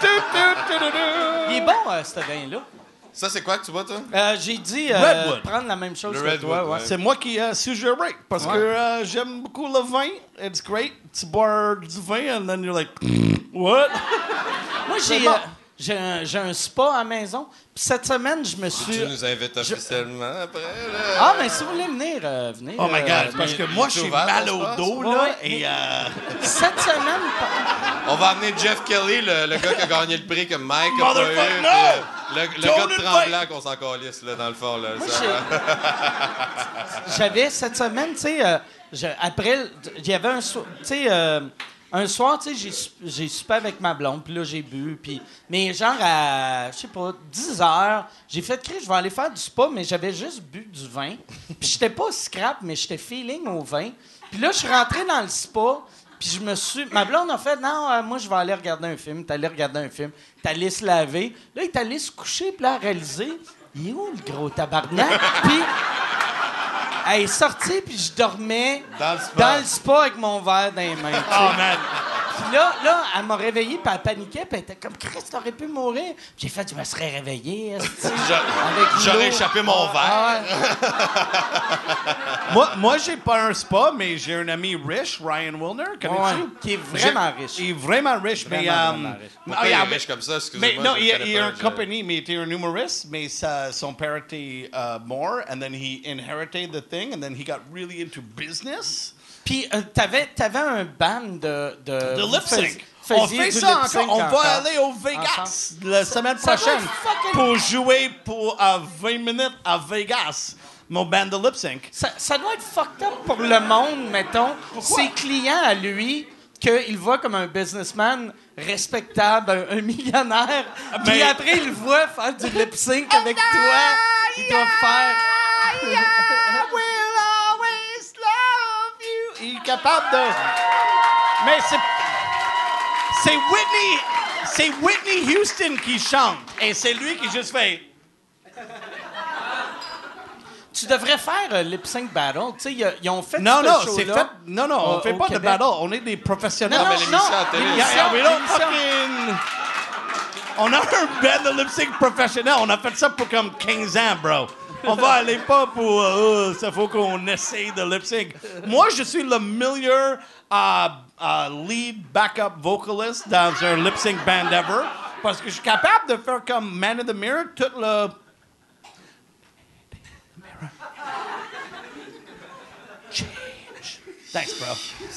Speaker 1: Il est bon, ce vin-là.
Speaker 3: Ça, c'est quoi que tu vois, toi?
Speaker 1: J'ai dit
Speaker 4: Redwood.
Speaker 1: prendre la même chose
Speaker 3: Le
Speaker 1: que toi.
Speaker 3: Redwood,
Speaker 1: Ouais.
Speaker 3: ouais.
Speaker 4: C'est moi qui suggérerai parce que j'aime beaucoup le vin. It's great. Tu bois du vin and then you're like, what?
Speaker 1: Moi, j'ai un spa à la maison. Puis cette semaine, je me suis...
Speaker 3: Tu nous invites officiellement après, là?
Speaker 1: Ah, mais si vous voulez venir, venez.
Speaker 4: Oh my God, parce que moi,
Speaker 3: il
Speaker 4: je suis
Speaker 3: ouvert,
Speaker 4: mal
Speaker 3: ton
Speaker 4: au
Speaker 3: espace?
Speaker 4: dos,
Speaker 1: Ouais,
Speaker 4: là,
Speaker 1: ouais,
Speaker 4: et...
Speaker 1: Cette semaine...
Speaker 3: On va amener Jeff Kelly, le gars qui a gagné le prix que Mike a pas eu.
Speaker 4: Motherfucker,
Speaker 3: puis,
Speaker 4: no!
Speaker 3: le
Speaker 4: Don't
Speaker 3: gars de
Speaker 4: invite!
Speaker 3: Tremblant qu'on s'en calisse, là, dans le fond. Là,
Speaker 1: Moi,
Speaker 3: ça.
Speaker 1: j'avais cette semaine, tu sais, après, il y avait un soir, tu sais, un soir, tu sais, j'ai soupé avec ma blonde, puis là, j'ai bu, puis... Mais genre à, je sais pas, 10 heures, j'ai fait crier, je vais aller faire du spa, mais j'avais juste bu du vin. Puis j'étais pas scrap, mais j'étais feeling au vin. Puis là, je suis rentré dans le spa, puis je me suis... Ma blonde a fait, non, moi, je vais aller regarder un film. T'es allé regarder un film, t'es allé se laver. Là, il est allé se coucher, puis là, réaliser, il est où le gros tabarnak? Puis... Elle est sortie, puis je dormais
Speaker 3: Dans le spa.
Speaker 1: avec mon verre dans les mains. tu sais.
Speaker 4: Oh, man.
Speaker 1: Puis là, elle m'a réveillé, puis elle paniquait, puis elle était comme, Chris, t'aurais pu mourir. Puis j'ai fait, je me serais réveillé.
Speaker 3: J'aurais échappé mon verre.
Speaker 4: Moi, j'ai pas un spa, mais j'ai un ami riche, Ryan Wilner, connais-tu?
Speaker 1: Qui est vraiment riche.
Speaker 4: Il est vraiment riche, mais...
Speaker 1: Vraiment riche.
Speaker 3: Pourquoi il est riche comme ça? Excusez-moi.
Speaker 4: Mais non,
Speaker 3: je
Speaker 4: il
Speaker 3: connais
Speaker 4: a
Speaker 3: pas,
Speaker 4: une compagnie, mais il était un humoriste, mais son père était mort, and then he inherited the thing, and then he got really into business.
Speaker 1: Puis t'avais un band de
Speaker 4: lip sync.
Speaker 1: Vous
Speaker 4: On
Speaker 1: faisiez
Speaker 4: fait
Speaker 1: du
Speaker 4: ça
Speaker 1: lip sync
Speaker 4: encore. On va
Speaker 1: encore.
Speaker 4: aller au Vegas la semaine
Speaker 1: Ça doit
Speaker 4: prochaine
Speaker 1: être fucking-
Speaker 4: pour jouer pour 20 minutes à Vegas. Mon band de lip sync.
Speaker 1: Ça doit être fucked up pour le monde, mettons. Ses clients à lui, qu'il voit comme un businessman respectable, un millionnaire. Puis après, il le voit faire du lip sync avec toi. Il doit faire.
Speaker 4: I will always love you. Il est capable de. Mais c'est Whitney Houston qui chante. Et c'est lui qui juste fait.
Speaker 1: Tu devrais faire lip sync battle. Tu sais, ils ont fait
Speaker 4: Non,
Speaker 1: ce
Speaker 4: non,
Speaker 1: show-là.
Speaker 4: c'est fait. Non, on fait
Speaker 1: au
Speaker 4: pas de
Speaker 1: Québec.
Speaker 4: battle. On est des professionnels.
Speaker 1: Non,
Speaker 3: mais
Speaker 1: non,
Speaker 3: l'émission
Speaker 1: non.
Speaker 3: à télé.
Speaker 1: L'émission,
Speaker 4: we don't
Speaker 1: l'émission.
Speaker 4: fucking. On a un band de lip sync professionnel. On a fait ça pour comme 15 ans, bro. On va aller pas pour. Ça faut qu'on essaye de lip sync. Moi, je suis le meilleur lead backup vocalist dans un lip sync band ever. Parce que je suis capable de faire comme Man in the Mirror, tout le. Change. Thanks, bro.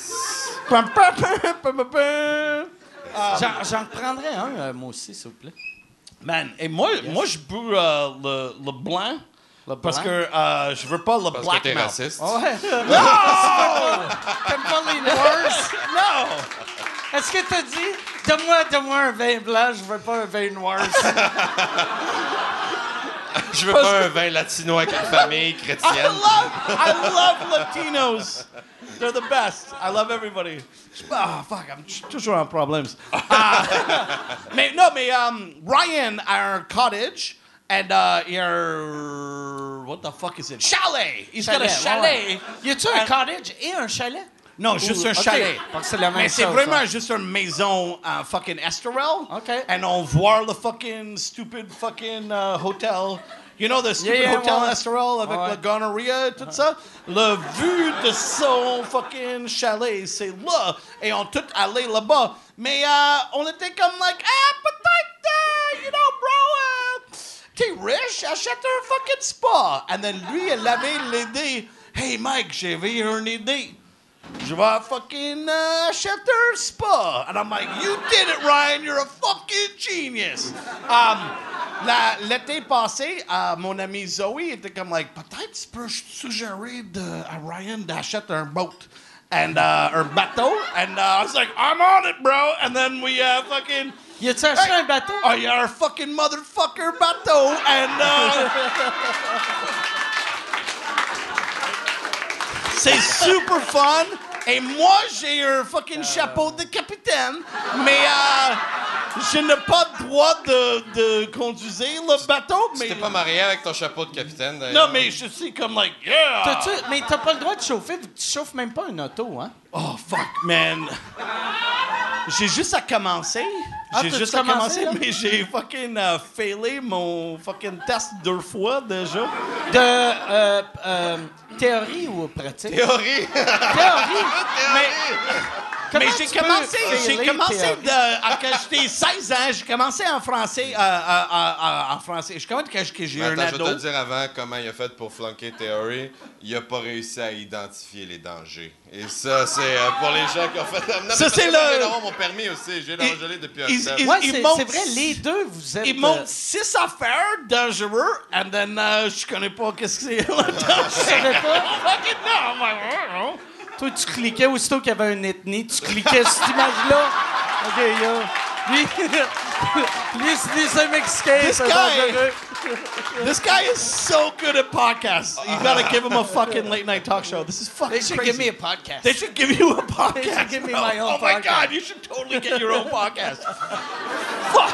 Speaker 1: J'en prendrais un, moi aussi, s'il vous plaît.
Speaker 4: Man, et moi je bois le blanc. Parce
Speaker 1: blanc?
Speaker 4: que je veux pas le
Speaker 3: Parce
Speaker 4: black
Speaker 3: que t'es
Speaker 4: mouth.
Speaker 3: raciste.
Speaker 1: Ouais. T'aimes pas les Noirs?
Speaker 4: Non!
Speaker 1: Est-ce que t'as dit, donne-moi un vin blanc, je veux pas un vin noir?
Speaker 3: Je veux pas un vin latino avec une famille chrétienne.
Speaker 4: I love Latinos. They're the best. I love everybody. Oh, fuck, I'm toujours en problèmes. Mais Ryan a un cottage and il a un... What the fuck is it? Chalet! He's got a chalet.
Speaker 1: Y a-tu un cottage et un chalet?
Speaker 4: Non, juste un
Speaker 1: OK.
Speaker 4: chalet.
Speaker 1: Donc, c'est la même
Speaker 4: Mais c'est
Speaker 1: chose,
Speaker 4: vraiment
Speaker 1: hein.
Speaker 4: juste une maison en fucking Estoril.
Speaker 1: OK.
Speaker 4: And on voit le fucking stupid fucking hotel. You know the stupid
Speaker 1: Yeah,
Speaker 4: hotel
Speaker 1: ouais.
Speaker 4: Estoril avec
Speaker 1: Ouais.
Speaker 4: la gonorrhea et tout ça? Le vue de son fucking chalet, c'est là. Et on tout allé là-bas. Mais on était comme like, peut-être, you know, bro, t'es riche, achète un fucking spa. And then lui, il avait l'idée, hey Mike, j'avais une idée. Je vais fucking acheter un spa. And I'm like, you did it, Ryan. You're a fucking genius. L'été passé, mon ami Zoe était comme like, peut-être tu peux suggérer à Ryan d'acheter un boat. And un bateau. And I was like, I'm on it, bro. And then we fucking...
Speaker 1: Y a-tu acheté un bateau?
Speaker 4: Oh, you're a fucking motherfucker bateau. And... c'est super fun. Et moi, j'ai un fucking chapeau de capitaine. Mais je n'ai pas le droit de conduire le bateau.
Speaker 3: Tu t'es pas marié avec ton chapeau de capitaine, d'ailleurs?
Speaker 4: Non, mais je suis comme like, yeah.
Speaker 1: Mais t'as pas le droit de chauffer, vu que tu chauffes même pas une auto, hein?
Speaker 4: Oh, fuck, man. J'ai juste à commencer.
Speaker 1: T'as commencé, là?
Speaker 4: Mais j'ai fucking failé mon fucking test 2 fois déjà.
Speaker 1: De théorie ou pratique?
Speaker 3: Théorie!
Speaker 1: Théorie!
Speaker 4: Mais
Speaker 1: Comment
Speaker 4: j'ai
Speaker 1: tu peux
Speaker 4: commencé
Speaker 1: failer théorie?
Speaker 4: quand j'étais 16 ans, j'ai commencé en français. En français. Je commence quand j'ai
Speaker 3: Mais
Speaker 4: un
Speaker 3: attends, je vais
Speaker 4: ado.
Speaker 3: te le dire avant comment il a fait pour flunker Theory. Il a pas réussi à identifier les dangers. Et ça, c'est pour les gens qui ont fait... Non,
Speaker 4: Ça,
Speaker 3: mais
Speaker 4: c'est
Speaker 3: parce que moi,
Speaker 4: le-
Speaker 3: je viens d'avoir mon permis aussi. J'ai l'engelé depuis un temps.
Speaker 4: il-
Speaker 1: Ouais,
Speaker 4: il
Speaker 1: c'est vrai, les deux, vous êtes...
Speaker 4: Ils montrent 6 affaires dangereux, and then je connais pas qu'est-ce que c'est là-dedans.
Speaker 1: Tu savais pas?
Speaker 4: Fucking non, moi,
Speaker 1: Toi, tu cliquais aussitôt qu'il y avait une ethnie, tu cliquais sur cette image-là. OK, yo. Lui, c'est un Mexicain.
Speaker 4: This
Speaker 1: c'est
Speaker 4: guy-
Speaker 1: dangereux.
Speaker 4: This guy is so good at podcasts. You gotta give him a fucking late night talk show. This is fucking
Speaker 1: They should
Speaker 4: crazy.
Speaker 1: give me a podcast.
Speaker 4: They should give you a podcast.
Speaker 1: They should give me
Speaker 4: bro.
Speaker 1: my own
Speaker 4: Oh my
Speaker 1: podcast.
Speaker 4: god, you should totally get your own podcast. Fuck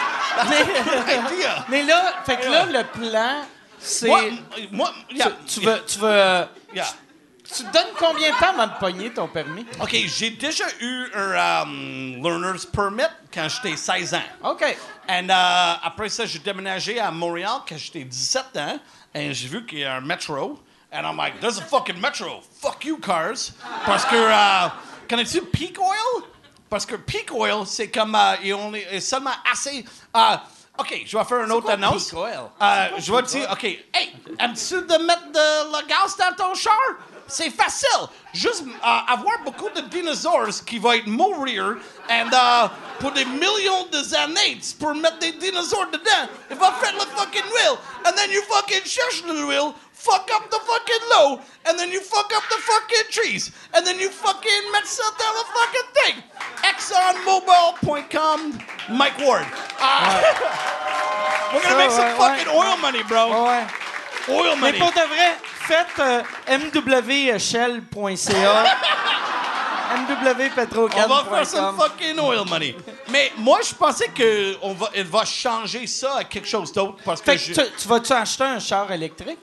Speaker 4: idea.
Speaker 1: Mais là, fait que là, le plan, c'est...
Speaker 4: Moi, yeah,
Speaker 1: Tu veux
Speaker 4: yeah.
Speaker 1: Tu te donnes combien de temps avant de pogner ton permis?
Speaker 4: OK, j'ai déjà eu un learner's permit quand j'étais 16 ans.
Speaker 1: OK.
Speaker 4: Et après ça, j'ai déménagé à Montréal quand j'étais 17 ans. Et j'ai vu qu'il y a un métro. And I'm like, there's a fucking metro. Fuck you, cars. Parce que, connais-tu Peak Oil? Parce que Peak Oil, c'est comme, il est seulement assez... OK, je vais faire une autre annonce.
Speaker 1: Peak Oil?
Speaker 4: Je vais te dire, OK, hey, aimes-tu de mettre le gaz dans ton char? C'est facile. Juste avoir beaucoup de dinosaures qui vont mourir et pour des millions d'années, tu peux mettre des dinosaures dedans. Il va faire le fucking huile. And then you fucking cherches l'huile, fuck up the fucking low, and then you fuck up the fucking trees. And then you fucking mets ça dans le fucking thing. ExxonMobil.com, Mike Ward. We're gonna make some fucking oil money, bro.
Speaker 1: Ouais.
Speaker 4: Oil money.
Speaker 1: Mais pour de vrai, faites mwshell.ca, mwpetrocam.com.
Speaker 4: On va faire some fucking oil money. Mais moi, je pensais qu'il va changer ça à quelque chose d'autre parce que
Speaker 1: Fait que tu vas-tu acheter un char électrique?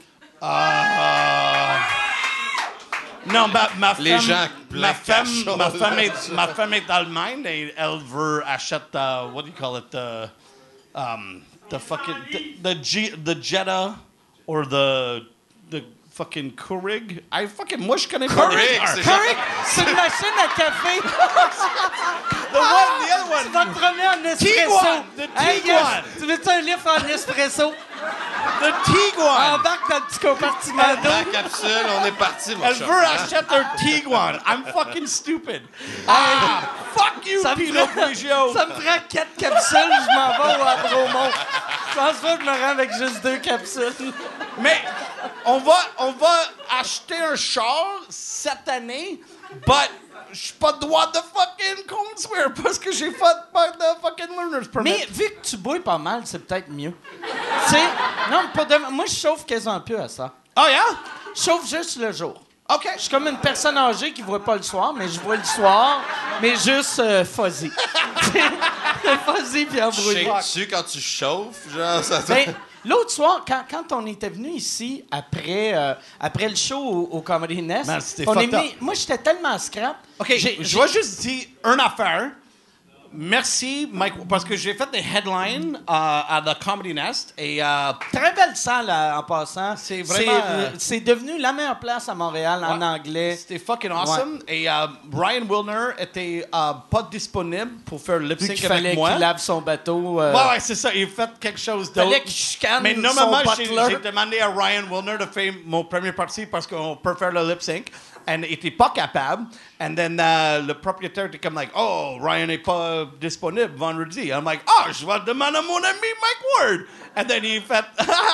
Speaker 4: Non, ma
Speaker 3: Les
Speaker 4: femme,
Speaker 3: gens
Speaker 4: ma femme,
Speaker 3: plein
Speaker 4: ma femme est d'Allemagne et elle veut acheter what do you call it the fucking the Jetta or the fucking Keurig. Moi je connais pas.
Speaker 3: Keurig, c'est
Speaker 1: Keurig, c'est une machine à café.
Speaker 4: The other one.
Speaker 1: Tu vas te promener en espresso.
Speaker 4: Tiguan, the
Speaker 1: Hey,
Speaker 4: Tiguan.
Speaker 1: tu veux-tu un livre en espresso?
Speaker 4: The Tiguan.
Speaker 1: Embarque dans le petit compartiment d'eau.
Speaker 3: La capsule, on est parti, mon
Speaker 4: Elle
Speaker 3: chat.
Speaker 4: veut acheter un Tiguan. I'm fucking stupid. Fuck you,
Speaker 1: Ça me
Speaker 4: Pino
Speaker 1: prend-
Speaker 4: Grigio.
Speaker 1: Ça me prend 4 capsules, je m'en vais au Bromont. Je pense pas que je me rends avec juste 2 capsules.
Speaker 4: Mais on va acheter un char cette année, but je suis pas droit de fucking conduire parce que j'ai pas de fucking learner's permit.
Speaker 1: Mais vu que tu bouilles pas mal, c'est peut-être mieux. Tu sais, non, pas de... moi, je chauffe quasiment plus à ça.
Speaker 4: Oh yeah?
Speaker 1: Je chauffe juste le jour.
Speaker 4: OK.
Speaker 1: Je suis comme une personne âgée qui voit pas le soir, mais je vois le soir, mais juste fuzzy. Fuzzy puis embrouillé.
Speaker 3: Shake-tu quand tu chauffes? Genre, ça
Speaker 1: Ben, l'autre soir, quand on était venu ici, après le show au Comedy Nest,
Speaker 4: Man, c'était
Speaker 1: on est
Speaker 4: fucked
Speaker 1: venu... Moi, j'étais tellement scrap.
Speaker 4: OK, je vais juste dire une affaire. Merci, Mike, parce que j'ai fait des headlines à The Comedy Nest et...
Speaker 1: Très belle salle en passant.
Speaker 4: C'est vraiment,
Speaker 1: C'est devenu la meilleure place à Montréal en anglais.
Speaker 4: C'était fucking awesome. Et Ryan Wilner était pas disponible pour faire le lip
Speaker 1: Vu
Speaker 4: sync
Speaker 1: qu'il fallait
Speaker 4: avec moi.
Speaker 1: qu'il lave son bateau.
Speaker 4: Ouais, c'est ça. Il a fait quelque chose d'autre.
Speaker 1: Fallait qu'il chicane
Speaker 4: Mais
Speaker 1: son
Speaker 4: normalement, j'ai
Speaker 1: butler.
Speaker 4: demandé à Ryan Wilner de faire mon premier partie parce qu'on peut faire le lip sync. Et il était pas capable. And then le propriétaire était comme like, oh, Ryan n'est pas disponible vendredi. I'm like, oh, je vais demander à mon ami Mike Ward. And then il fait,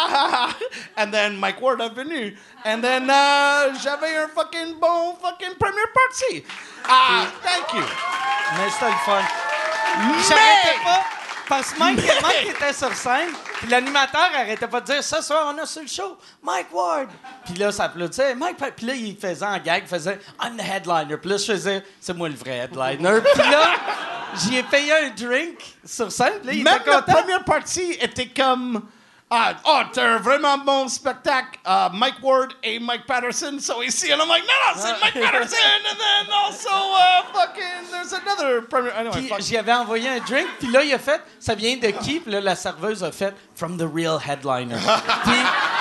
Speaker 4: and then Mike Ward est venu. And then j'avais un fucking bon fucking première partie. Thank you.
Speaker 1: Mais c'était le fun.
Speaker 4: Mais
Speaker 1: J'arrêtais pas. Parce que Mike était sur scène, puis l'animateur arrêtait pas de dire « Ce soir, on a sur le show, Mike Ward! » Puis là, ça applaudissait. Puis là, il faisait en gag, il faisait « I'm the headliner. » Puis là, je faisais « C'est moi le vrai headliner. » Puis là, j'y ai payé un drink sur scène, puis là, il
Speaker 4: même
Speaker 1: était
Speaker 4: la
Speaker 1: content.
Speaker 4: première partie était comme t'as un vraiment bon spectacle, Mike Ward et Mike Patterson sont ici. And I'm like, no, c'est Mike Patterson. And then also, fucking, there's another premiere. Anyway,
Speaker 1: Puis
Speaker 4: fuck.
Speaker 1: j'y avais envoyé un drink, puis là, il a fait « Ça vient de qui? » Puis là, la serveuse a fait « From the real headliner. » Puis...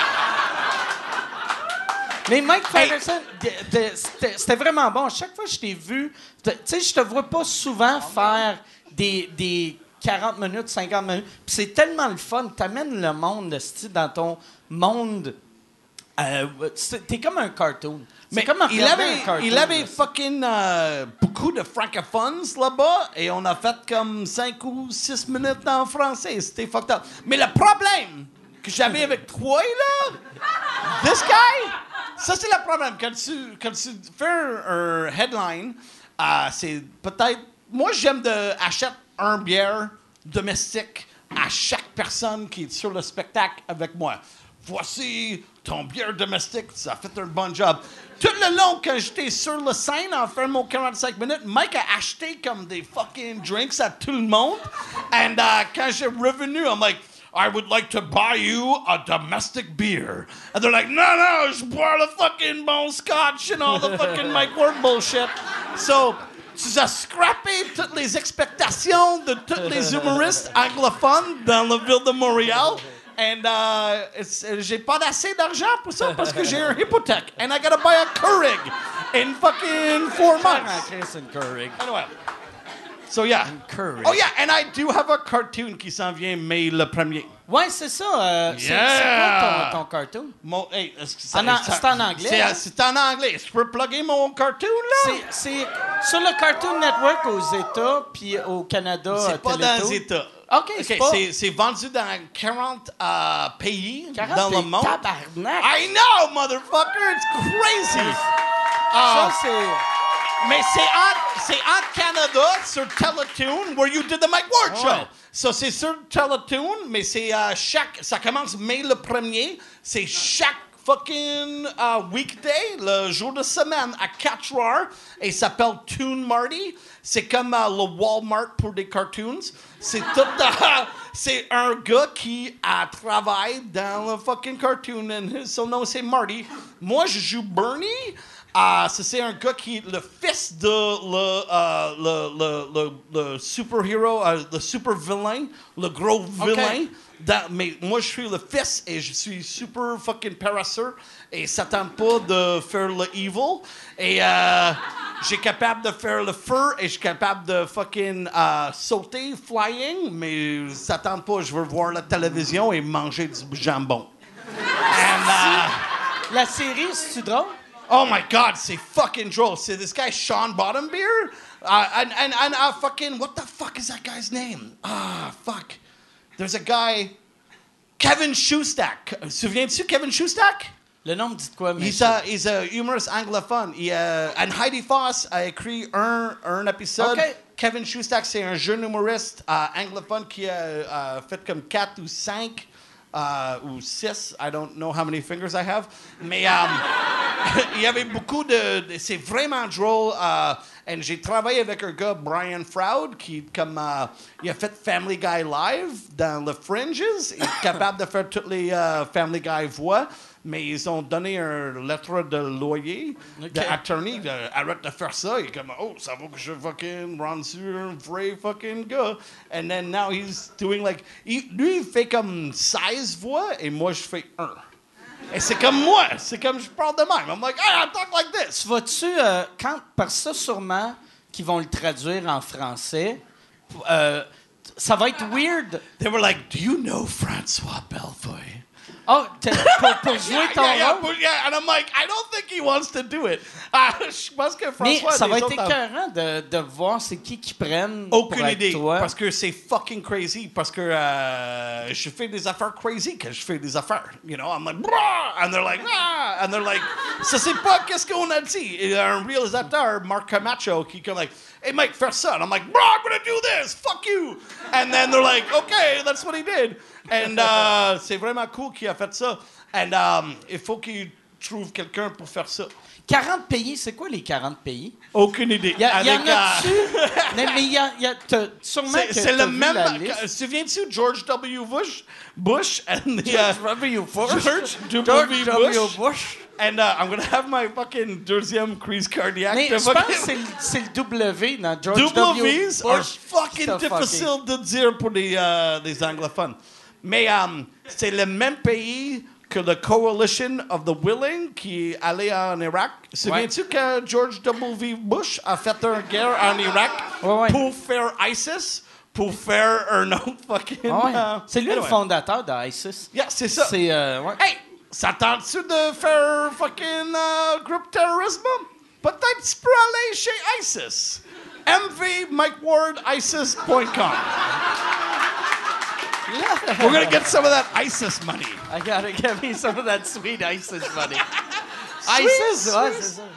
Speaker 1: Mais Mike Patterson, c'était vraiment bon. Chaque fois que je t'ai vu, tu sais, je te vois pas souvent faire des 40 minutes, 50 minutes. Puis c'est tellement le fun. T'amènes le monde, dans ton monde. T'es comme un cartoon.
Speaker 4: Mais
Speaker 1: comme un cartoon.
Speaker 4: il avait fucking beaucoup de francophones là-bas et on a fait comme 5 ou 6 minutes en français. C'était fucked up. Mais le problème que j'avais avec toi, là, this guy, ça c'est le problème. Quand tu fais un headline, c'est peut-être... Moi, j'aime acheter un bière domestique à chaque personne qui est sur le spectacle avec moi. Voici ton bière domestique, ça a fait un bon job. Tout le long, quand j'étais sur la scène en faire mon 45 minutes, Mike a acheté comme des fucking drinks à tout le monde. Et quand j'ai revenu, I'm like, I would like to buy you a domestic beer. And they're like, no, je bois le fucking bon scotch and all the fucking Mike Ward bullshit. So, tu as scrappé toutes les expectations de tous les humoristes anglophones dans la ville de Montréal. And j'ai pas assez d'argent pour ça parce que j'ai une hypothèque. And I gotta buy a Keurig in fucking 4 months. Anyway. So yeah.
Speaker 1: Keurig.
Speaker 4: Oh yeah, and I do have a cartoon qui s'en vient mai le 1er.
Speaker 1: Ouais, c'est ça. C'est quoi ton cartoon?
Speaker 4: Hey,
Speaker 1: c'est en anglais?
Speaker 4: C'est en anglais. Je peux plugger mon cartoon, là?
Speaker 1: C'est sur le Cartoon Network aux États, puis au Canada.
Speaker 4: C'est pas dans les États.
Speaker 1: OK,
Speaker 4: c'est vendu dans 40 pays
Speaker 1: 40
Speaker 4: dans le monde.
Speaker 1: Tabarnak!
Speaker 4: I know, motherfucker! It's crazy!
Speaker 1: Ça, c'est...
Speaker 4: Mais c'est en Canada, sur Teletoon, where you did the Mike Ward Show.
Speaker 1: Ouais.
Speaker 4: So, c'est sur Teletoon, mais c'est ça commence mai le 1er. C'est chaque fucking weekday, le jour de semaine, à 4 heures. Et ça s'appelle Toon Marty. C'est comme le Walmart pour des cartoons. C'est tout... c'est un gars qui travaille dans le fucking cartoon. And son nom, c'est Marty. Moi, je joue Bernie. C'est un gars qui est le fils de le super-héros, le super-vilain, le gros vilain. Mais moi, je suis le fils et je suis super fucking paresseux et ça tente pas de faire le evil. Et j'ai capable de faire le feu et je suis capable de fucking sauter, flying, mais ça tente pas. Je veux voir la télévision et manger du jambon.
Speaker 1: La série, c'est-tu drôle?
Speaker 4: Oh my God, c'est fucking droll. C'est this guy Sean Bottombeer, and fucking what the fuck is that guy's name? Fuck. There's a guy, Kevin Shustak. Souviens-tu Kevin Shustak?
Speaker 1: Le nom me dit quoi, mais...
Speaker 4: He's a humorist anglophone. And Heidi Foss a écrit un épisode.
Speaker 1: Okay.
Speaker 4: Kevin Shustak, c'est un jeune humoriste anglophone qui a fait comme 4 ou 5 ou 6. I don't know how many fingers I have. Mais il y avait beaucoup de... C'est vraiment drôle. Et j'ai travaillé avec un gars, Brian Froud, qui comme il a fait Family Guy Live dans le Fringes. Il est capable de faire toutes les Family Guy voix. Mais ils ont donné une lettre de loyer, d'attorney, arrête de faire ça. Il est comme, oh, ça vaut que je fucking rende sur un vrai fucking gars. And then now he's doing like, lui, il fait comme 16 voix et moi, je fais 1. Et c'est comme moi, c'est comme je parle de même. I'm like, I talk like this.
Speaker 1: Tu vas-tu, par ça sûrement, qu'ils vont le traduire en français, ça va être weird.
Speaker 4: They were like, do you know François Bellefeuille?
Speaker 1: Oh, pour jouer ton rôle?
Speaker 4: Yeah, and I'm like, I don't think he wants to do it. Je pense que
Speaker 1: Mais
Speaker 4: François...
Speaker 1: ça va être écœurant de voir c'est qui prennent
Speaker 4: aucune
Speaker 1: pour
Speaker 4: idée,
Speaker 1: être toi.
Speaker 4: parce que c'est fucking crazy, parce que je fais des affaires crazy quand je fais des affaires. You know, I'm like, brah! And they're like, ah! And they're like, ça c'est pas qu'est-ce qu'on a dit. Et un réalisateur, Mark Camacho, qui comme like, hey Mike, faire ça. And I'm like, bro, I'm gonna do this, fuck you. And then they're like, okay, that's what he did. And c'est vraiment cool qu'il a fait ça. And il faut qu'il trouve quelqu'un pour faire ça.
Speaker 1: 40 pays, c'est quoi les 40 pays?
Speaker 4: Aucune idée.
Speaker 1: Il y en a-tu? Mais il y a sûrement que
Speaker 4: c'est
Speaker 1: t'as
Speaker 4: le
Speaker 1: vu
Speaker 4: même.
Speaker 1: la liste.
Speaker 4: Souviens-tu George W. Bush and
Speaker 1: George W. Bush.
Speaker 4: George W. Bush. And I'm gonna have my fucking deuxième crise cardiaque.
Speaker 1: Mais je pense que c'est le W dans George W.
Speaker 4: W's are
Speaker 1: Bush.
Speaker 4: fucking difficile de dire pour des anglophones. Mais c'est le même pays que la Coalition of the Willing qui est allé en Irak. Souviens-tu que George W. Bush a fait une guerre en Irak pour faire ISIS, pour faire un autre fucking...
Speaker 1: c'est lui le fondateur d'ISIS.
Speaker 4: Yeah, c'est ça.
Speaker 1: C'est,
Speaker 4: Hey, ça tente-tu de faire fucking groupe terrorisme? Peut-être tu peux aller chez ISIS. mvmikeward.isis.com. We're gonna get some of that ISIS money.
Speaker 1: I gotta get me some of that sweet ISIS money. ISIS, ouais, c'est ça.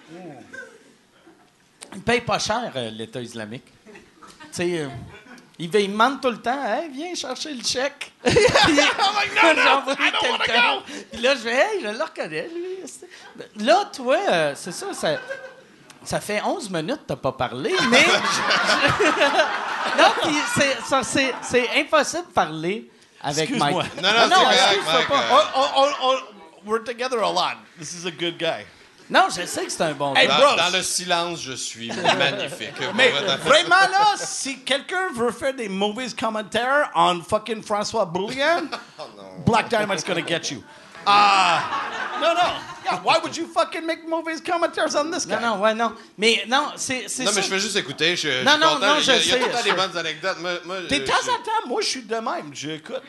Speaker 1: Il paye pas cher, l'État islamique. Tu sais, il me demande tout le temps, hey, viens chercher le chèque.
Speaker 4: I'm like, no, I don't want to go.
Speaker 1: Puis là, je fais, hey, je le reconnais, lui. Là, toi, c'est ça, ça fait 11 minutes que t'as pas parlé, mais... Non, puis c'est impossible de parler avec
Speaker 4: Excuse-moi.
Speaker 1: Mike.
Speaker 3: Non, c'est correct,
Speaker 1: excuse-toi
Speaker 3: Mike,
Speaker 1: pas.
Speaker 4: We're together a lot. This is a good guy.
Speaker 1: Non, je sais que c'est un bon
Speaker 4: Hey,
Speaker 1: gars.
Speaker 4: bros.
Speaker 3: Dans le silence, je suis magnifique.
Speaker 4: Mais
Speaker 3: Pour vrai,
Speaker 4: vraiment là, si quelqu'un veut faire des mauvais commentaires en fucking François Boulian, Black Dynamite's gonna get you. No. Yeah, why would you fucking make mauvais commentaires on this guy?
Speaker 1: Non. Mais non, c'est
Speaker 3: Non,
Speaker 1: ça.
Speaker 3: mais je veux juste écouter. Je suis
Speaker 1: Non,
Speaker 3: content.
Speaker 1: je
Speaker 3: il y a
Speaker 1: sais,
Speaker 3: tout le temps
Speaker 1: je
Speaker 3: des
Speaker 1: sais.
Speaker 3: bonnes anecdotes. Moi,
Speaker 4: De temps en temps, moi, je suis de même. J'écoute.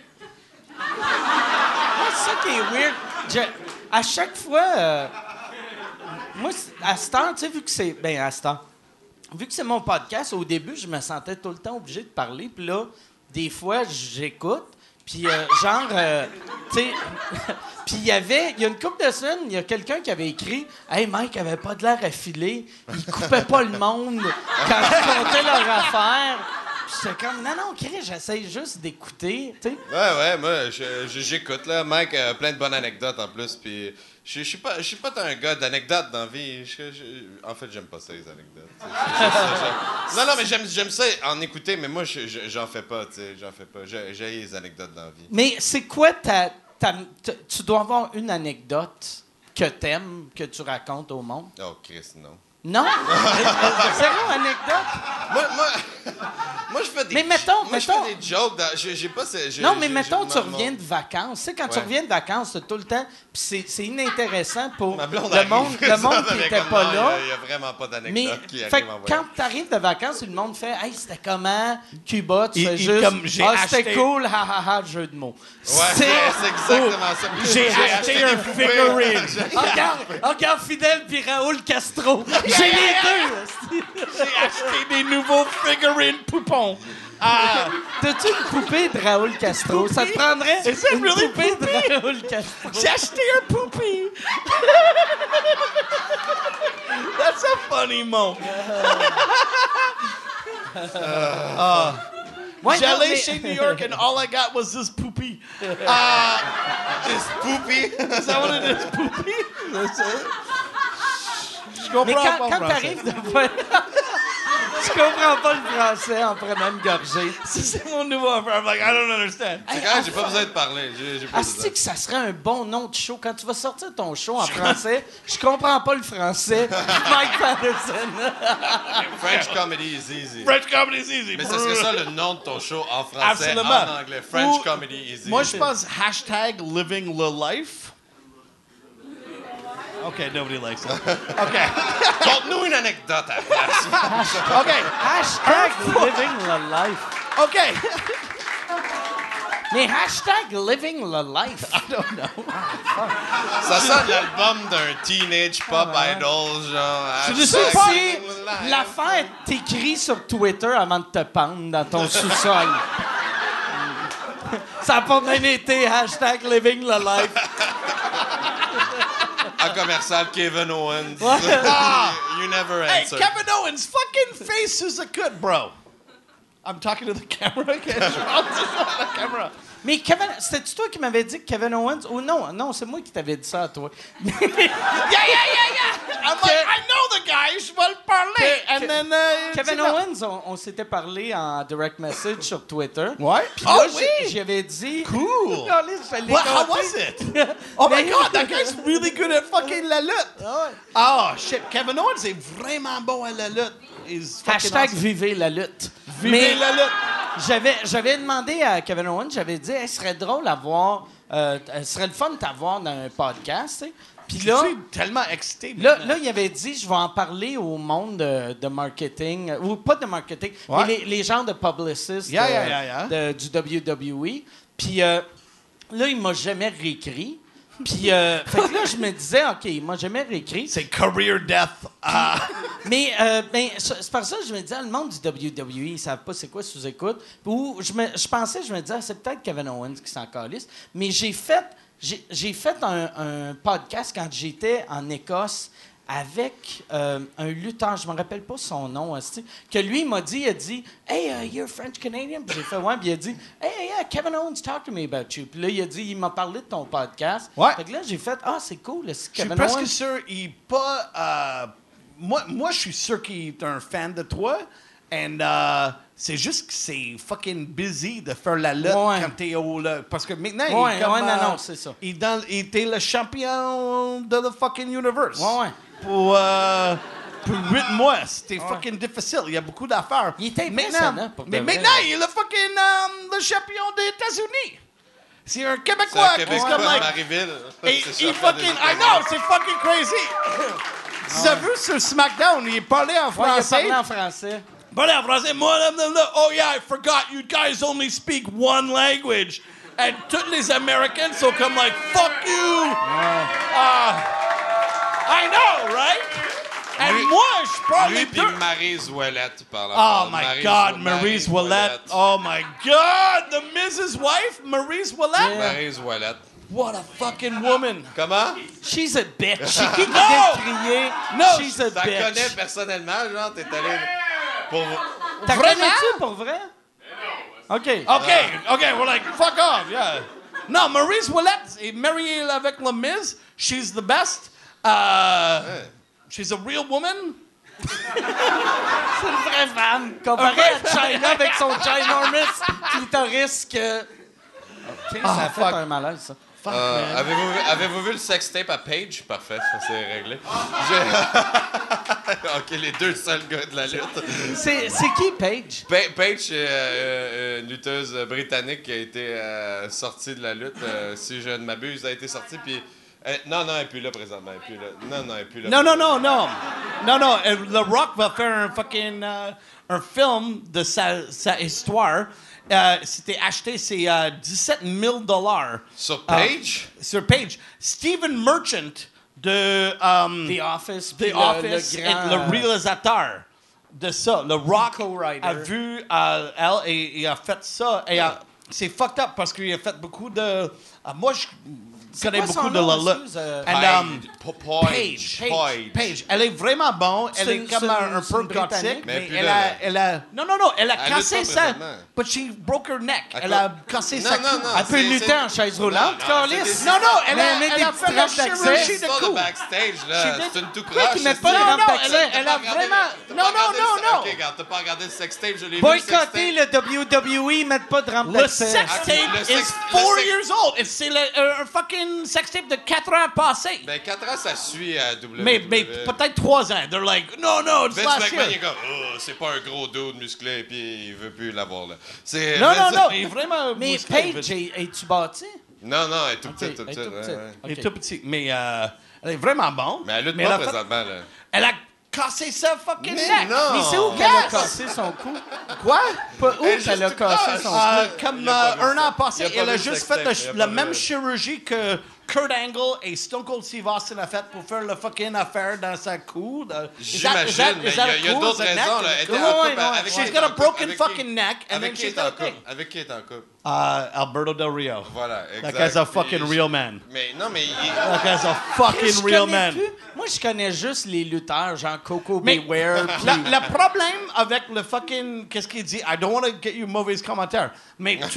Speaker 1: Moi, c'est ça qui est weird. À chaque fois, moi, à cette heure, tu sais, vu que c'est. Ben, à cette heure. Vu que c'est mon podcast, au début, je me sentais tout le temps obligé de parler. Puis là, des fois, j'écoute. Puis, tu sais. Puis, il y a une couple de semaines, il y a quelqu'un qui avait écrit Hey, Mike avait pas de l'air affilé. Il coupait pas le monde quand il comptait leur affaire. J'étais comme, non, Chris, j'essaie juste d'écouter, tu sais.
Speaker 3: Ouais, moi, j'écoute, là. Mike a plein de bonnes anecdotes, en plus, puis je suis pas un gars d'anecdotes dans la vie. En fait, j'aime pas ça, les anecdotes. Non, mais j'aime ça en écouter, mais moi, j'en fais pas, tu sais, J'ai les anecdotes dans la vie.
Speaker 1: Mais c'est quoi tu dois avoir une anecdote que t'aimes, que tu racontes au monde?
Speaker 3: Oh, Chris, non.
Speaker 1: Non? Zéro anecdote?
Speaker 3: Moi, je fais des...
Speaker 1: Mais mettons-
Speaker 3: je fais des jokes. J'ai pas...
Speaker 1: Non, mais mettons, tu reviens de vacances. Tu sais, quand tu
Speaker 3: Ouais.
Speaker 1: reviens de vacances, t'as tout le temps... Puis c'est inintéressant pour
Speaker 3: Ma blonde
Speaker 1: le
Speaker 3: arrive,
Speaker 1: monde qui
Speaker 3: mais
Speaker 1: était
Speaker 3: comme,
Speaker 1: pas
Speaker 3: non,
Speaker 1: là.
Speaker 3: Il y a vraiment pas
Speaker 1: Mais
Speaker 3: d'anecdote qui
Speaker 1: fait,
Speaker 3: arrive en voyage.
Speaker 1: quand t'arrives de vacances, le monde fait « Hey, c'était comment? Cuba? » Tu fais
Speaker 4: Il-
Speaker 1: juste
Speaker 4: comme, j'ai
Speaker 1: « Ah, c'était
Speaker 4: acheté-
Speaker 1: cool, ha, ha, ha, jeu de mots. »
Speaker 3: Ouais, c'est exactement ça.
Speaker 4: J'ai acheté un figurine.
Speaker 1: Regarde Fidel puis Raoul Castro. J'ai les deux.
Speaker 4: J'ai acheté des nouveaux figurines poupons.
Speaker 1: T'as-tu une poupée de Raoul Castro? Ça te prendrait
Speaker 4: Is it
Speaker 1: une
Speaker 4: really
Speaker 1: poupée de Raoul Castro?
Speaker 4: J'ai acheté un poupée. That's a funny moment.
Speaker 1: Ouais, non,
Speaker 4: J'allais
Speaker 1: mais-
Speaker 4: chez New York and all I got was this poupée.
Speaker 3: This poopy.
Speaker 4: Is that what it is, poupée? That's it. Je comprends
Speaker 1: Mais
Speaker 4: pas
Speaker 1: quand
Speaker 4: le français.
Speaker 1: t'arrives de... Tu comprends pas le français en prenant une gorgée.
Speaker 4: C'est mon nouveau affaire. I'm like, I don't understand.
Speaker 3: C'est quand même, j'ai pas besoin de parler. J'ai pas besoin.
Speaker 1: Asti que ça serait un bon nom de show. Quand tu vas sortir ton show en français, je comprends pas le français. Mike Patterson.
Speaker 3: French comedy is easy.
Speaker 4: French comedy is easy.
Speaker 3: Mais ça serait ça le nom de ton show en français,
Speaker 4: Absolument.
Speaker 3: en anglais. French
Speaker 4: Ou-
Speaker 3: comedy is easy.
Speaker 4: Moi, je pense hashtag living the life. Okay, nobody likes it. Okay.
Speaker 3: Conte-nous une anecdote à la place.
Speaker 4: Okay.
Speaker 1: Hashtag living the life.
Speaker 4: Okay.
Speaker 1: Mais hashtag living the life.
Speaker 4: I don't know.
Speaker 3: Ça sent l'album d'un teenage pop idol, genre.
Speaker 4: Je sais
Speaker 3: hashtag
Speaker 4: pas.
Speaker 3: living the life.
Speaker 1: L'affaire t'écrit sur Twitter avant de te pendre dans ton sous-sol. Ça a pas bien été. Hashtag living the life.
Speaker 3: En commercial, Kevin Owens. You never
Speaker 4: Hey,
Speaker 3: answer.
Speaker 4: Kevin Owens, fucking face Suzuka, bro. I'm talking to the camera. Okay, the camera.
Speaker 1: Mais Kevin, c'était-tu toi qui m'avais dit que Kevin Owens... Ou non, c'est moi qui t'avais dit ça à toi.
Speaker 4: Yeah. I'm like, I know the guy. Je vais le parler. And then
Speaker 1: Kevin Owens, on s'était parlé en direct message sur Twitter.
Speaker 4: Ouais.
Speaker 1: Puis
Speaker 4: Oh
Speaker 1: là,
Speaker 4: oui.
Speaker 1: j'avais dit...
Speaker 4: Cool.
Speaker 1: Caliste, je l'ai
Speaker 4: How
Speaker 1: compté.
Speaker 4: was it? Oh my God, that guy's really good at fucking la lutte. Oh shit, Kevin Owens est vraiment bon à la lutte. He's fucking
Speaker 1: Hashtag
Speaker 4: awesome.
Speaker 1: vivez la lutte.
Speaker 4: Vivez la lutte.
Speaker 1: J'avais demandé à Kevin Owens, j'avais dit, hey, ce serait drôle à voir, ce serait le fun de t'avoir dans un podcast, tu sais. Puis
Speaker 4: Je
Speaker 1: là,
Speaker 4: suis tellement excité.
Speaker 1: là,
Speaker 4: maintenant.
Speaker 1: il avait dit, je vais en parler au monde de marketing, ou pas de marketing,
Speaker 4: Ouais.
Speaker 1: mais les gens de publicistes
Speaker 4: Yeah.
Speaker 1: du WWE. Puis là, il m'a jamais réécrit. Puis, fait que là, je me disais, OK, il m'a jamais réécrit.
Speaker 4: C'est career death.
Speaker 1: Mais c'est par ça que je me disais, le monde du WWE, ils savent pas c'est quoi sous-écoute. Ou je me disais, c'est peut-être Kevin Owens qui s'en calisse. Mais j'ai fait un podcast quand j'étais en Écosse avec un lutteur, je me rappelle pas son nom, que lui, il a dit, hey, you're French Canadian? Puis j'ai fait, ouais, puis il a dit, hey, yeah, Kevin Owens, talk to me about you. Puis là, il m'a parlé de ton podcast.
Speaker 4: Ouais.
Speaker 1: Fait que là, j'ai fait, c'est cool, c'est
Speaker 4: Je suis
Speaker 1: Kevin
Speaker 4: presque
Speaker 1: Owens.
Speaker 4: sûr il est pas. Moi, je suis sûr qu'il est un fan de toi. And C'est juste que c'est fucking busy de faire la lutte
Speaker 1: Ouais.
Speaker 4: quand t'es au... Parce que maintenant,
Speaker 1: Ouais,
Speaker 4: il est comme...
Speaker 1: ouais, non, c'est ça.
Speaker 4: Il était le champion de the fucking universe.
Speaker 1: Ouais.
Speaker 4: Pour 8 mois. C'était fucking difficile. Il y a beaucoup d'affaires.
Speaker 1: Il était impressionnant,
Speaker 4: Maintenant,
Speaker 1: pour de
Speaker 4: mais
Speaker 1: vrai.
Speaker 4: maintenant, il est le fucking le champion des États-Unis. C'est un
Speaker 3: C'est
Speaker 4: Québécois
Speaker 3: un
Speaker 4: qui est
Speaker 3: Québécois
Speaker 4: comme
Speaker 3: de
Speaker 4: like...
Speaker 3: Marieville.
Speaker 4: Et
Speaker 3: C'est
Speaker 4: il
Speaker 3: champion des
Speaker 4: fucking... I
Speaker 3: États-Unis.
Speaker 4: know, c'est fucking crazy. Tu as vu sur SmackDown, il parlait en
Speaker 1: Ouais, il a
Speaker 4: français.
Speaker 1: parlé en français.
Speaker 4: Parlait en français. Moi, oh yeah, I forgot, you guys only speak one language. And tous les Américains sont comme like, fuck you. I know, right? And moi, je parle les
Speaker 3: Lui puis
Speaker 4: deux.
Speaker 3: Maryse Ouellette parle
Speaker 4: Oh
Speaker 3: encore.
Speaker 4: my God, Maryse Ouellette. Oh my God, the Mrs. Wife, Maryse Ouellette.
Speaker 3: Maryse Ouellette.
Speaker 4: What a fucking woman.
Speaker 3: Comment?
Speaker 1: She's a bitch. C'est qui qui
Speaker 4: No!
Speaker 1: vient de crier?
Speaker 4: No!
Speaker 1: She's a
Speaker 3: T'en connais
Speaker 1: bitch.
Speaker 3: personnellement, genre, t'es allé pour...
Speaker 1: T'as
Speaker 4: Vraiment?
Speaker 1: connais-tu pour vrai? OK.
Speaker 4: Okay, we're like, fuck off, yeah. No, Maryse Ouellette est mariée avec le Miz. She's the best. She's a real woman.
Speaker 1: C'est une vraie femme. Comparé à China avec son ginormous clitoris que... OK, ça a fait
Speaker 4: fuck.
Speaker 1: un malaise, ça.
Speaker 4: Fuck, man.
Speaker 3: Avez-vous vu le sextape à Paige? Parfait, ça c'est réglé. OK, les deux seuls gars de la lutte.
Speaker 1: C'est qui, Paige?
Speaker 3: Paige, une lutteuse britannique qui a été sortie de la lutte, si je ne m'abuse, a été sortie, puis... non, elle n'est plus là présentement, elle est plus là. Non, elle est plus là.
Speaker 4: Non, The Rock va faire un fucking un film de sa histoire. C'était acheté, c'est 17 000 $.
Speaker 3: Sur Paige?
Speaker 4: Sur Page. Stephen Merchant de
Speaker 1: The Office.
Speaker 4: The
Speaker 1: puis
Speaker 4: Office
Speaker 1: le
Speaker 4: est
Speaker 1: grand...
Speaker 4: le réalisateur de ça. Le Rock
Speaker 1: co-writer.
Speaker 4: a vu elle et il a fait ça. Et c'est fucked up parce qu'il a fait beaucoup de... moi, je connais
Speaker 1: quoi son
Speaker 4: beaucoup de
Speaker 1: nom,
Speaker 4: la lutte.
Speaker 1: excuse,
Speaker 4: And, Paige. Elle est vraiment bonne. Elle est comme un peu gothique, mais
Speaker 3: puis
Speaker 4: elle
Speaker 3: là,
Speaker 4: a... Elle a
Speaker 3: Elle
Speaker 4: cassé
Speaker 3: lutte pas
Speaker 4: sa...
Speaker 3: présentement.
Speaker 4: But she broke her neck.
Speaker 3: À
Speaker 4: Elle
Speaker 3: quoi?
Speaker 4: a cassé sa
Speaker 3: Non,
Speaker 4: cou.
Speaker 3: non.
Speaker 1: Elle peut
Speaker 3: c'est-
Speaker 1: lutter
Speaker 3: c'est-
Speaker 1: en chaise roulante,
Speaker 3: Non,
Speaker 1: Carlis.
Speaker 3: c'est-
Speaker 4: Non, elle
Speaker 1: Mais
Speaker 4: a
Speaker 1: met des
Speaker 4: fait
Speaker 1: petites
Speaker 4: la
Speaker 1: rampes d'accès.
Speaker 4: chirurgie
Speaker 3: C'est
Speaker 4: de
Speaker 3: ça
Speaker 4: cou.
Speaker 3: de backstage, là. C'est une tout
Speaker 1: Pourquoi
Speaker 3: croche.
Speaker 1: qu'ils mettent pas les
Speaker 3: c'est-
Speaker 1: rampes
Speaker 4: Non,
Speaker 1: d'accès?
Speaker 4: elle a
Speaker 3: T'as pas regardé-
Speaker 4: vraiment...
Speaker 3: t'as
Speaker 4: Non,
Speaker 3: pas regardé
Speaker 4: non,
Speaker 3: le-
Speaker 4: non.
Speaker 3: OK, regarde, t'as pas regardé le sextape, je l'ai vu.
Speaker 1: Boycotter le WWE, mettre pas de rampe
Speaker 4: Le
Speaker 1: d'accès.
Speaker 4: sex tape
Speaker 3: Le
Speaker 4: is
Speaker 3: sex-
Speaker 4: 4
Speaker 3: le sex-
Speaker 4: years old. Et c'est un fucking sex tape de 4 ans passé.
Speaker 3: Ben, 4 ans, ça suit à WWE.
Speaker 4: Mais peut-être 3 ans. They're like, no, it's
Speaker 3: Vince
Speaker 4: last
Speaker 3: McMahon, il est
Speaker 4: year.
Speaker 3: comme, oh, c'est pas un gros dude musclé, puis il veut plus l'avoir, là. C'est...
Speaker 4: Non,
Speaker 3: Vince-
Speaker 4: il est vraiment...
Speaker 1: Mais
Speaker 4: musclé,
Speaker 1: Paige, es-tu bâti?
Speaker 3: Non, elle est tout
Speaker 1: Ok,
Speaker 3: petite, tout
Speaker 1: elle est
Speaker 3: petite.
Speaker 1: toute
Speaker 3: ouais,
Speaker 1: petite.
Speaker 3: ouais.
Speaker 4: Il est
Speaker 1: Ok.
Speaker 4: tout petit. Mais elle est vraiment bonne.
Speaker 3: Mais elle lutte
Speaker 4: elle
Speaker 3: pas
Speaker 4: a fait-
Speaker 3: présentement, là.
Speaker 4: Elle a cassé sa fucking
Speaker 3: Mais
Speaker 4: neck.
Speaker 3: non!
Speaker 1: Mais c'est où qu'elle a
Speaker 4: Yes!
Speaker 1: cassé son cou?
Speaker 4: Quoi?
Speaker 1: Pas où
Speaker 3: Elle est
Speaker 1: qu'elle a
Speaker 3: juste
Speaker 1: cassé
Speaker 3: croche.
Speaker 1: son cou?
Speaker 4: Comme
Speaker 3: Il a pas vu
Speaker 4: un
Speaker 3: ça.
Speaker 4: an passé,
Speaker 3: Il a pas
Speaker 4: elle a
Speaker 3: vu
Speaker 4: juste
Speaker 3: le
Speaker 4: fait
Speaker 3: sextape, il a
Speaker 4: la
Speaker 3: pas
Speaker 4: même
Speaker 3: vu.
Speaker 4: chirurgie que Kurt Angle et Stone Cold Steve Austin a fait pour faire le fucking affaire dans sa cou.
Speaker 3: J'imagine, mais il y a d'autres raisons, là. Elle était en
Speaker 1: Ouais,
Speaker 3: couple
Speaker 1: ouais,
Speaker 3: avec
Speaker 1: ouais.
Speaker 3: qui
Speaker 4: She's
Speaker 3: est
Speaker 4: got
Speaker 3: en
Speaker 4: a
Speaker 3: couple?
Speaker 4: broken
Speaker 3: Avec qui?
Speaker 4: fucking neck, and
Speaker 3: Avec
Speaker 4: then
Speaker 3: qui
Speaker 4: she's
Speaker 3: est en
Speaker 4: got a
Speaker 3: couple?
Speaker 4: thing.
Speaker 3: Avec qui est en couple?
Speaker 4: Alberto Del Rio.
Speaker 3: Voilà, exact.
Speaker 4: That guy's a
Speaker 3: Puis
Speaker 4: fucking real man.
Speaker 3: Mais non, mais...
Speaker 4: That guy's a fucking
Speaker 1: Je
Speaker 4: real
Speaker 1: connais
Speaker 4: man.
Speaker 1: plus. Moi, je connais juste les lutteurs, genre Coco
Speaker 4: Mais
Speaker 1: Beware. puis-
Speaker 4: le problème avec le fucking... Qu'est-ce qu'il dit? I don't want to get you mauvais commentaires. Mais tout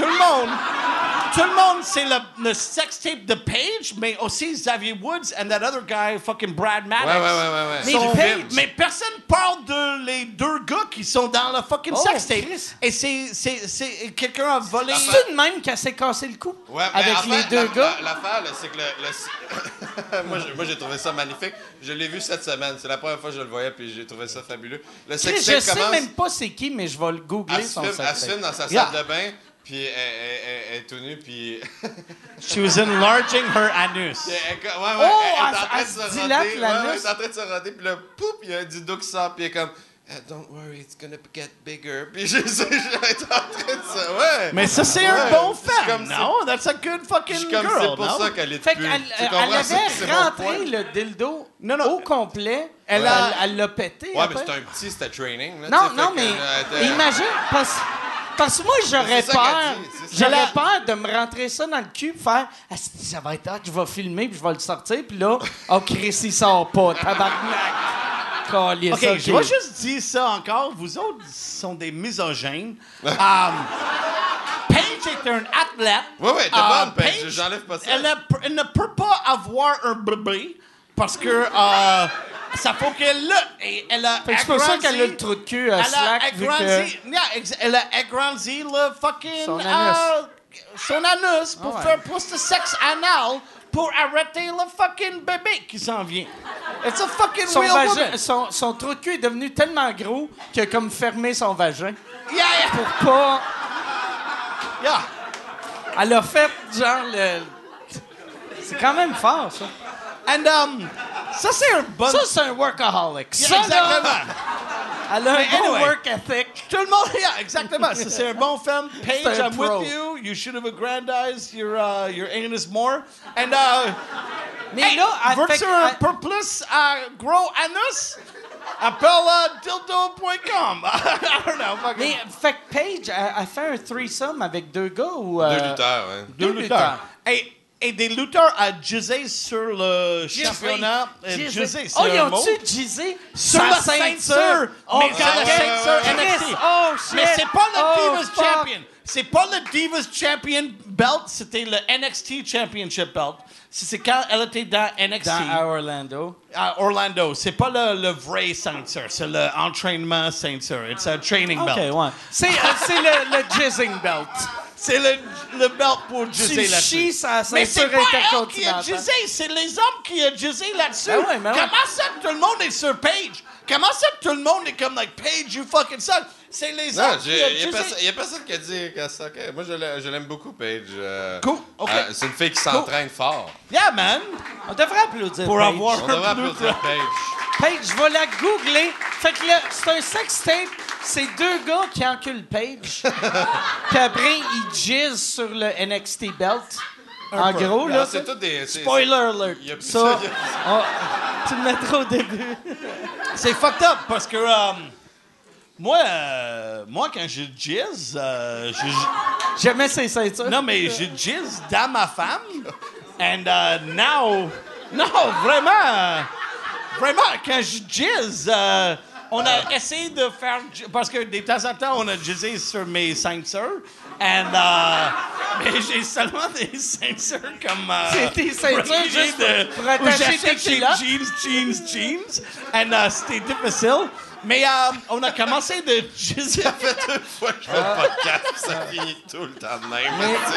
Speaker 4: le monde, c'est le sex tape de Paige, mais aussi Xavier Woods and that other guy, fucking Brad Maddox.
Speaker 3: Ouais.
Speaker 1: Mais
Speaker 3: C'est du
Speaker 1: Paige-
Speaker 3: film.
Speaker 4: Mais personne parle de les deux gars qui sont dans le fucking
Speaker 1: Oh,
Speaker 4: sex tape.
Speaker 1: Chris.
Speaker 4: Et c'est quelqu'un a volé...
Speaker 1: C'est de même qu'elle s'est cassé le cou?
Speaker 3: Ouais, mais
Speaker 1: Avec
Speaker 3: en fait,
Speaker 1: les deux gars?
Speaker 3: L'affaire, là, c'est que moi, j'ai trouvé ça magnifique. Je l'ai vu cette semaine. C'est la première fois que je le voyais, puis j'ai trouvé ça fabuleux. Le
Speaker 1: Chris,
Speaker 3: sextape
Speaker 1: je sais
Speaker 3: commence...
Speaker 1: même pas c'est qui, mais je vais le googler
Speaker 3: Elle se
Speaker 1: son
Speaker 3: filme
Speaker 1: sex tape.
Speaker 3: dans sa
Speaker 4: Yeah.
Speaker 3: salle de bain, puis elle est tout nue, puis...
Speaker 4: She was enlarging her anus.
Speaker 3: Ouais,
Speaker 1: Oh,
Speaker 3: elle est en train
Speaker 1: elle
Speaker 3: de
Speaker 1: se
Speaker 3: se
Speaker 1: dilate
Speaker 3: roder.
Speaker 1: l'anus.
Speaker 3: Elle est en train de se roder, puis là, poup, il y a un dildo qui sort, puis elle est comme... Don't worry, it's gonna get bigger. Puis je suis en train de ça, ouais.
Speaker 4: Mais ça, c'est un
Speaker 3: Ouais.
Speaker 4: bon
Speaker 3: C'est
Speaker 4: femme,
Speaker 3: comme
Speaker 4: non? That's a good
Speaker 3: Je
Speaker 4: fucking
Speaker 3: suis comme,
Speaker 4: girl,
Speaker 3: c'est pour
Speaker 4: non?
Speaker 3: ça qu'elle est
Speaker 1: Fait
Speaker 3: plus.
Speaker 1: qu'elle
Speaker 3: Tu comprends
Speaker 1: elle
Speaker 3: ça? C'est
Speaker 1: avait
Speaker 3: mon
Speaker 1: rentré
Speaker 3: point.
Speaker 1: le dildo
Speaker 4: Non.
Speaker 1: au complet.
Speaker 4: Elle
Speaker 1: Elle l'a pété.
Speaker 3: Ouais, mais
Speaker 1: après.
Speaker 3: c'est un petit, c'était training. Là,
Speaker 1: Non,
Speaker 3: tu sais,
Speaker 1: non,
Speaker 3: fait
Speaker 1: mais
Speaker 3: que, elle était-
Speaker 1: imagine, parce que moi, j'aurais
Speaker 3: c'est ça
Speaker 1: peur.
Speaker 3: qu'elle dit, c'est ça.
Speaker 1: J'aurais peur de me rentrer ça dans le cul et faire ah, ça va être hot, je vais filmer puis je vais le sortir. Puis là, oh, Chris, il sort pas. Tabarnak. Calisse,
Speaker 4: OK, je vais juste dire ça encore. Vous autres sont des misogynes. Paige est un athlète.
Speaker 3: Ouais, t'es bonne, Paige,
Speaker 4: Paige,
Speaker 3: j'enlève pas ça.
Speaker 4: Elle ne peut pas avoir un bébé Parce que ça faut qu'elle elle a
Speaker 1: Fait que c'est pour ça qu'elle a le trou de cul à slack, vu que...
Speaker 4: elle a agrandi le fucking...
Speaker 1: Son anus.
Speaker 4: Son anus pour faire plus de sexe anal pour arrêter le fucking bébé qui s'en vient. It's a fucking
Speaker 1: Son,
Speaker 4: real
Speaker 1: vagin,
Speaker 4: woman.
Speaker 1: son trou de cul est devenu tellement gros qu'il a comme fermé son vagin.
Speaker 4: Yeah, yeah.
Speaker 1: Pour pas...
Speaker 4: Yeah.
Speaker 1: Elle a fait, genre, le... C'est quand même fort, ça.
Speaker 4: And, ça, c'est un bon...
Speaker 1: Ça, c'est un workaholic.
Speaker 4: Yeah,
Speaker 1: Ça, là,
Speaker 4: exactement.
Speaker 1: elle a un
Speaker 4: Mais
Speaker 1: bon
Speaker 4: anyway.
Speaker 1: work ethic.
Speaker 4: Tout le monde, yeah, exactement. Ça, c'est un bon film. Paige,
Speaker 1: C'est un
Speaker 4: I'm
Speaker 1: pro.
Speaker 4: with you. You should have aggrandized your anus more. And,
Speaker 1: Mais
Speaker 4: hey,
Speaker 1: là, elle
Speaker 4: veux-tu
Speaker 1: fait-
Speaker 4: un
Speaker 1: elle-
Speaker 4: peu plus gros anus? Appelle dildo.com. I don't know. Fucking...
Speaker 1: Mais, fait que Paige, elle fait un threesome avec deux gars ou...
Speaker 3: 2 lutteurs, hein.
Speaker 4: Deux lutteurs. Et des lutteurs à jizzer sur le
Speaker 1: Jizzé.
Speaker 4: championnat.
Speaker 1: Jizzé.
Speaker 4: Jizzer, c'est
Speaker 1: Oh,
Speaker 4: un
Speaker 1: ils
Speaker 4: mot.
Speaker 1: ont-tu jizzé
Speaker 4: Sur
Speaker 1: sa
Speaker 4: la ceinture.
Speaker 1: Oh,
Speaker 4: Mais sur la
Speaker 1: God.
Speaker 4: ceinture
Speaker 1: Chris,
Speaker 4: NXT.
Speaker 1: oh, shit.
Speaker 4: Mais c'est pas le
Speaker 1: Oh,
Speaker 4: Divas
Speaker 1: fuck.
Speaker 4: Champion. C'est pas le Divas Champion belt, c'était le NXT Championship belt. C'est quand elle était dans NXT.
Speaker 1: Dans Orlando.
Speaker 4: À Orlando. C'est pas le vrai ceinture, c'est l'entraînement ceinture. It's a training
Speaker 1: OK,
Speaker 4: belt.
Speaker 1: ouais. C'est le jizzing belt.
Speaker 4: C'est le belt pour jizzer
Speaker 1: Tu
Speaker 4: là-dessus.
Speaker 1: chies sa
Speaker 4: Mais c'est
Speaker 1: ceinture
Speaker 4: pas elle qui a
Speaker 1: intercontinentale.
Speaker 4: jizzé, c'est les hommes qui a jizzé là-dessus.
Speaker 1: Ben ouais, ben ouais.
Speaker 4: Comment ça que tout le monde est sur Paige? Comment ça que tout le monde est comme, like, Paige, you fucking suck? C'est les
Speaker 3: Non,
Speaker 4: hommes qui a
Speaker 3: il
Speaker 4: jizzé.
Speaker 3: y a personne qui a dit que ça. OK. Moi, je l'aime beaucoup, Paige.
Speaker 4: Cool, OK.
Speaker 3: C'est une fille qui s'entraîne fort.
Speaker 4: Yeah, man.
Speaker 1: On devrait applaudir
Speaker 4: Pour
Speaker 1: Paige.
Speaker 4: avoir
Speaker 3: On devrait
Speaker 4: un plus
Speaker 3: applaudir Paige.
Speaker 1: Paige, je vais la googler. Fait que là, c'est un sex tape. C'est deux gars qui enculent Paige. Puis après, ils jizzent sur le NXT belt. En gros, là.
Speaker 3: Non, c'est tout des.
Speaker 1: Spoiler alert.
Speaker 3: Il y a plus
Speaker 1: Ça,
Speaker 3: ça.
Speaker 1: tu le mettras au début.
Speaker 4: C'est fucked up parce que moi, quand je jizz,
Speaker 1: Jamais ses ceintures.
Speaker 4: non, mais je jizz dans ma femme. And now... Non, vraiment, quand je jizz, on a essayé de faire... Parce que de temps en temps, on a jizzé sur mes ceintures. And, mais j'ai seulement des ceintures comme...
Speaker 1: C'est des ceintures
Speaker 4: reliées
Speaker 1: juste pour
Speaker 4: où
Speaker 1: attacher
Speaker 4: j'achète
Speaker 1: tes
Speaker 4: des
Speaker 1: culottes.
Speaker 4: jeans. And c'était difficile. Mais on a commencé de jizzer.
Speaker 3: Ça fait 2 fois que je fais le podcast, puis ça finit tout le temps de même.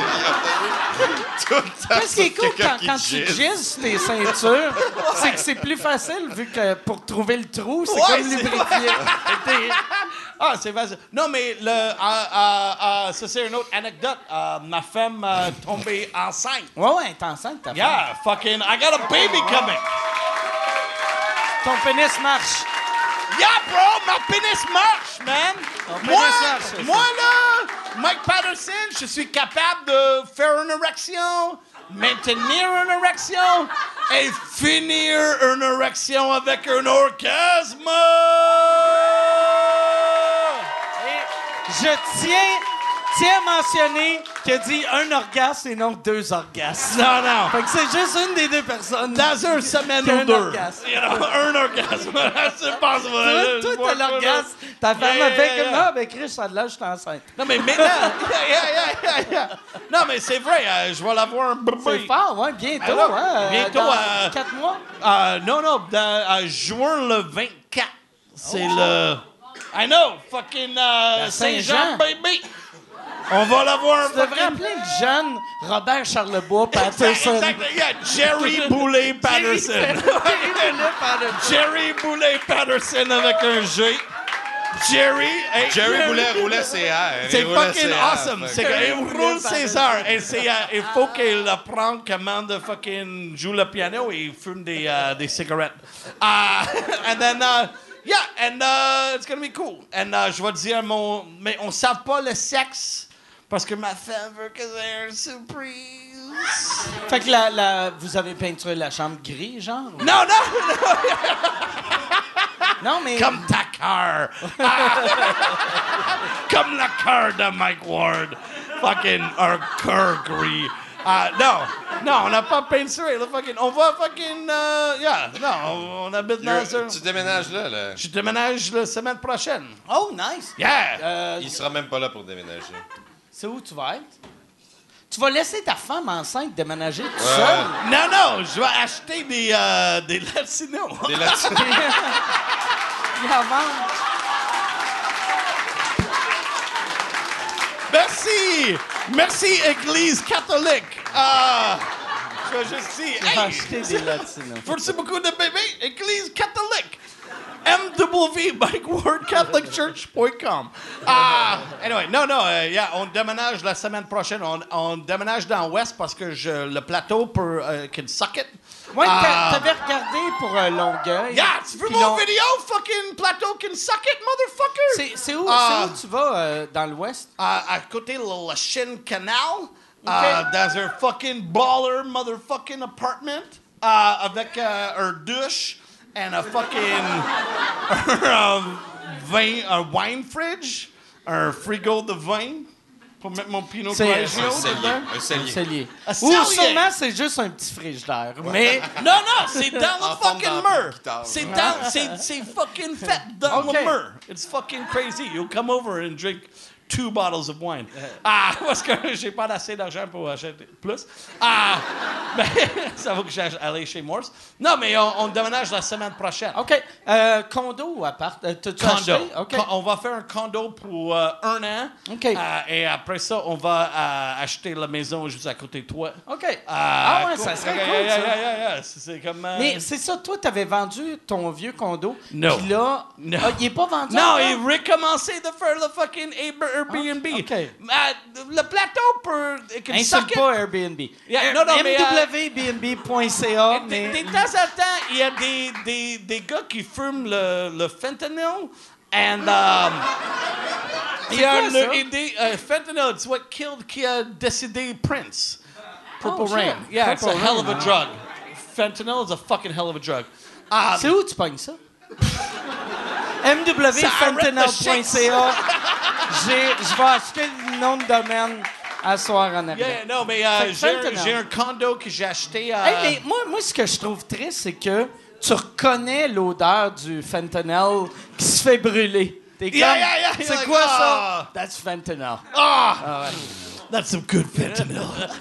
Speaker 3: Tout le temps.
Speaker 1: Qu'est-ce qui est
Speaker 3: sur
Speaker 1: cool
Speaker 3: quelqu'un qui
Speaker 1: quand tu
Speaker 3: jizz.
Speaker 1: jizzes sur tes ceintures, c'est que c'est plus facile vu que pour trouver le trou, c'est
Speaker 4: Ouais,
Speaker 1: comme
Speaker 4: c'est-
Speaker 1: lubrifié.
Speaker 4: Ah, c'est facile. Non, mais ça, c'est une autre anecdote. Ma femme est tombée enceinte.
Speaker 1: Ouais, t'es enceinte, ta femme.
Speaker 4: Yeah, fucking, I got a baby coming.
Speaker 1: Ton pénis marche.
Speaker 4: Yeah, bro, ma pénis marche, man.
Speaker 1: pénis
Speaker 4: Moi,
Speaker 1: marche, c'est
Speaker 4: moi, là, Mike Patterson, je suis capable de faire une érection, maintenir une érection et finir une érection avec un orgasme.
Speaker 1: Je tiens à mentionner qu'il a dit un orgasme et non 2 orgasmes.
Speaker 4: Non, non.
Speaker 1: Fait que c'est juste une des deux personnes.
Speaker 4: Dans une semaine
Speaker 1: Qu'un
Speaker 4: ou deux.
Speaker 1: orgasme.
Speaker 4: You know, un orgasme. C'est pas ça.
Speaker 1: Toi, t'as l'orgasme. Ta femme
Speaker 4: Yeah,
Speaker 1: a fait
Speaker 4: yeah,
Speaker 1: comme
Speaker 4: yeah.
Speaker 1: ah, ben Chris, ça de là, je suis enceinte.
Speaker 4: Non, mais maintenant. Yeah. Non, mais c'est vrai, je vais l'avoir un bébé.
Speaker 1: C'est fort, ouais, bientôt,
Speaker 4: Alors,
Speaker 1: hein?
Speaker 4: bientôt,
Speaker 1: dans 4 mois.
Speaker 4: Non, dans juin le 24. C'est le. I know, fucking Saint-Jean,
Speaker 1: Saint-Jean.
Speaker 4: baby. On va l'avoir
Speaker 1: Tu devrais appeler le jeune Robert Charlebois Patterson.
Speaker 4: Exactement, yeah, Jerry Boulet Patterson. Jerry Boulet Patterson avec un G. Jerry
Speaker 3: Boulet roulait CR.
Speaker 4: C'est
Speaker 3: Il roulait
Speaker 4: fucking
Speaker 3: CR,
Speaker 4: awesome.
Speaker 3: fait
Speaker 4: C'est
Speaker 3: que-
Speaker 4: qu'il roule César. Et il faut qu'il apprenne comment de fucking joue le piano et il fume des cigarettes. And then, yeah, and it's gonna be cool. And je vais te dire mais on ne sait pas le sexe parce que ma femme veut que c'est une surprise.
Speaker 1: Fait que vous avez peinturé la chambre gris, genre? ou-
Speaker 4: Non.
Speaker 1: Non, mais...
Speaker 4: Comme ta car. Comme la car de Mike Ward. Fucking un cœur gris. Non, on n'a pas peinturé. Là, fucking, on va fucking... on habite dans un...
Speaker 3: Tu déménages là.
Speaker 4: Je déménage la semaine prochaine.
Speaker 1: Oh, nice!
Speaker 4: Yeah!
Speaker 3: Il sera même pas là pour déménager.
Speaker 1: C'est où tu vas être? Tu vas laisser ta femme enceinte déménager tout seul?
Speaker 4: Non, je vais acheter des latinos.
Speaker 3: Des latinos.
Speaker 1: Il en vend.
Speaker 4: Merci, Église catholique. Je vais juste dire,
Speaker 1: Tu vas acheter des latinos.
Speaker 4: Merci beaucoup de bébés, Église catholique. mwvbikewordcatholicchurch.com. Anyway, yeah, on déménage la semaine prochaine. On déménage dans l'Ouest parce que le plateau can suck it.
Speaker 1: Ouais, t'avais regardé pour Longueuil.
Speaker 4: Yeah, tu veux
Speaker 1: Puis
Speaker 4: mon vidéo? Fucking plateau can suck it, motherfucker!
Speaker 1: C'est où tu vas dans l'Ouest?
Speaker 4: À côté de la Chine Canal, dans un fucking baller motherfucking apartment, avec un douche and a fucking un wine fridge, un frigo de vin pour mettre mon Pinot Grigio dedans.
Speaker 3: Un cellier.
Speaker 1: Ou
Speaker 4: cellier.
Speaker 1: sûrement c'est juste un petit frigidaire. Mais
Speaker 4: Non, c'est dans le
Speaker 3: En forme
Speaker 4: fucking
Speaker 3: d'ampoule
Speaker 4: mur.
Speaker 3: guitare.
Speaker 4: C'est fucking fait dans
Speaker 1: OK.
Speaker 4: le mur. It's fucking crazy. You'll come over and drink 2 bottles of wine. Parce que j'ai pas assez d'argent pour acheter plus. Mais ça vaut que j'aille chez Morse. Non, mais on déménage la semaine prochaine.
Speaker 1: OK. Condo ou appart? T'as-tu
Speaker 4: Condo.
Speaker 1: acheté? OK.
Speaker 4: On va faire un condo pour 1 an.
Speaker 1: OK.
Speaker 4: Et après ça, on va acheter la maison juste à côté de toi.
Speaker 1: OK. Ouais,
Speaker 4: Cool.
Speaker 1: ça serait
Speaker 4: Yeah,
Speaker 1: cool, ça.
Speaker 4: yeah. C'est comme...
Speaker 1: Mais c'est ça, toi, t'avais vendu ton vieux condo.
Speaker 4: Non.
Speaker 1: Puis là,
Speaker 4: Non.
Speaker 1: il est pas vendu
Speaker 4: Non,
Speaker 1: encore?
Speaker 4: il recommençait de faire le fucking Airbnb.
Speaker 1: OK.
Speaker 4: Le plateau peut...
Speaker 1: Insulte pas Airbnb.
Speaker 4: Yeah, non, mais,
Speaker 1: mwbnb.ca, mais...
Speaker 4: De temps en temps, il y a des gars qui fument le fentanyl. And, il y a
Speaker 1: quoi, ça?
Speaker 4: l'idée... fentanyl, it's what killed, qui a décidé Prince. Purple
Speaker 1: Oh, shit.
Speaker 4: Rain. Yeah, it's a
Speaker 1: Purple
Speaker 4: hell
Speaker 1: Rain,
Speaker 4: of a drug. Fentanyl is a fucking hell of a drug.
Speaker 1: C'est où tu pognes ça? mwfentanyl.ca. Je vais acheter le nom de domaine à soir en arrière.
Speaker 4: Yeah, non, mais
Speaker 1: Fait que fentanyl.
Speaker 4: j'ai un condo que j'ai acheté à...
Speaker 1: Hey, mais moi, ce que je trouve triste, c'est que tu reconnais l'odeur du fentanyl qui se fait brûler. T'es comme,
Speaker 4: Yeah.
Speaker 1: c'est
Speaker 4: You're
Speaker 1: quoi
Speaker 4: like,
Speaker 1: ça? That's fentanyl.
Speaker 4: That's some good fentanyl.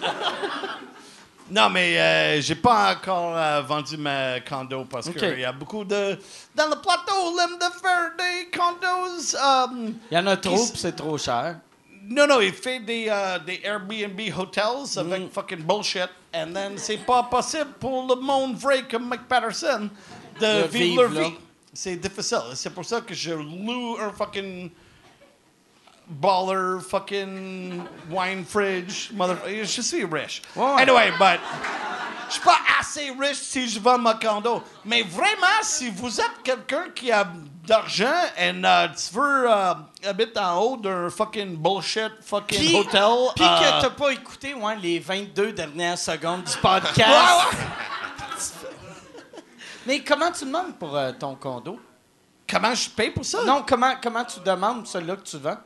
Speaker 4: Non, mais j'ai pas encore vendu ma condo parce
Speaker 1: OK.
Speaker 4: qu'il y a beaucoup de... Dans le plateau, l'aime de faire des condos...
Speaker 1: Il y en a trop,
Speaker 4: qui-
Speaker 1: puis c'est trop cher.
Speaker 4: Non, il fait des Airbnb hotels avec fucking bullshit. And then c'est pas possible pour le monde vrai comme Mike Patterson de vivre leur
Speaker 1: vivre là.
Speaker 4: vie. C'est difficile. C'est pour ça que je loue un fucking baller, fucking wine fridge, je suis riche.
Speaker 1: Ouais.
Speaker 4: Anyway, but je suis pas assez riche si je vends ma condo. Mais vraiment, si vous êtes quelqu'un qui a d'argent et tu veux habiter en haut d'un fucking bullshit fucking hotel.
Speaker 1: Puis que t'as pas écouté les 22 dernières secondes du podcast.
Speaker 4: Ouais.
Speaker 1: Mais comment tu demandes pour ton condo?
Speaker 4: Comment je paye pour ça?
Speaker 1: Non, comment tu demandes celui-là que tu vends?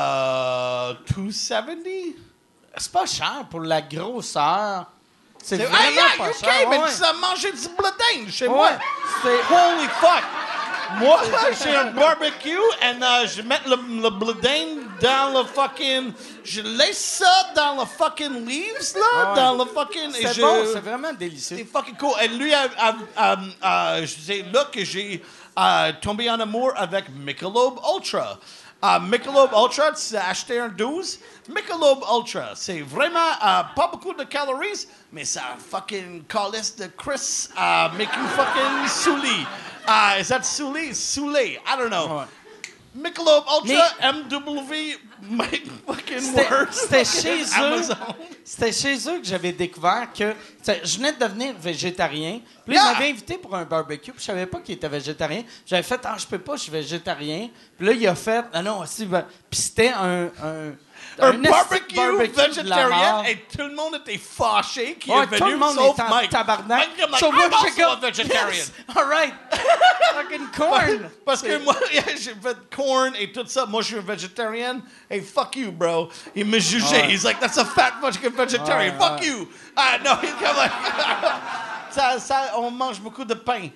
Speaker 4: 270?
Speaker 1: C'est pas cher pour la grosseur. C'est
Speaker 4: C'est
Speaker 1: vraiment pas
Speaker 4: you
Speaker 1: cher.
Speaker 4: came and
Speaker 1: ouais.
Speaker 4: tu as mangé du bludin chez
Speaker 1: Ouais.
Speaker 4: moi.
Speaker 1: C'est-
Speaker 4: Holy fuck! Moi, j'ai un barbecue et je mets le bludin dans le fucking... Je laisse ça dans le fucking leaves, là,
Speaker 1: Ouais.
Speaker 4: dans le fucking... et
Speaker 1: C'est
Speaker 4: je-
Speaker 1: bon, c'est vraiment délicieux.
Speaker 4: C'est fucking cool. Et lui, c'est là que j'ai tombé en amour avec Michelob Ultra. Michelob Ultra, tu as acheté un 12. Michelob Ultra, c'est vraiment pas beaucoup de calories, mais ça fucking calice de Chris make you fucking saouli. Is that saouli? Saoulé, I don't know.
Speaker 1: Ouais.
Speaker 4: Michelob Ultra, MW, my fucking words.
Speaker 1: C'était chez eux.
Speaker 4: Amazon.
Speaker 1: C'était chez eux que j'avais découvert que je venais de devenir végétarien. Puis là,
Speaker 4: Yeah.
Speaker 1: ils m'avaient invité pour un barbecue. Puis je savais pas qu'il était végétarien. J'avais fait je peux pas, je suis végétarien. Puis là, il a fait non, aussi. Puis c'était un
Speaker 4: barbecue
Speaker 1: de la
Speaker 4: végétarien
Speaker 1: mort.
Speaker 4: et tout le monde était fâché qui
Speaker 1: Ouais,
Speaker 4: est venu,
Speaker 1: tout le monde
Speaker 4: sauf
Speaker 1: est en
Speaker 4: Mike.
Speaker 1: tabarnak.
Speaker 4: Mike, I'm like,
Speaker 1: So
Speaker 4: I'm
Speaker 1: moi,
Speaker 4: also
Speaker 1: j'étais comme,
Speaker 4: a vegetarian.
Speaker 1: Yes, all right. Fucking corn.
Speaker 4: Parce que moi, j'ai fait corn et tout ça. Moi, je suis un végétarien. Hey, fuck you, bro. Il me jugeait.
Speaker 1: Ouais.
Speaker 4: He's like, that's a fat fucking vegetarian.
Speaker 1: Ouais,
Speaker 4: Fuck
Speaker 1: ouais.
Speaker 4: you. No, he's comme like, on mange beaucoup de pain.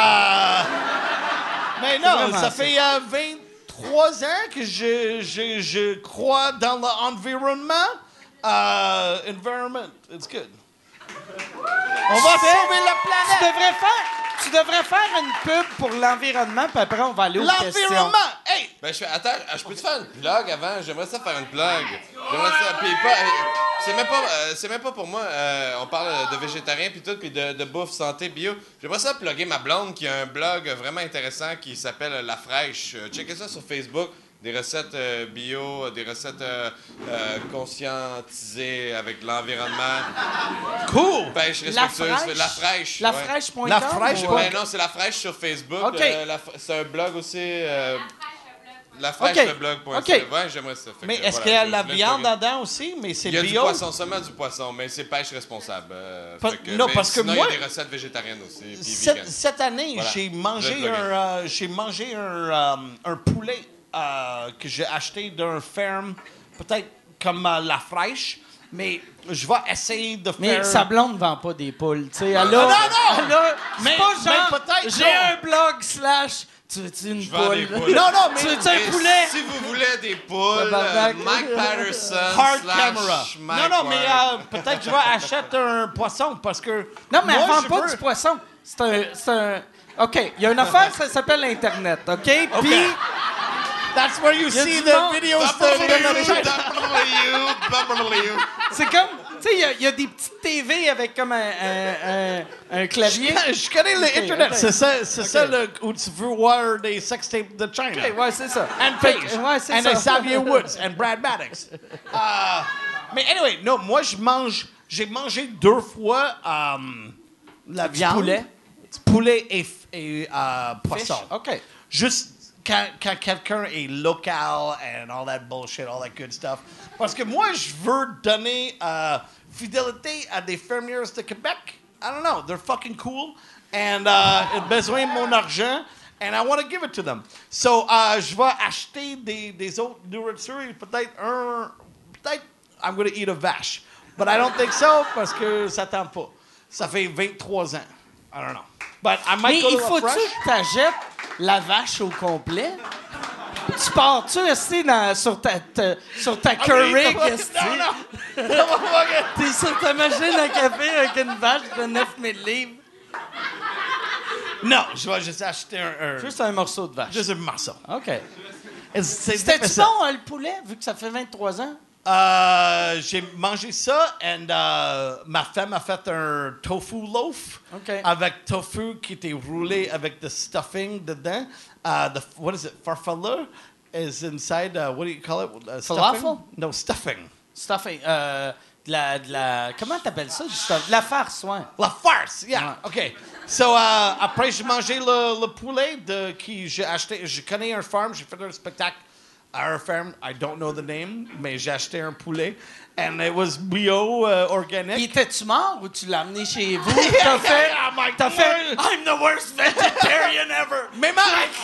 Speaker 4: Mais non,
Speaker 1: vraiment
Speaker 4: ça
Speaker 1: ça.
Speaker 4: fait 23 ans que je crois dans l'environnement. Environment, it's good. On va sauver la planète.
Speaker 1: Tu devrais faire une pub pour l'environnement, puis après, on va aller aux questions.
Speaker 4: L'environnement! Hey!
Speaker 3: Ben, attends, je peux te faire une plug avant? J'aimerais ça faire une plug. J'aimerais ça. Puis c'est même pas pour moi. On parle de végétarien puis tout, puis de bouffe santé bio. J'aimerais ça plugger ma blonde qui a un blog vraiment intéressant qui s'appelle La Fraîche. Checkez ça sur Facebook. Des recettes bio, des recettes conscientisées avec l'environnement.
Speaker 4: Cool!
Speaker 3: Pêche respectueuse. La Fraîche.
Speaker 1: La
Speaker 3: ouais.
Speaker 1: fraîche.com.
Speaker 4: La Fraîche.
Speaker 3: Ben non, c'est La Fraîche sur Facebook.
Speaker 1: OK.
Speaker 3: C'est un blog aussi. La
Speaker 1: OK.
Speaker 3: Fraîche, le blog.ca.
Speaker 1: OK.
Speaker 3: Ouais, j'aimerais ça. Fait
Speaker 4: Mais
Speaker 3: que,
Speaker 4: est-ce
Speaker 3: voilà,
Speaker 4: qu'il y a
Speaker 3: je
Speaker 4: la
Speaker 3: voulais
Speaker 4: viande
Speaker 3: plugger.
Speaker 4: dedans aussi? Mais c'est
Speaker 3: Il y a
Speaker 4: bio?
Speaker 3: du poisson, seulement du poisson, mais c'est pêche responsable.
Speaker 4: Non,
Speaker 3: mais
Speaker 4: parce que
Speaker 3: sinon,
Speaker 4: moi-
Speaker 3: il y a des recettes végétariennes aussi. Puis vegan.
Speaker 4: Cette année,
Speaker 3: Voilà.
Speaker 4: j'ai
Speaker 3: Je
Speaker 4: mangé
Speaker 3: vais
Speaker 4: un poulet que j'ai acheté d'un ferme, peut-être comme La Fraîche, mais je vais essayer de faire...
Speaker 1: Mais sa blonde ne vend pas des poules, tu sais. Elle a,
Speaker 4: non!
Speaker 1: elle a- c'est
Speaker 4: Mais-
Speaker 1: pas
Speaker 4: mais
Speaker 1: genre,
Speaker 4: peut-être
Speaker 1: j'ai
Speaker 4: non.
Speaker 1: un blog / tu veux-tu une
Speaker 3: vends des
Speaker 1: poule?
Speaker 3: poules.
Speaker 4: Non, mais...
Speaker 1: Tu veux-tu un
Speaker 3: Et
Speaker 1: poulet?
Speaker 3: si vous voulez des poules,
Speaker 1: Tabarnak.
Speaker 3: Mike Patterson
Speaker 4: Hard
Speaker 3: slash
Speaker 4: camera.
Speaker 3: Mike
Speaker 4: Non, mais
Speaker 3: Ward.
Speaker 4: peut-être que je vais acheter un poisson parce que...
Speaker 1: Non, mais
Speaker 4: moi,
Speaker 1: elle vend
Speaker 4: je
Speaker 1: pas
Speaker 4: veux-
Speaker 1: du poisson. C'est un... OK, il y a une affaire, ça s'appelle Internet, OK? Puis,
Speaker 4: That's where you
Speaker 1: y a
Speaker 4: see
Speaker 1: du
Speaker 4: the
Speaker 1: monde-
Speaker 4: videos de...
Speaker 1: c'est comme... Tu sais, il y a des petites TV avec comme un clavier.
Speaker 4: Je connais l'Internet.
Speaker 1: ok.
Speaker 4: C'est ça où tu veux voir des sex tapes de China.
Speaker 1: OK, ouais, c'est ça.
Speaker 4: And
Speaker 1: Fait
Speaker 4: Page.
Speaker 1: que- ouais, c'est
Speaker 4: and
Speaker 1: ça.
Speaker 4: Xavier Woods. And Brad Maddox. Mais anyway, non, moi, j'ai mangé 2 fois la viande.
Speaker 1: poulet.
Speaker 4: Du poulet et poisson.
Speaker 1: OK.
Speaker 4: Juste quand quelqu'un est local and all that bullshit, all that good stuff. Parce que moi, je veux donner fidélité à des fermiers de Québec. I don't know, they're fucking cool. And ils ont besoin de mon argent. And I want to give it to them. So, je vais acheter des autres nourritures. Peut-être I'm going to eat a vache. But I don't think so parce que ça tente pas. Ça fait 23 ans. I don't know. But I might
Speaker 1: Mais
Speaker 4: go
Speaker 1: il
Speaker 4: to a
Speaker 1: faut-tu
Speaker 4: fresh.
Speaker 1: que t'achètes la vache au complet? Tu pars-tu esti sur ta Keurig, esti?
Speaker 4: Non.
Speaker 1: T'es sur ta machine à café avec une vache de 9000 livres?
Speaker 4: Non, je vais juste acheter un
Speaker 1: Juste un morceau de vache.
Speaker 4: juste un morceau.
Speaker 1: OK.
Speaker 4: C'est
Speaker 1: C'était-tu
Speaker 4: difficile.
Speaker 1: bon, le poulet, vu que ça fait 23 ans?
Speaker 4: J'ai mangé ça et ma femme a fait un tofu loaf
Speaker 1: OK.
Speaker 4: avec tofu qui était roulé avec the stuffing dedans. What is it? Farfalle is inside. What do you call it? Stuffing?
Speaker 1: Falafel?
Speaker 4: No, stuffing.
Speaker 1: Stuffing. De la... Comment t'appelles ça? De la farce, ouais.
Speaker 4: La farce, yeah. OK. So, après, j'ai mangé le poulet qui j'ai acheté. Je connais un farm, j'ai fait un spectacle à un farm. I don't know the name, mais j'ai acheté un poulet. And it was bio,
Speaker 1: Puis
Speaker 4: organic.
Speaker 1: étais-tu mort ou tu l'as amené chez vous? T'as fait... T'as fait... I'm the worst vegetarian ever!
Speaker 4: Mais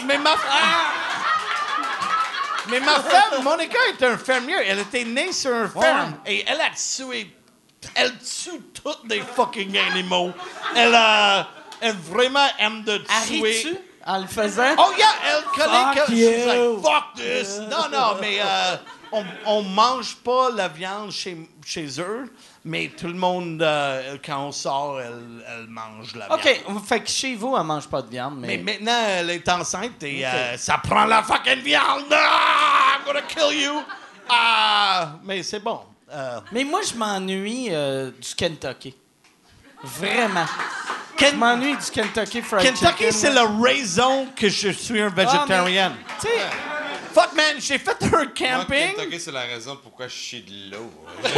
Speaker 4: ma femme, Monica, est un fermier. Elle était née sur un ferme. Et elle a tué... Elle tue tous les fucking animaux. Elle vraiment aime de tuer...
Speaker 1: Arrêtes-tu en le faisant?
Speaker 4: Oh yeah, elle connaît
Speaker 1: Fuck
Speaker 4: que... She's like,
Speaker 1: you.
Speaker 4: fuck this. Non, mais on mange pas la viande chez eux, mais tout le monde, quand on sort, elle mange la viande.
Speaker 1: OK, fait que chez vous, elle mange pas de viande,
Speaker 4: Mais
Speaker 1: mais...
Speaker 4: maintenant, elle est enceinte et ça prend la fucking viande. Ah, I'm gonna kill you. Mais c'est bon.
Speaker 1: Mais moi, je m'ennuie du Kentucky. Vraiment. Je m'ennuie du Kentucky Fried
Speaker 4: Kentucky,
Speaker 1: Chicken.
Speaker 4: c'est la raison que je suis un végétarien.
Speaker 1: Tu sais,
Speaker 4: Fuck man, j'ai fait un
Speaker 3: Moi,
Speaker 4: camping.
Speaker 3: Kentucky, c'est la raison pourquoi je chie de l'eau.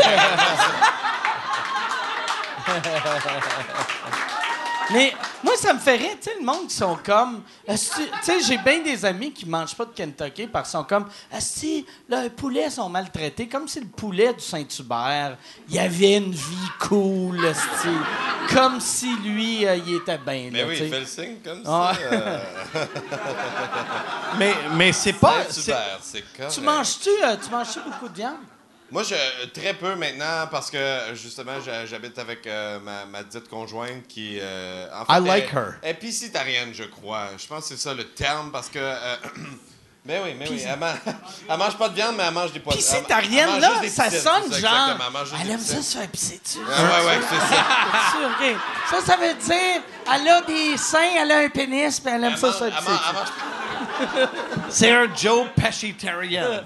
Speaker 1: mais moi, ça me fait rire. Tu sais, le monde qui sont comme... Tu sais, j'ai bien des amis qui mangent pas de Kentucky parce qu'ils sont comme... Asti, là, les poulets sont maltraités. Comme si le poulet du Saint-Hubert, il avait une vie cool, asti. Comme si lui, il était bien,
Speaker 3: Mais
Speaker 1: là,
Speaker 3: oui,
Speaker 1: tu sais.
Speaker 3: il fait le signe comme
Speaker 1: Ah.
Speaker 3: ça.
Speaker 4: Mais c'est pas. c'est-
Speaker 3: Saint-Hubert, c'est correct.
Speaker 1: Tu manges-tu beaucoup de viande?
Speaker 3: Moi, très peu maintenant parce que justement, j'habite avec ma dite conjointe qui. En fait,
Speaker 4: I like her.
Speaker 3: Elle est piscitarienne, je crois. Je pense que c'est ça le terme parce que Mais oui. Elle mange pas de viande, mais elle mange des poissons.
Speaker 1: Piscitarienne,
Speaker 3: elle mange
Speaker 1: là,
Speaker 3: juste des
Speaker 1: ça
Speaker 3: piscines,
Speaker 1: sonne
Speaker 3: c'est ça,
Speaker 1: genre.
Speaker 3: exactement, elle mange juste
Speaker 1: Elle
Speaker 3: des
Speaker 1: aime ça
Speaker 3: piscines.
Speaker 1: se faire pisser dessus.
Speaker 3: Ouais, c'est ça.
Speaker 1: OK. Ça veut dire, elle a des seins, elle a un pénis, puis elle aime ça se faire pisser
Speaker 3: Elle
Speaker 1: dessus.
Speaker 3: mange
Speaker 4: Sarah Joe Pescitarian.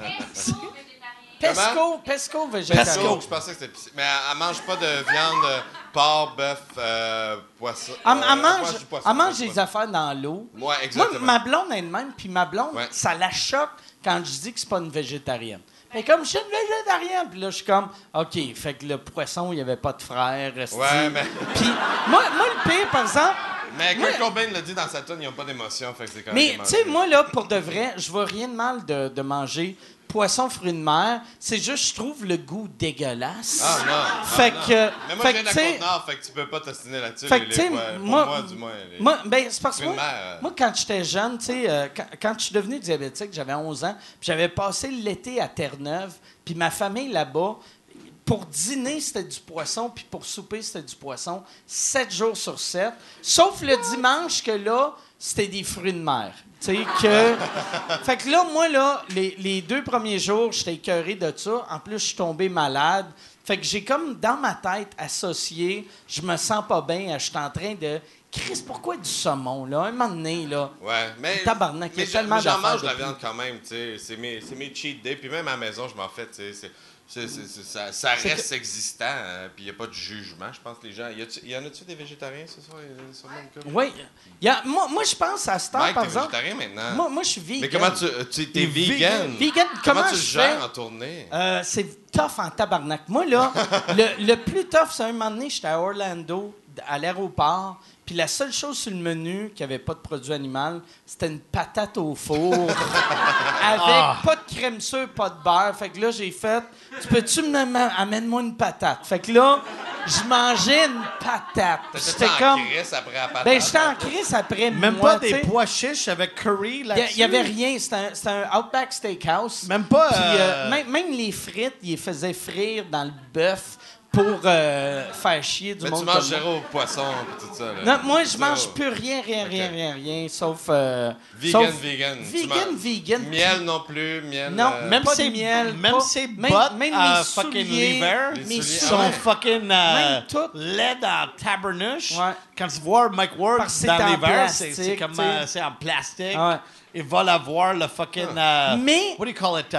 Speaker 1: Pesco végétarien.
Speaker 3: Pesco, je pensais que c'était piscine. Mais elle mange pas de viande, porc, bœuf, poisson.
Speaker 1: Elle mange des affaires dans l'eau.
Speaker 3: Ouais,
Speaker 1: Moi,
Speaker 3: exactement.
Speaker 1: ma blonde elle-même, puis ma blonde,
Speaker 3: Ouais.
Speaker 1: ça la choque quand je dis que c'est pas une végétarienne. Fait comme, je suis une végétarienne. Puis là, je suis comme, OK, fait que le poisson, il n'y avait pas de frère.
Speaker 3: Ouais, mais...
Speaker 1: Puis moi, le pire, par exemple...
Speaker 3: Mais
Speaker 1: moi-
Speaker 3: Kurt Cobain l'a dit dans sa tune, ils n'ont pas d'émotion, fait que c'est quand même
Speaker 1: Mais,
Speaker 3: des
Speaker 1: tu sais, moi, là, pour de vrai, je vois rien de mal de manger poisson, fruits de mer. C'est juste, je trouve le goût dégueulasse.
Speaker 3: Ah non.
Speaker 1: Fait que...
Speaker 3: Mais moi,
Speaker 1: fait
Speaker 3: je viens de
Speaker 1: que,
Speaker 3: la
Speaker 1: tu sais,
Speaker 3: Côte-Nord, fait que tu peux pas t'ostiner là-dessus.
Speaker 1: Fait que, tu sais,
Speaker 3: pour moi, du moins.
Speaker 1: Moi, ben, c'est parce que
Speaker 3: Fruits de
Speaker 1: moi,
Speaker 3: mer,
Speaker 1: moi, quand j'étais jeune, tu sais, quand je suis devenu diabétique, j'avais 11 ans, puis j'avais passé l'été à Terre-Neuve, puis ma famille là-bas, pour dîner, c'était du poisson, puis pour souper, c'était du poisson, 7 jours sur 7. Sauf le dimanche que là, c'était des fruits de mer. Tu sais, que... Fait que là, moi, là, les 2 premiers jours, j'étais écœuré de ça. En plus, je suis tombé malade. Fait que j'ai comme, dans ma tête, associé, je me sens pas bien, je suis en train de... Chris, pourquoi du saumon, là? Un moment donné, là.
Speaker 3: Ouais, mais.
Speaker 1: Tabarnak, il y a tellement
Speaker 3: j'en
Speaker 1: d'affaires
Speaker 3: mange de la
Speaker 1: depuis.
Speaker 3: viande quand même, tu sais. C'est mes cheat days. Puis même à la maison, je m'en fais, tu sais. Ça reste existant, puis il n'y a pas de jugement, je pense, les gens. Y en a-tu des végétariens ce soir? Sûrement le cas.
Speaker 1: Oui. Moi, je pense à cette heure,
Speaker 3: Mike,
Speaker 1: par
Speaker 3: t'es
Speaker 1: exemple...
Speaker 3: végétarien maintenant.
Speaker 1: Moi, je suis vegan.
Speaker 3: Mais comment t'es vegan?
Speaker 1: Vegan,
Speaker 3: Comment
Speaker 1: comment
Speaker 3: tu
Speaker 1: je
Speaker 3: le gères
Speaker 1: fais?
Speaker 3: en tournée?
Speaker 1: C'est tough en tabarnak. Moi, là, le plus tough, c'est un moment donné, j'étais à Orlando, à l'aéroport, puis la seule chose sur le menu qui avait pas de produit animal, c'était une patate au four avec pas de crème sûre, pas de beurre. Fait que là, j'ai fait, amène-moi une patate. Fait que là, je mangeais une patate.
Speaker 3: T'étais en crise après la patate?
Speaker 1: Ben, j'étais en crise après
Speaker 4: Même
Speaker 1: moi,
Speaker 4: pas des
Speaker 1: tu sais.
Speaker 4: pois chiches avec curry là-dessus.
Speaker 1: Il n'y avait rien. C'était un Outback Steakhouse.
Speaker 4: Même pas...
Speaker 1: Puis, même les frites, ils les faisaient frire dans le bœuf pour faire chier du
Speaker 3: Mais
Speaker 1: monde.
Speaker 3: tu manges
Speaker 1: comme moi.
Speaker 3: zéro poisson et tout ça. Là.
Speaker 1: Non, moi, je
Speaker 3: Zéro.
Speaker 1: mange plus rien, sauf...
Speaker 3: Vegan.
Speaker 1: Vegan.
Speaker 3: Miel non plus, miel...
Speaker 1: Non,
Speaker 4: Même
Speaker 1: pas de
Speaker 4: ses
Speaker 1: miel.
Speaker 4: même
Speaker 1: pas-
Speaker 4: ses
Speaker 1: même-
Speaker 4: bottes
Speaker 1: même
Speaker 4: à
Speaker 1: mes
Speaker 4: fucking
Speaker 1: souliers,
Speaker 4: l'hiver
Speaker 1: mes
Speaker 3: souliers,
Speaker 1: souliers.
Speaker 4: sont
Speaker 3: ouais.
Speaker 4: fucking
Speaker 1: Même tout.
Speaker 4: laides en tabarnouche.
Speaker 1: Ouais.
Speaker 4: Quand tu vois Mike Ward
Speaker 1: Parce que c'est
Speaker 4: dans
Speaker 1: en
Speaker 4: l'hiver, c'est
Speaker 1: plastique,
Speaker 4: comme
Speaker 1: tu sais.
Speaker 4: c'est en plastique.
Speaker 1: Ouais.
Speaker 4: Il va l'avoir le fucking...
Speaker 1: Mais-
Speaker 4: What do you call it?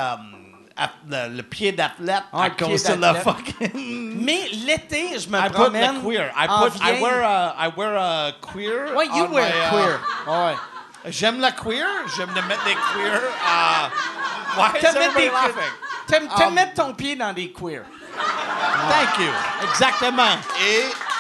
Speaker 4: Le pied d'athlète
Speaker 1: Ah,
Speaker 4: à
Speaker 1: le pied
Speaker 4: cause de la
Speaker 1: d'athlète.
Speaker 4: fucking...
Speaker 1: Mais l'été, je me
Speaker 4: I put
Speaker 1: promène
Speaker 4: the queer.
Speaker 1: en
Speaker 4: I
Speaker 1: vieille-
Speaker 4: wear a queer.
Speaker 1: Ouais, you
Speaker 4: on
Speaker 1: wear
Speaker 4: my,
Speaker 1: queer. Ouais.
Speaker 4: J'aime la queer. J'aime de mettre des queer. Why is
Speaker 1: T'aimes mettre
Speaker 4: everybody
Speaker 1: des-
Speaker 4: laughing?
Speaker 1: T'aimes mettre ton pied dans des queers.
Speaker 4: Thank you. Exactement.
Speaker 3: Et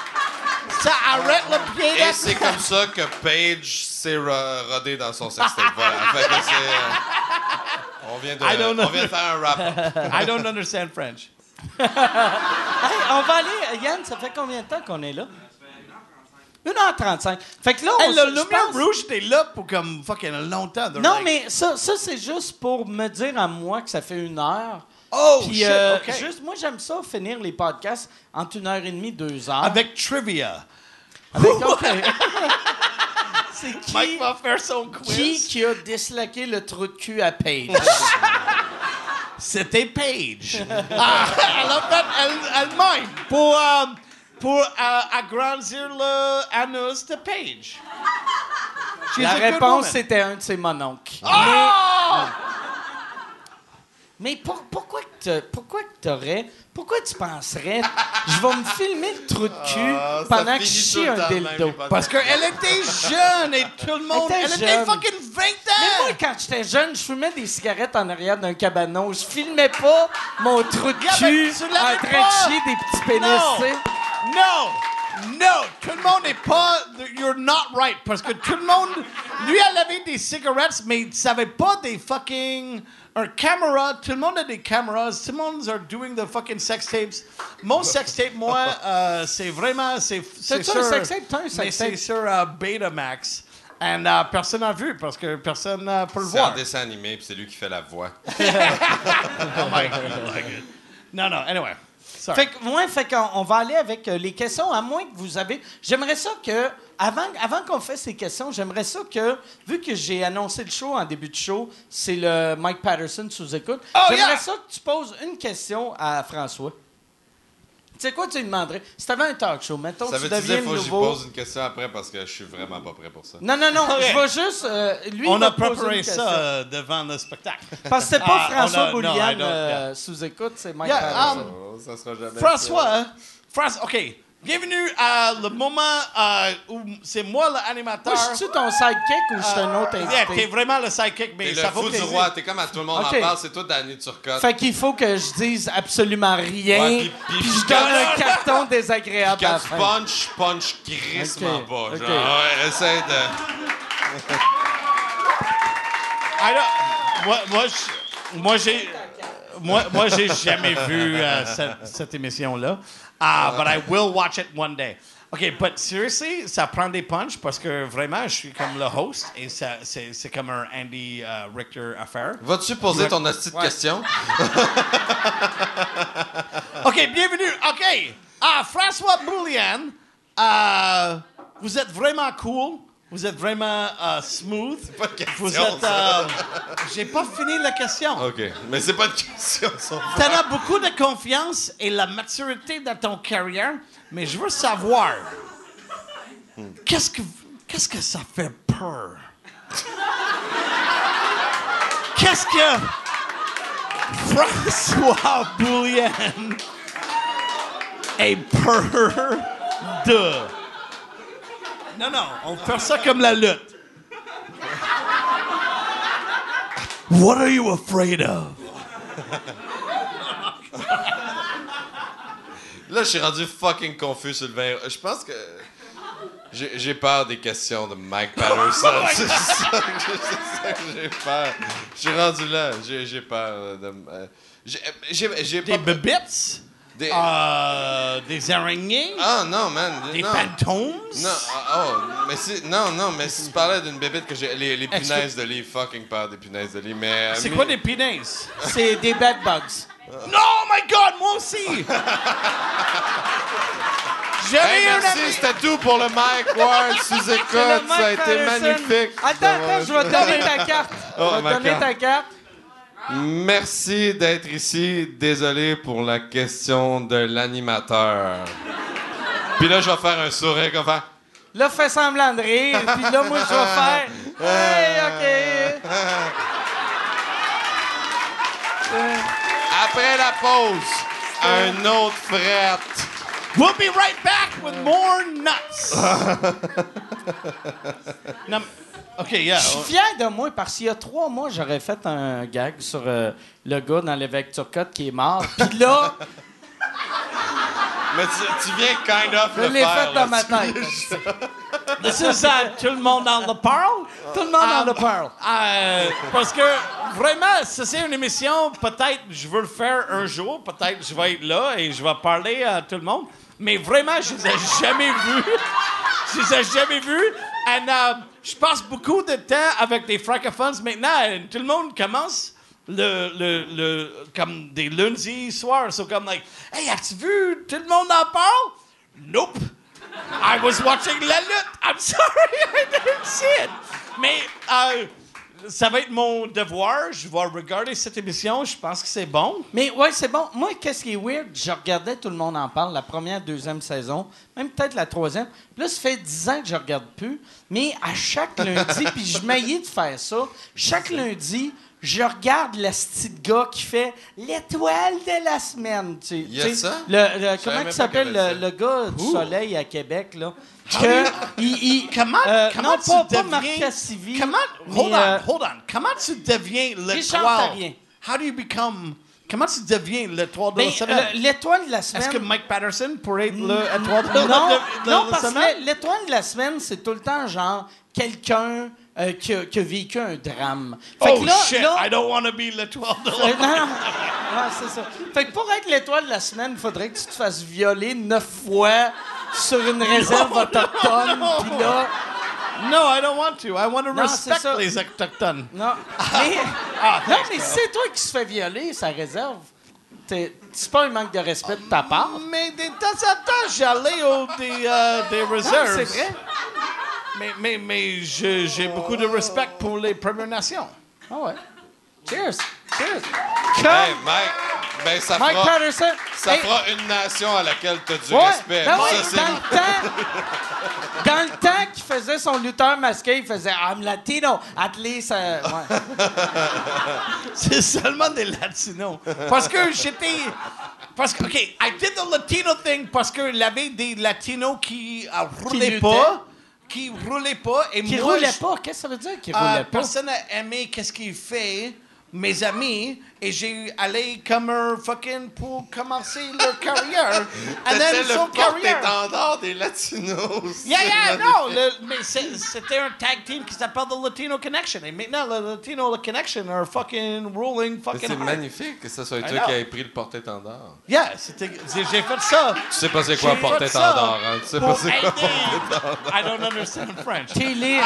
Speaker 4: Ça arrête le pied
Speaker 3: Et
Speaker 4: d'athlète.
Speaker 3: c'est comme ça que Paige s'est rodé dans son sextape. Voilà. Fait que c'est... on vient de faire un rap.
Speaker 4: I don't understand French.
Speaker 1: Hey, on va aller... Yann, ça fait combien de temps qu'on est là? 1h35. Fait que là, on
Speaker 4: Hey,
Speaker 1: se-
Speaker 4: le
Speaker 1: je
Speaker 4: lumière
Speaker 1: pense-
Speaker 4: rouge, t'es là pour comme fucking longtemps. They're
Speaker 1: Non,
Speaker 4: like,
Speaker 1: mais ça c'est juste pour me dire à moi que ça fait 1 heure.
Speaker 4: Oh,
Speaker 1: Puis,
Speaker 4: shit, OK.
Speaker 1: juste, moi, j'aime ça, finir les podcasts entre 1h30, 2 heures.
Speaker 4: Avec trivia.
Speaker 1: OK. C'est
Speaker 4: Mike va faire son quiz.
Speaker 1: qui a disloqué le trou de cul à Paige?
Speaker 4: C'était Paige. Elle a fait elle-même pour agrandir le anus de Paige. She's
Speaker 1: La
Speaker 4: a good
Speaker 1: réponse,
Speaker 4: woman.
Speaker 1: c'était un de ses mononcles.
Speaker 4: Oh!
Speaker 1: Mais pourquoi tu penserais, je vais me filmer le trou de cul
Speaker 3: ça
Speaker 1: pendant que
Speaker 3: finit
Speaker 1: je
Speaker 3: tout
Speaker 1: chie
Speaker 3: le
Speaker 1: un
Speaker 3: temps de même,
Speaker 1: dildo?
Speaker 3: les podcasts.
Speaker 4: Parce qu'elle était jeune et tout le monde...
Speaker 1: Elle
Speaker 4: Elle
Speaker 1: était
Speaker 4: était
Speaker 1: jeune.
Speaker 4: fucking 20
Speaker 1: Mais
Speaker 4: ans!
Speaker 1: moi, quand j'étais jeune, je fumais des cigarettes en arrière d'un cabanon. Je filmais pas mon trou de
Speaker 4: Yeah,
Speaker 1: cul
Speaker 4: mais tu
Speaker 1: en
Speaker 4: l'avais
Speaker 1: train
Speaker 4: pas.
Speaker 1: de chier des petits pénis,
Speaker 4: Non.
Speaker 1: tu sais.
Speaker 4: Non, tout le monde n'est pas... You're not right. Parce que tout le monde... Lui, elle avait des cigarettes, mais il savait pas des fucking... Un caméra. Tout le monde a des caméras. Tout le monde are doing the fucking sex tapes. Mon sex tape, moi, c'est vraiment... C'est
Speaker 1: T'as-tu un sex tape? T'as un sex
Speaker 4: mais c'est
Speaker 1: tape?
Speaker 4: sur Betamax. Et personne n'a vu parce que personne peut le
Speaker 3: C'est un
Speaker 4: voir.
Speaker 3: dessin animé, puis c'est lui qui fait la voix.
Speaker 4: Oh my God. Non, anyway. Sorry.
Speaker 1: Fait qu'on va aller avec les questions, à moins que vous avez... J'aimerais ça que, avant qu'on fasse ces questions, j'aimerais ça que, vu que j'ai annoncé le show en début de show, c'est le Mike Patterson sous écoute, j'aimerais ça que tu poses une question à François. Tu sais quoi, tu lui demanderais? Si t'avais un talk show, mettons,
Speaker 3: Ça
Speaker 1: tu
Speaker 3: veut dire
Speaker 1: deviens
Speaker 3: qu'il faut
Speaker 1: le
Speaker 3: que je
Speaker 1: nouveau...
Speaker 3: pose une question après parce que je suis vraiment pas prêt pour ça.
Speaker 1: Non, je vais juste... lui,
Speaker 4: On
Speaker 1: il va
Speaker 4: a
Speaker 1: te poser
Speaker 4: préparé
Speaker 1: une question.
Speaker 4: ça devant le spectacle.
Speaker 1: Parce que c'est pas François
Speaker 4: I
Speaker 1: Boulian
Speaker 4: don't-
Speaker 1: sous écoute, c'est Mike
Speaker 4: Yeah,
Speaker 1: Patterson.
Speaker 3: Oh, ça sera jamais
Speaker 4: François, OK. Bienvenue à le moment où c'est moi l'animateur.
Speaker 1: Moi, je suis ton sidekick ou je suis un autre
Speaker 4: Yeah,
Speaker 1: invité?
Speaker 4: t'es vraiment le sidekick, mais
Speaker 3: T'es
Speaker 4: ça
Speaker 3: le
Speaker 4: vaut
Speaker 3: fou du
Speaker 4: plaisir.
Speaker 3: roi, t'es comme à tout le monde
Speaker 1: Ok.
Speaker 3: en parle, c'est toi Danny Turcotte.
Speaker 1: Fait qu'il faut que je dise absolument rien,
Speaker 3: Ouais,
Speaker 1: puis
Speaker 3: puis
Speaker 1: je donne un carton désagréable à
Speaker 3: Quand
Speaker 1: la
Speaker 3: tu
Speaker 1: fin.
Speaker 3: punch crissement
Speaker 1: Ok,
Speaker 3: pas.
Speaker 1: ok.
Speaker 3: Genre, ouais, essaye de...
Speaker 4: Moi, j'ai jamais vu cette émission-là. But I will watch it one day. OK, but seriously, ça prend des punchs parce que vraiment, je suis comme le host et c'est comme un Andy Richter affaire.
Speaker 3: Vas-tu poser ton hostie de question?
Speaker 4: OK, bienvenue. OK. François Boulian, vous êtes vraiment cool. Vous êtes vraiment smooth.
Speaker 3: Pas de question,
Speaker 4: Vous êtes... J'ai pas fini la question.
Speaker 3: OK, mais c'est pas de question, ça.
Speaker 4: T'en as beaucoup de confiance et la maturité dans ton carrière, mais je veux savoir, qu'est-ce que ça fait peur? Qu'est-ce que François Boulian est peur de? Non, on fait ça comme la lutte. What are you afraid of?
Speaker 3: Là, je suis rendu fucking confus, Sylvain. Je pense que... J'ai peur des questions de Mike Patterson. C'est ça que j'ai peur. Je suis rendu là. J'ai peur de... j'ai
Speaker 4: Des
Speaker 3: pas...
Speaker 4: bébits? Des araignées?
Speaker 3: Ah non, man.
Speaker 4: Des
Speaker 3: non.
Speaker 4: fantômes?
Speaker 3: Non, mais si tu parlais d'une bébête que j'ai... Les punaises de lit, fucking peur des punaises de lit, mais...
Speaker 4: C'est quoi des punaises?
Speaker 1: C'est des bed bugs.
Speaker 4: Non, my God, moi aussi!
Speaker 3: Hey, merci, c'était tout pour le Mike Ward sous-écoute.
Speaker 1: C'est le Mike
Speaker 3: Ça a été
Speaker 1: Patterson.
Speaker 3: magnifique.
Speaker 1: Attends, je vais te donner ta carte.
Speaker 3: Oh,
Speaker 1: Je vais
Speaker 3: ma
Speaker 1: te donner
Speaker 3: carte.
Speaker 1: ta carte.
Speaker 3: Merci d'être ici. Désolé pour la question de l'animateur. Puis là, je vais faire un sourire comme ça.
Speaker 1: Là, fais semblant de rire, puis là, moi, je vais faire... Hey, OK.
Speaker 3: Après la pause, un autre frette.
Speaker 4: We'll be right back with more nuts! Non, OK, yeah.
Speaker 1: Je suis fier de moi parce qu'il y a 3 mois, j'aurais fait un gag sur le gars dans l'évêque Turcotte qui est mort. Puis là,
Speaker 3: Mais tu viens kind of
Speaker 1: je
Speaker 3: le
Speaker 1: l'ai
Speaker 3: faire.
Speaker 1: fait dans
Speaker 3: là.
Speaker 1: ma tête.
Speaker 4: This is tout le monde dans le parle?
Speaker 1: Tout le monde en parle.
Speaker 4: Parce que vraiment, si c'est une émission, peut-être je veux le faire un jour, peut-être je vais être là et je vais parler à tout le monde. Mais vraiment, je les ai jamais vus. Je les ai jamais vus. Et je passe beaucoup de temps avec des francophones maintenant. Tout le monde commence comme des lundis soirs. So comme like, hey, as-tu vu? Tout le monde en parle? Nope. I was watching la lutte. I'm sorry, I didn't see it. Mais ça va être mon devoir. Je vais regarder cette émission. Je pense que c'est bon.
Speaker 1: Mais ouais, c'est bon. Moi, qu'est-ce qui est weird? Je regardais Tout le monde en parle, la première, deuxième saison, même peut-être la troisième. Puis là, ça fait 10 ans que je regarde plus. Mais à chaque lundi, puis je m'haillais de faire ça, chaque lundi, je regarde le petit gars qui fait l'étoile de la semaine. Tu
Speaker 3: y a
Speaker 1: sais,
Speaker 3: ça?
Speaker 1: Comment
Speaker 3: même
Speaker 1: il
Speaker 3: pas
Speaker 1: s'appelle
Speaker 3: qu'il y avait
Speaker 1: le gars du soleil à Québec, là?
Speaker 4: Comment
Speaker 1: non,
Speaker 4: tu
Speaker 1: pas
Speaker 4: deviens...
Speaker 1: Marc Cassivi.
Speaker 4: Comment...
Speaker 1: mais,
Speaker 4: Hold on. Comment tu deviens
Speaker 1: Richard
Speaker 4: l'étoile?
Speaker 1: Therrien.
Speaker 4: How do you become... Comment tu deviens l'étoile de
Speaker 1: Ben,
Speaker 4: la semaine?
Speaker 1: l'étoile de la semaine...
Speaker 4: Est-ce que Mike Patterson pourrait être l'étoile de
Speaker 1: Non, non,
Speaker 4: la
Speaker 1: parce
Speaker 4: semaine?
Speaker 1: que l'étoile de la semaine, c'est tout le temps genre quelqu'un qui a vécu un drame. Fait
Speaker 4: Oh
Speaker 1: que là,
Speaker 4: shit,
Speaker 1: là,
Speaker 4: I don't want to be l'étoile de la
Speaker 1: non, non. Ouais, c'est ça. Fait que pour être l'étoile de la semaine, il faudrait que tu te fasses violer 9 fois sur une réserve autochtone. Puis là...
Speaker 4: No, I don't want to. I want to
Speaker 1: Non, c'est
Speaker 4: respect
Speaker 1: ça.
Speaker 4: les autochtones.
Speaker 1: Non. Mais, non, mais c'est toi qui se fais violer, ça réserve. C'est pas un manque de respect de ta part.
Speaker 4: Mais de temps en temps, j'allais des reserves.
Speaker 1: Non, c'est vrai.
Speaker 4: Mais j'ai beaucoup de respect pour les Premières Nations.
Speaker 1: Ah ouais. Cheers. Cheers.
Speaker 3: Hey, Mike, ben ça
Speaker 1: Mike
Speaker 3: fera...
Speaker 1: Patterson.
Speaker 3: Ça
Speaker 1: Hey,
Speaker 3: fera une nation à laquelle tu as du
Speaker 1: ouais,
Speaker 3: respect.
Speaker 1: ben
Speaker 3: Ça,
Speaker 1: oui,
Speaker 3: c'est
Speaker 1: dans le temps qu'il faisait son lutteur masqué, il faisait I'm Latino, at least. Ouais.
Speaker 4: C'est seulement des Latinos. Parce que OK, I did the Latino thing parce qu'il y avait des Latinos qui roulaient pas. Qui roulaient pas. Et
Speaker 1: Qui
Speaker 4: moi,
Speaker 1: roulait pas. Qu'est-ce que ça veut dire qu'il roulait pas?
Speaker 4: Personne n'a aimé qu'est-ce qu'il fait, mes amis, et j'ai allé comme un fucking pour commencer leur carrière. And then
Speaker 3: C'était
Speaker 4: son
Speaker 3: le
Speaker 4: carrière.
Speaker 3: porte-étendard des Latinos.
Speaker 4: Yeah, non, mais c'était un tag team qui s'appelle The Latino Connection. Et maintenant, le Latino Connection are fucking ruling
Speaker 3: Mais
Speaker 4: fucking
Speaker 3: c'est
Speaker 4: hard.
Speaker 3: magnifique que ce soit toi
Speaker 4: know.
Speaker 3: qui aies pris le porte-étendard.
Speaker 4: Yeah, j'ai fait ça.
Speaker 3: Tu sais pas c'est quoi
Speaker 4: J'ai fait
Speaker 3: porte-étendard,
Speaker 4: ça
Speaker 3: hein? Tu sais
Speaker 4: pour
Speaker 3: pas c'est quoi
Speaker 4: aider.
Speaker 3: porte-étendard.
Speaker 4: I don't understand French.
Speaker 1: Télé.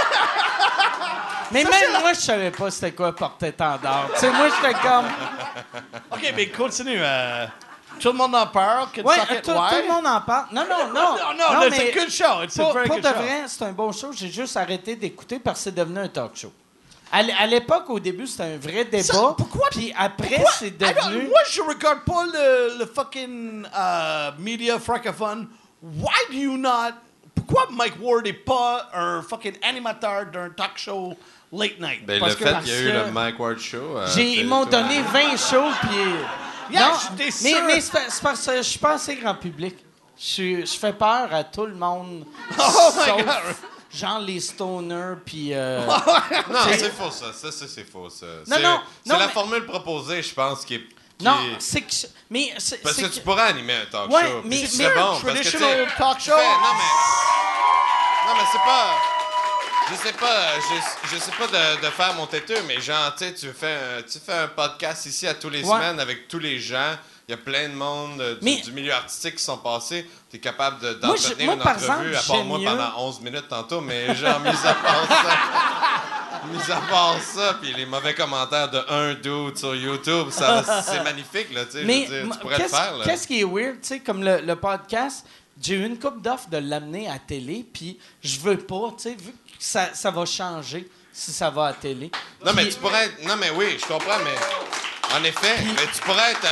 Speaker 1: Mais même moi, je savais pas c'était quoi porte-étendard. Tu sais, moi, j'étais comme...
Speaker 4: OK, mais continue. Tout le monde en parle.
Speaker 1: Ouais, tout le monde en parle. Non,
Speaker 4: No, it's
Speaker 1: mais
Speaker 4: a good show. It's a
Speaker 1: pour
Speaker 4: very
Speaker 1: de
Speaker 4: good show.
Speaker 1: vrai, c'est un bon show. J'ai juste arrêté d'écouter parce que c'est devenu un talk show. À l'époque, au début, c'était un vrai débat.
Speaker 4: Ça, pourquoi?
Speaker 1: Puis après,
Speaker 4: Pourquoi?
Speaker 1: c'est devenu...
Speaker 4: Moi, je regarde pas le fucking media francophone. Why do you not... Pourquoi Mike Ward est pas un fucking animateur d'un talk show late night?
Speaker 3: Ben,
Speaker 1: Parce
Speaker 3: le
Speaker 1: que-
Speaker 3: fait
Speaker 1: parce
Speaker 3: qu'il y a eu
Speaker 1: que
Speaker 3: le Mike Ward Show...
Speaker 1: Ils m'ont donné 20 shows, puis...
Speaker 4: Yeah,
Speaker 1: non,
Speaker 4: j'étais sûr.
Speaker 1: mais c'est parce que je suis pas assez grand public. Je fais peur à tout le monde.
Speaker 4: Oh my
Speaker 1: sauf,
Speaker 4: God.
Speaker 1: genre les stoners, puis...
Speaker 3: Non, c'est faux, ça. Ça, c'est faux, ça.
Speaker 1: Non,
Speaker 3: C'est
Speaker 1: non,
Speaker 3: c'est
Speaker 1: non,
Speaker 3: la
Speaker 1: mais-
Speaker 3: formule proposée, je pense, qui est...
Speaker 1: non, c'est que... Mais c'est
Speaker 3: Parce que
Speaker 1: que-
Speaker 3: tu pourrais animer un talk
Speaker 1: Ouais,
Speaker 3: show.
Speaker 1: mais-
Speaker 3: puis
Speaker 1: mais-
Speaker 3: c'est bon,
Speaker 4: Un
Speaker 3: parce que, tu sais,
Speaker 4: traditional talk show.
Speaker 3: Non, mais c'est pas... Je sais pas de faire mon têteux, mais genre, tu sais, tu fais un podcast ici à tous les
Speaker 1: Ouais.
Speaker 3: semaines avec tous les gens. Il y a plein de monde du milieu artistique qui sont passés. Tu es capable d'entretenir
Speaker 1: moi,
Speaker 3: une
Speaker 1: par
Speaker 3: entrevue,
Speaker 1: exemple,
Speaker 3: à part
Speaker 1: j'aime
Speaker 3: moi
Speaker 1: mieux-
Speaker 3: pendant 11 minutes tantôt, mais genre, mis à part ça, puis les mauvais commentaires de un dude sur YouTube, c'est magnifique, là, tu sais, je
Speaker 1: Mais
Speaker 3: veux dire, tu pourrais le faire, là.
Speaker 1: qu'est-ce qui est weird, tu sais, comme le podcast, j'ai eu une couple d'offres de l'amener à la télé, puis je veux pas, tu sais, vu que ça va changer si ça va à la télé.
Speaker 3: Non, mais
Speaker 1: Puis-
Speaker 3: tu pourrais être... Non, mais oui, je comprends, mais... En effet, mais tu pourrais être...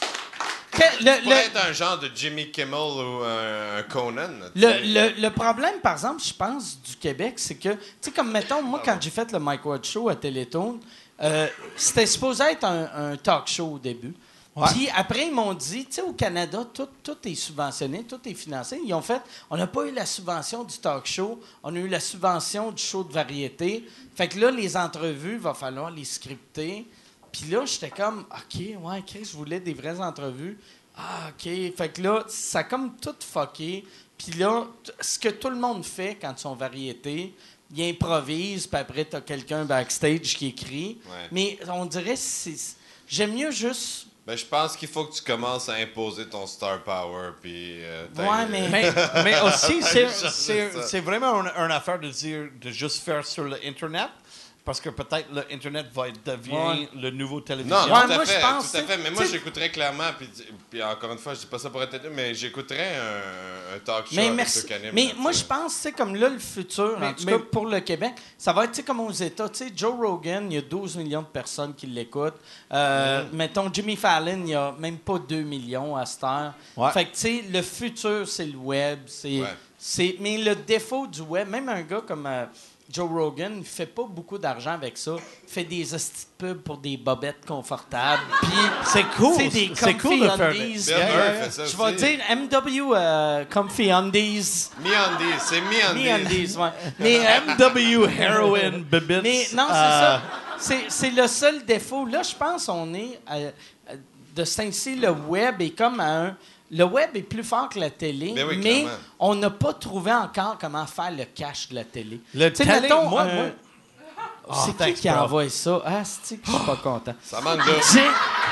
Speaker 3: Tu pourrais être un genre de Jimmy Kimmel ou un Conan. tu sais.
Speaker 1: Le problème, par exemple, je pense, du Québec, c'est que, tu sais, comme, mettons, moi, quand j'ai fait le Mike Ward Show à Télétoon, c'était supposé être un talk show au début. Puis après, ils m'ont dit, tu sais, au Canada, tout est subventionné, tout est financé. Ils ont fait, on n'a pas eu la subvention du talk show, on a eu la subvention du show de variété. Fait que là, les entrevues, il va falloir les scripter. Puis là, j'étais comme, OK, ouais, Chris, je voulais des vraies entrevues. Ah, OK. Fait que là, ça a comme tout fucké. Puis là, ce que tout le monde fait quand ils sont variétés, ils improvisent, puis après, t'as quelqu'un backstage qui écrit.
Speaker 3: Ouais.
Speaker 1: Mais on dirait, j'aime mieux juste...
Speaker 3: Ben, je pense qu'il faut que tu commences à imposer ton star power, puis...
Speaker 1: Ouais, mais...
Speaker 4: Mais aussi,
Speaker 3: ça.
Speaker 4: c'est vraiment une affaire de dire de juste faire sur l'Internet. Parce que peut-être l'Internet devient le nouveau télévision.
Speaker 3: Non,
Speaker 1: Ouais,
Speaker 3: tout à
Speaker 1: moi,
Speaker 3: fait,
Speaker 1: je pense,
Speaker 3: tout à fait. Mais moi,
Speaker 1: tu sais-
Speaker 3: j'écouterais clairement, puis encore une fois, je dis pas ça pour être mais j'écouterais un talk show
Speaker 1: Mais
Speaker 3: avec
Speaker 1: merci.
Speaker 3: ceux qui animent,
Speaker 1: Mais
Speaker 3: là,
Speaker 1: moi,
Speaker 3: tu
Speaker 1: je
Speaker 3: sais.
Speaker 1: pense, c'est comme là, le futur, en tout cas pour le Québec, ça va être tu sais, comme aux États. Tu sais, Joe Rogan, il y a 12 millions de personnes qui l'écoutent. Mettons, Jimmy Fallon, il n'y a même pas 2 millions à cette heure.
Speaker 4: Ouais.
Speaker 1: Fait que, tu sais, le futur, c'est le web. Mais le défaut du web, même un gars comme Joe Rogan, il fait pas beaucoup d'argent avec ça. Il fait des hosties de pubs pour des bobettes confortables. Puis
Speaker 4: C'est cool.
Speaker 1: tu sais, des
Speaker 4: C'est cool de
Speaker 1: comfy
Speaker 4: faire
Speaker 1: undies.
Speaker 3: Bill Burr fait ça
Speaker 1: Je
Speaker 3: aussi.
Speaker 1: vais dire MW Comfy Undies.
Speaker 3: MeUndies, c'est MeUndies.
Speaker 1: MeUndies, ouais. Mais,
Speaker 4: MW Heroin Bibits.
Speaker 1: mais non, c'est ça. C'est le seul défaut. Là, je pense qu'on est de ce temps-ci, le web est comme un... Le web est plus fort que la télé,
Speaker 3: Ben oui,
Speaker 1: mais
Speaker 3: clairement.
Speaker 1: on n'a pas trouvé encore comment faire le cash de la télé.
Speaker 4: Le
Speaker 1: Tu sais,
Speaker 4: télé,
Speaker 1: mettons,
Speaker 4: moi-
Speaker 1: c'est qui
Speaker 4: thanks,
Speaker 1: qui
Speaker 4: bro.
Speaker 1: envoie ça? Ah, c'est que je suis pas content.
Speaker 3: Ça manque de...
Speaker 1: Tiens,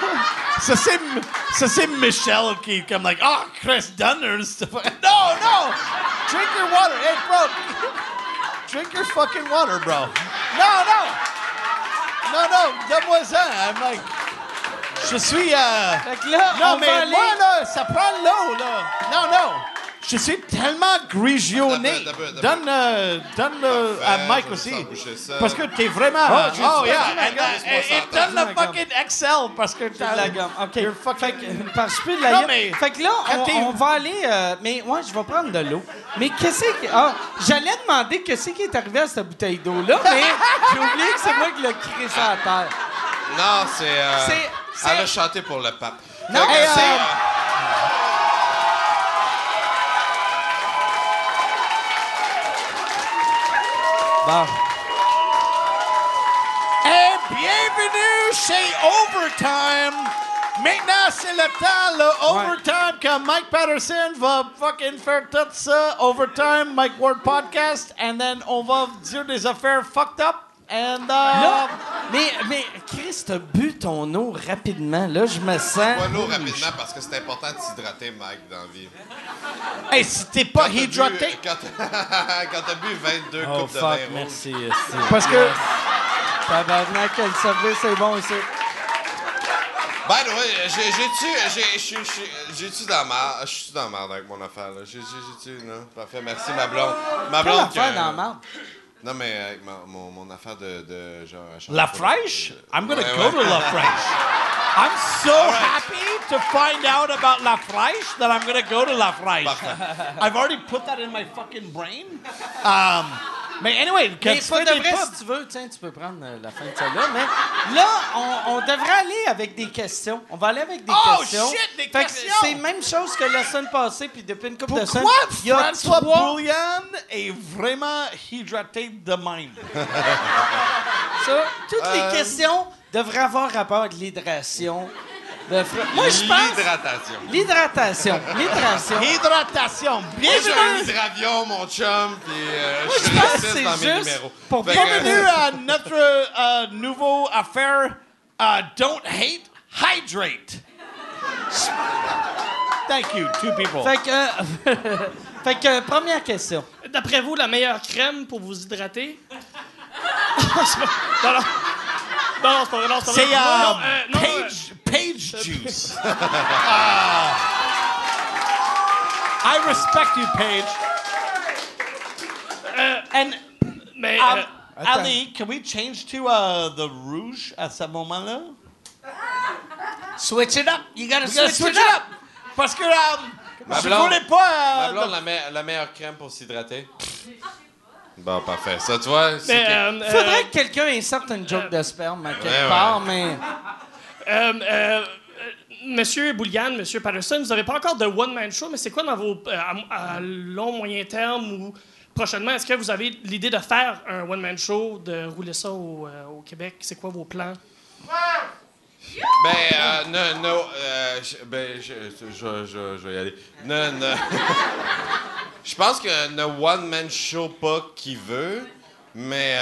Speaker 4: Ça, c'est Michelle qui est comme like, oh, Chris Dunner. No! Drink your water. Hey, bro. Drink your fucking water, bro. No! Donne-moi ça. I'm like, Je suis...
Speaker 1: Fait que là,
Speaker 4: Non,
Speaker 1: on
Speaker 4: mais
Speaker 1: va aller...
Speaker 4: moi, là, ça prend l'eau, là. Non. Je suis tellement grigionné. Donne à Mike aussi. Parce que t'es vraiment...
Speaker 1: Oh,
Speaker 4: yeah.
Speaker 3: Et
Speaker 4: donne le fucking Excel parce que
Speaker 1: de la gomme. OK. Fait que, parce que je peux de la
Speaker 4: Non,
Speaker 1: gueule.
Speaker 4: mais-
Speaker 1: Fait que là, on va aller... mais ouais, je vais prendre de l'eau. Mais qu'est-ce que... Ah, j'allais demander qu'est-ce qui est arrivé à cette bouteille d'eau-là, mais j'ai oublié que c'est moi qui l'ai créé ça à terre.
Speaker 3: Non,
Speaker 1: C'est-
Speaker 3: Elle a chanté pour le pape.
Speaker 1: Non,
Speaker 3: Fait que
Speaker 1: c'est... Bon.
Speaker 4: Et bienvenue chez Overtime. Maintenant, c'est le temps, le Overtime, que Mike Patterson va fucking faire tout ça. Overtime, Mike Ward Podcast, and then on va dire des affaires fucked up. And,
Speaker 1: Là, mais Chris, t'as bu ton eau rapidement. Là, je me sens...
Speaker 3: Bois l'eau rapidement parce que c'est important de s'hydrater, Mike, dans la vie.
Speaker 4: hey, si t'es pas
Speaker 3: Quand t'as
Speaker 4: hydraté,
Speaker 3: bu- Quand t'as bu 22
Speaker 1: Oh,
Speaker 3: coupes de vin
Speaker 1: fuck,
Speaker 3: rouge.
Speaker 1: merci.
Speaker 4: parce que...
Speaker 1: Tabarnak, quel service, c'est bon ici.
Speaker 3: By the way, j'ai-tu dans la merde? Je suis dans la merde avec mon affaire, là. J'ai-tu, non? Parfait, merci, ma blonde. Ma
Speaker 1: Quelle
Speaker 3: blonde
Speaker 1: affaire dans la marde?
Speaker 3: Non, mais avec mon affaire de genre... à chaque
Speaker 4: La
Speaker 3: fois,
Speaker 4: Fraîche? I'm gonna
Speaker 3: Ouais,
Speaker 4: go
Speaker 3: ouais.
Speaker 4: to La Fraîche. I'm so happy to find out about La Fraîche that I'm gonna go to La Fraîche. I've already put that in my fucking brain. Mais anyway,
Speaker 1: Mais
Speaker 4: quand tu
Speaker 1: pas
Speaker 4: fais
Speaker 1: de
Speaker 4: des
Speaker 1: vrai,
Speaker 4: pubs...
Speaker 1: si tu veux, tiens, tu peux prendre la fin de ça là. Mais là, on devrait aller avec des questions. On va aller avec des
Speaker 4: Oh,
Speaker 1: questions.
Speaker 4: shit, des
Speaker 1: Fait que
Speaker 4: questions!
Speaker 1: c'est la même chose que la semaine passée, puis depuis une couple de semaines.
Speaker 4: Pourquoi
Speaker 1: il y a
Speaker 4: François
Speaker 1: 3...
Speaker 4: Boulian est vraiment hydraté de même?
Speaker 1: Ça, toutes les questions devraient avoir rapport avec l'hydratation. Moi, je pense...
Speaker 3: L'hydratation.
Speaker 1: L'hydratation.
Speaker 4: Hydratation.
Speaker 3: Moi, j'ai un
Speaker 4: Bienvenue,
Speaker 3: hydravion, mon chum, puis je
Speaker 1: je
Speaker 3: suis
Speaker 1: pense que
Speaker 3: raciste
Speaker 1: c'est
Speaker 3: dans mes
Speaker 1: juste
Speaker 3: numéros.
Speaker 1: pour
Speaker 3: Fait que,
Speaker 4: bienvenue à notre nouveau affaire Don't Hate, Hydrate. Thank you, two people.
Speaker 1: Fait que... fait que, première question.
Speaker 6: D'après vous, la meilleure crème pour vous hydrater? C'est pas- non, c'est pas vrai. Non, c'est pas vrai.
Speaker 4: C'est
Speaker 6: Non,
Speaker 4: Page Juice. I respect you, Paige. And
Speaker 6: mais
Speaker 4: Ali, can we change to the rouge à ce moment-là?
Speaker 1: Switch it up. You gotta
Speaker 4: We gotta switch it up. Parce que
Speaker 3: Ma
Speaker 4: je
Speaker 3: blonde-
Speaker 4: voulais pas.
Speaker 3: Ma blonde, la meilleure crème pour s'hydrater? Bon, parfait. Ça, tu vois, c'est
Speaker 6: mais,
Speaker 1: Faudrait que quelqu'un inserte une joke de sperme à quelque
Speaker 3: ouais.
Speaker 1: part, mais...
Speaker 6: Monsieur Boulian, Monsieur Patterson, vous n'avez pas encore de one-man show, mais c'est quoi dans vos à long, moyen terme ou prochainement, est-ce que vous avez l'idée de faire un one-man show, de rouler ça au Québec? C'est quoi vos plans?
Speaker 3: je vais y aller. Je pense que ne one-man show pas qui veut, mais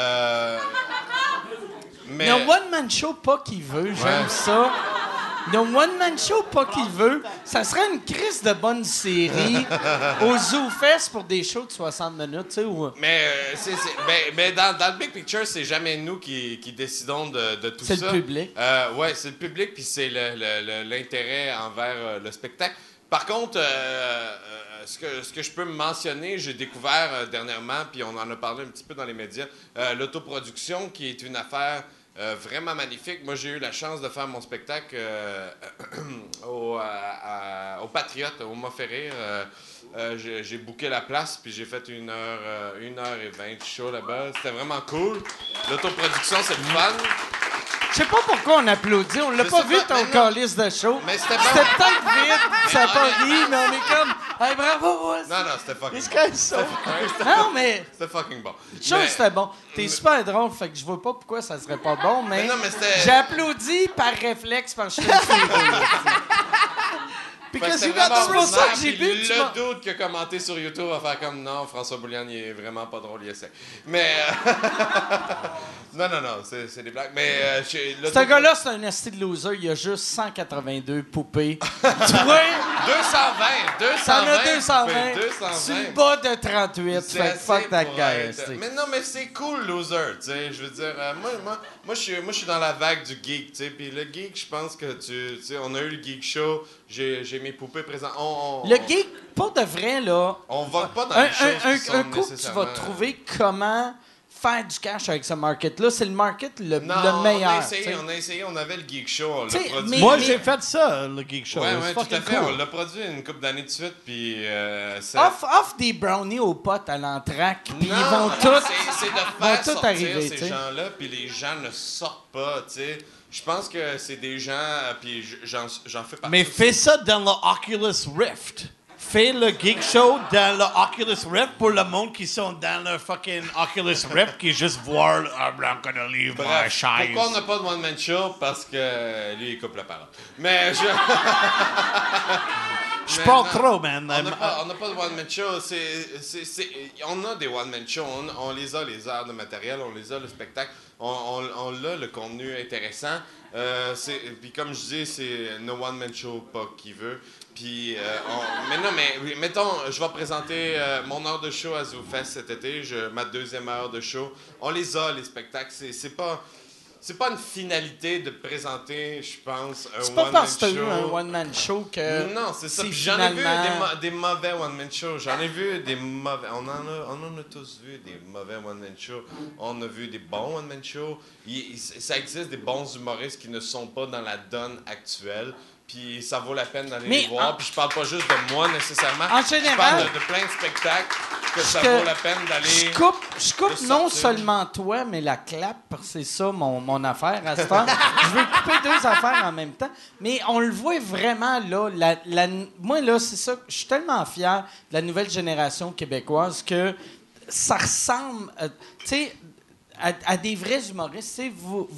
Speaker 1: Le one-man show, pas qui veut, j'aime ça. Le one-man show, pas qui veut, ça serait une crise de bonne série au ZooFest pour des shows de 60 minutes, tu sais, où...
Speaker 3: Mais, mais dans le big picture, c'est jamais nous qui décidons de tout ça.
Speaker 1: C'est le public.
Speaker 3: Oui, c'est le public, puis c'est l'intérêt envers le spectacle. Par contre, ce que je peux mentionner, j'ai découvert dernièrement, puis on en a parlé un petit peu dans les médias, l'autoproduction, qui est une affaire vraiment magnifique. Moi, j'ai eu la chance de faire mon spectacle au Patriote, au M'a fait rire. J'ai booké la place, puis j'ai fait 1h20 de show là-bas. C'était vraiment cool. L'autoproduction, c'est le fun.
Speaker 1: Je sais pas pourquoi on applaudit, on l'a
Speaker 3: Je
Speaker 1: pas
Speaker 3: sais
Speaker 1: vu
Speaker 3: pas,
Speaker 1: ton
Speaker 3: mais non.
Speaker 1: calice de show.
Speaker 3: Mais c'était bon.
Speaker 1: C'était peut-être vide, ça a pas
Speaker 3: honnêtement-
Speaker 1: ri, mais on est comme... Hey, bravo! Ouais,
Speaker 3: Non, c'était fucking
Speaker 1: This
Speaker 3: bon.
Speaker 1: guy's so... Non, mais...
Speaker 3: C'était fucking bon.
Speaker 1: Le show,
Speaker 3: Mais-
Speaker 1: c'était bon. T'es super drôle, fait que je vois pas pourquoi ça serait pas bon, mais...
Speaker 3: Mais non, mais c'était-
Speaker 1: J'ai applaudi par réflexe, parce que je fais le
Speaker 4: Because
Speaker 3: c'est
Speaker 4: you got
Speaker 3: vraiment
Speaker 4: the
Speaker 1: pour ça que
Speaker 3: ordinaire,
Speaker 1: j'ai
Speaker 3: puis
Speaker 1: vu, tu m'as-
Speaker 3: le dude qui a commenté sur YouTube va faire comme non, François Boulian, il est vraiment pas drôle, il essaie. Mais. non, c'est des blagues. Mais.
Speaker 1: Ce gars-là, c'est un esti de loser. Il a juste 182 poupées. tu vois?
Speaker 3: 220.
Speaker 1: T'en as 220.
Speaker 3: 220.
Speaker 1: Sur le bas de 38.
Speaker 3: C'est
Speaker 1: Fait que
Speaker 3: assez
Speaker 1: fuck that
Speaker 3: pour
Speaker 1: guy.
Speaker 3: être-
Speaker 1: esti.
Speaker 3: Mais non, mais c'est cool, loser, tu sais. Je veux dire, moi, je suis dans la vague du geek, tu sais. Puis le geek, je pense que tu sais, on a eu le geek show. J'ai mes poupées présentes.
Speaker 1: Le geek, pour de vrai, là,
Speaker 3: On va pas dans les choses qui sont
Speaker 1: un coup que tu
Speaker 3: nécessairement-
Speaker 1: vas trouver comment faire du cash avec ce market-là, c'est le market le
Speaker 3: Non,
Speaker 1: meilleur.
Speaker 3: on a essayé, on avait le geek show, on l'a
Speaker 1: T'sais,
Speaker 3: produit.
Speaker 1: mais-
Speaker 4: Moi, j'ai fait ça, le Geek Show.
Speaker 3: Ouais,
Speaker 4: C'est
Speaker 3: tout à
Speaker 4: fucking
Speaker 3: fait.
Speaker 4: cool.
Speaker 3: On l'a produit une couple d'années de suite, puis
Speaker 1: Off des brownies aux potes à l'entraque, puis ils
Speaker 3: Non,
Speaker 1: vont tous...
Speaker 3: c'est de
Speaker 1: vont
Speaker 3: faire
Speaker 1: tous
Speaker 3: sortir
Speaker 1: arriver,
Speaker 3: ces
Speaker 1: t'sais.
Speaker 3: gens-là, puis les gens ne sortent pas, tu sais. Je pense que c'est des gens, puis j'en fais partie.
Speaker 4: Mais fais ça dans le Oculus Rift. Fais le Geek Show dans le Oculus Rift pour le monde qui sont dans le fucking Oculus Rift qui juste voir I'm not gonna leave my
Speaker 3: Bref,
Speaker 4: chaise.
Speaker 3: pourquoi on n'a pas de one-man show? Parce que lui, il coupe la parole. Mais je...
Speaker 4: Je
Speaker 3: Mais
Speaker 4: parle
Speaker 3: non,
Speaker 4: trop, man.
Speaker 3: On n'a pas de one-man show. On a des one-man shows. On les a, les heures de matériel. On les a, le spectacle. On a le contenu intéressant. Puis comme je dis, c'est no one-man show, pas qui veut. Puis, mais mettons, je vais présenter mon heure de show à ZooFest cet été, ma deuxième heure de show. On les a, les spectacles. C'est pas une finalité de présenter, je pense, un
Speaker 1: C'est pas
Speaker 3: one-man
Speaker 1: parce que t'as eu un
Speaker 3: show.
Speaker 1: one-man show que...
Speaker 3: Non, c'est ça.
Speaker 1: c'est
Speaker 3: Puis j'en ai vu
Speaker 1: finalement-
Speaker 3: des mauvais one-man shows. J'en ai vu des mauvais. On en a tous vu des mauvais one-man shows. On a vu des bons one-man shows. Ça existe des bons humoristes qui ne sont pas dans la donne actuelle. Puis ça vaut la peine d'aller
Speaker 1: Mais
Speaker 3: les voir. Puis je parle pas juste de moi nécessairement.
Speaker 1: En
Speaker 3: Je
Speaker 1: général,
Speaker 3: parle de plein de spectacles que ça
Speaker 1: que
Speaker 3: vaut la peine d'aller.
Speaker 1: Je coupe
Speaker 3: de
Speaker 1: non
Speaker 3: sortir.
Speaker 1: seulement toi, mais la clap, parce que c'est ça mon affaire à cette heure. Je veux couper deux affaires en même temps. Mais on le voit vraiment, là. Moi, là, c'est ça. Je suis tellement fier de la nouvelle génération québécoise que ça ressemble, tu sais, à des vrais humoristes. Tu sais,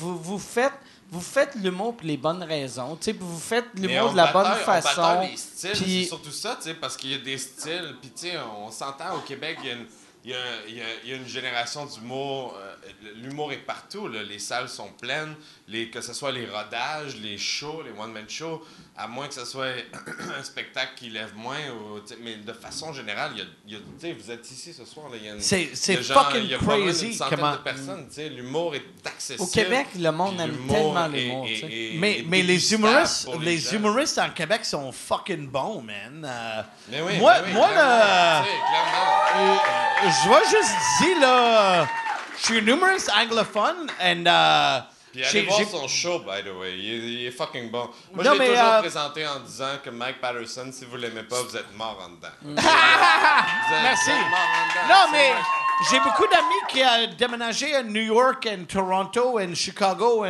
Speaker 1: vous faites l'humour pour les bonnes raisons. Tu sais, vous faites
Speaker 3: Mais
Speaker 1: l'humour
Speaker 3: on
Speaker 1: de la bonne
Speaker 3: bataille- On
Speaker 1: façon.
Speaker 3: bataille les styles,
Speaker 1: Puis-
Speaker 3: c'est surtout ça, tu sais, parce qu'il y a des styles. Puis, tu sais, on s'entend au Québec, il y a une génération d'humour. L'humour est partout, là. Les salles sont pleines. Que ce soit les rodages, les shows, les one-man shows, à moins que ce soit un spectacle qui lève moins. Mais de façon générale, tu sais, vous êtes ici ce soir, là, il y a une.
Speaker 4: C'est
Speaker 3: il y a
Speaker 4: fucking
Speaker 3: il y a pas loin d'une
Speaker 4: crazy
Speaker 3: centaine
Speaker 4: comment-
Speaker 3: de personnes, tu sais. L'humour est accessible.
Speaker 1: Au Québec, le monde
Speaker 3: Puis
Speaker 1: aime
Speaker 3: l'humour
Speaker 1: tellement
Speaker 3: est-
Speaker 1: l'humour, tu sais.
Speaker 3: est-
Speaker 4: Mais
Speaker 3: est
Speaker 4: les
Speaker 3: dégustable
Speaker 4: humoristes,
Speaker 3: pour
Speaker 4: les
Speaker 3: gens.
Speaker 4: humoristes en Québec sont fucking bons, man.
Speaker 3: Mais oui,
Speaker 4: moi,
Speaker 3: mais oui,
Speaker 4: moi,
Speaker 3: clairement, tu sais, clairement.
Speaker 4: je vais juste dire, là, je suis un humoriste anglophone, and
Speaker 3: Puis allez voir son show, by the way. Il est fucking bon. Moi,
Speaker 4: Non,
Speaker 3: je l'ai
Speaker 4: mais,
Speaker 3: toujours présenté en disant que Mike Patterson, si vous l'aimez pas, vous êtes mort en dedans. Vous êtes
Speaker 4: Merci.
Speaker 3: mort en dedans.
Speaker 4: Non,
Speaker 3: C'est
Speaker 4: mais
Speaker 3: vrai.
Speaker 4: j'ai beaucoup d'amis qui ont déménagé à New York, et Toronto, et Chicago,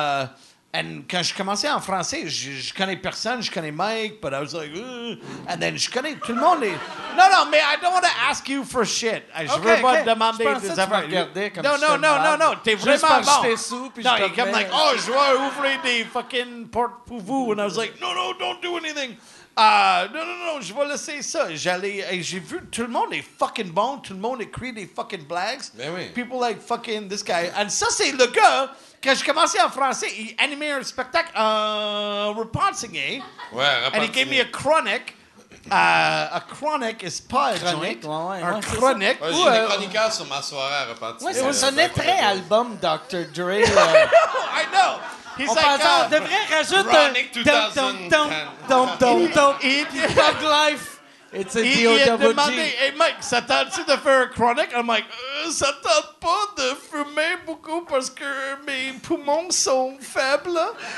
Speaker 4: and quand je commençais en français, je connais personne, je connais Mike, but I was like, and then je connais tout le monde. Non, mais I don't want to ask you for shit. Je
Speaker 1: Ok,
Speaker 4: veux pas
Speaker 1: ok.
Speaker 4: te demander
Speaker 1: Je pensais
Speaker 4: des
Speaker 1: que tu me
Speaker 4: affaires.
Speaker 1: regardais comme
Speaker 4: non,
Speaker 1: si
Speaker 4: non,
Speaker 1: j'étais
Speaker 4: non, non,
Speaker 1: malade.
Speaker 4: non, t'es
Speaker 1: Juste
Speaker 4: vraiment
Speaker 1: parce que
Speaker 4: bon.
Speaker 1: j'étais sous, puis
Speaker 4: Non,
Speaker 1: je
Speaker 4: il est comme
Speaker 1: te
Speaker 4: like,
Speaker 1: mets-
Speaker 4: oh, je vais ouvrir des fucking portes pour vous. And I was like, no, don't do anything. Non, je vais laisser ça. J'ai vu tout le monde est fucking bon, tout le monde écrit des fucking blagues.
Speaker 3: Ben oui.
Speaker 4: People like fucking this guy. And ça, c'est le gars, quand je commençais en français, il animait un spectacle en Repentigny.
Speaker 3: Ouais,
Speaker 4: And he gave me a chronic. A chronic is pas
Speaker 1: Chronique,
Speaker 4: joint.
Speaker 1: ouais,
Speaker 4: Un
Speaker 1: c'est ça.
Speaker 4: chronic.
Speaker 3: Ouais,
Speaker 1: Ou,
Speaker 3: j'ai des chroniqueurs sur ma soirée à repartir.
Speaker 1: Ouais, ça sonnait très album Dr. Dre.
Speaker 4: I know. He's
Speaker 1: On
Speaker 4: like,
Speaker 1: pensait, on devrait rajouter
Speaker 3: Chronic
Speaker 1: un
Speaker 3: 2010.
Speaker 1: Thug Life. It's a
Speaker 4: il a demandé,
Speaker 1: D-O-double-G.
Speaker 4: hey Mike, ça tente-tu de faire un chronic? I'm like, ça tente pas de fumer beaucoup parce que mes poumons sont faibles.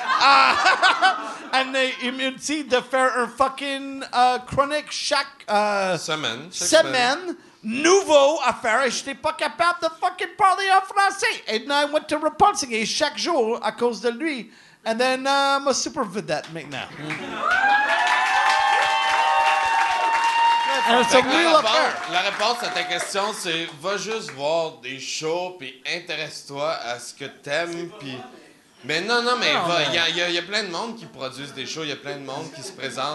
Speaker 4: Et il me dit de faire un fucking chronic chaque
Speaker 3: Semaine.
Speaker 4: semaine. Nouveau à faire et j'étais pas capable de fucking parler en français. And I went to Rapunzel chaque jour à cause de lui. And then I'm a super vedette maintenant. And it's a
Speaker 3: Fait que
Speaker 4: real affair.
Speaker 3: la réponse à ta question, c'est va juste voir des shows puis intéresse-toi à ce que t'aimes puis. Mais non, mais il y a plein de monde qui produisent des shows, il y a plein de monde qui se présente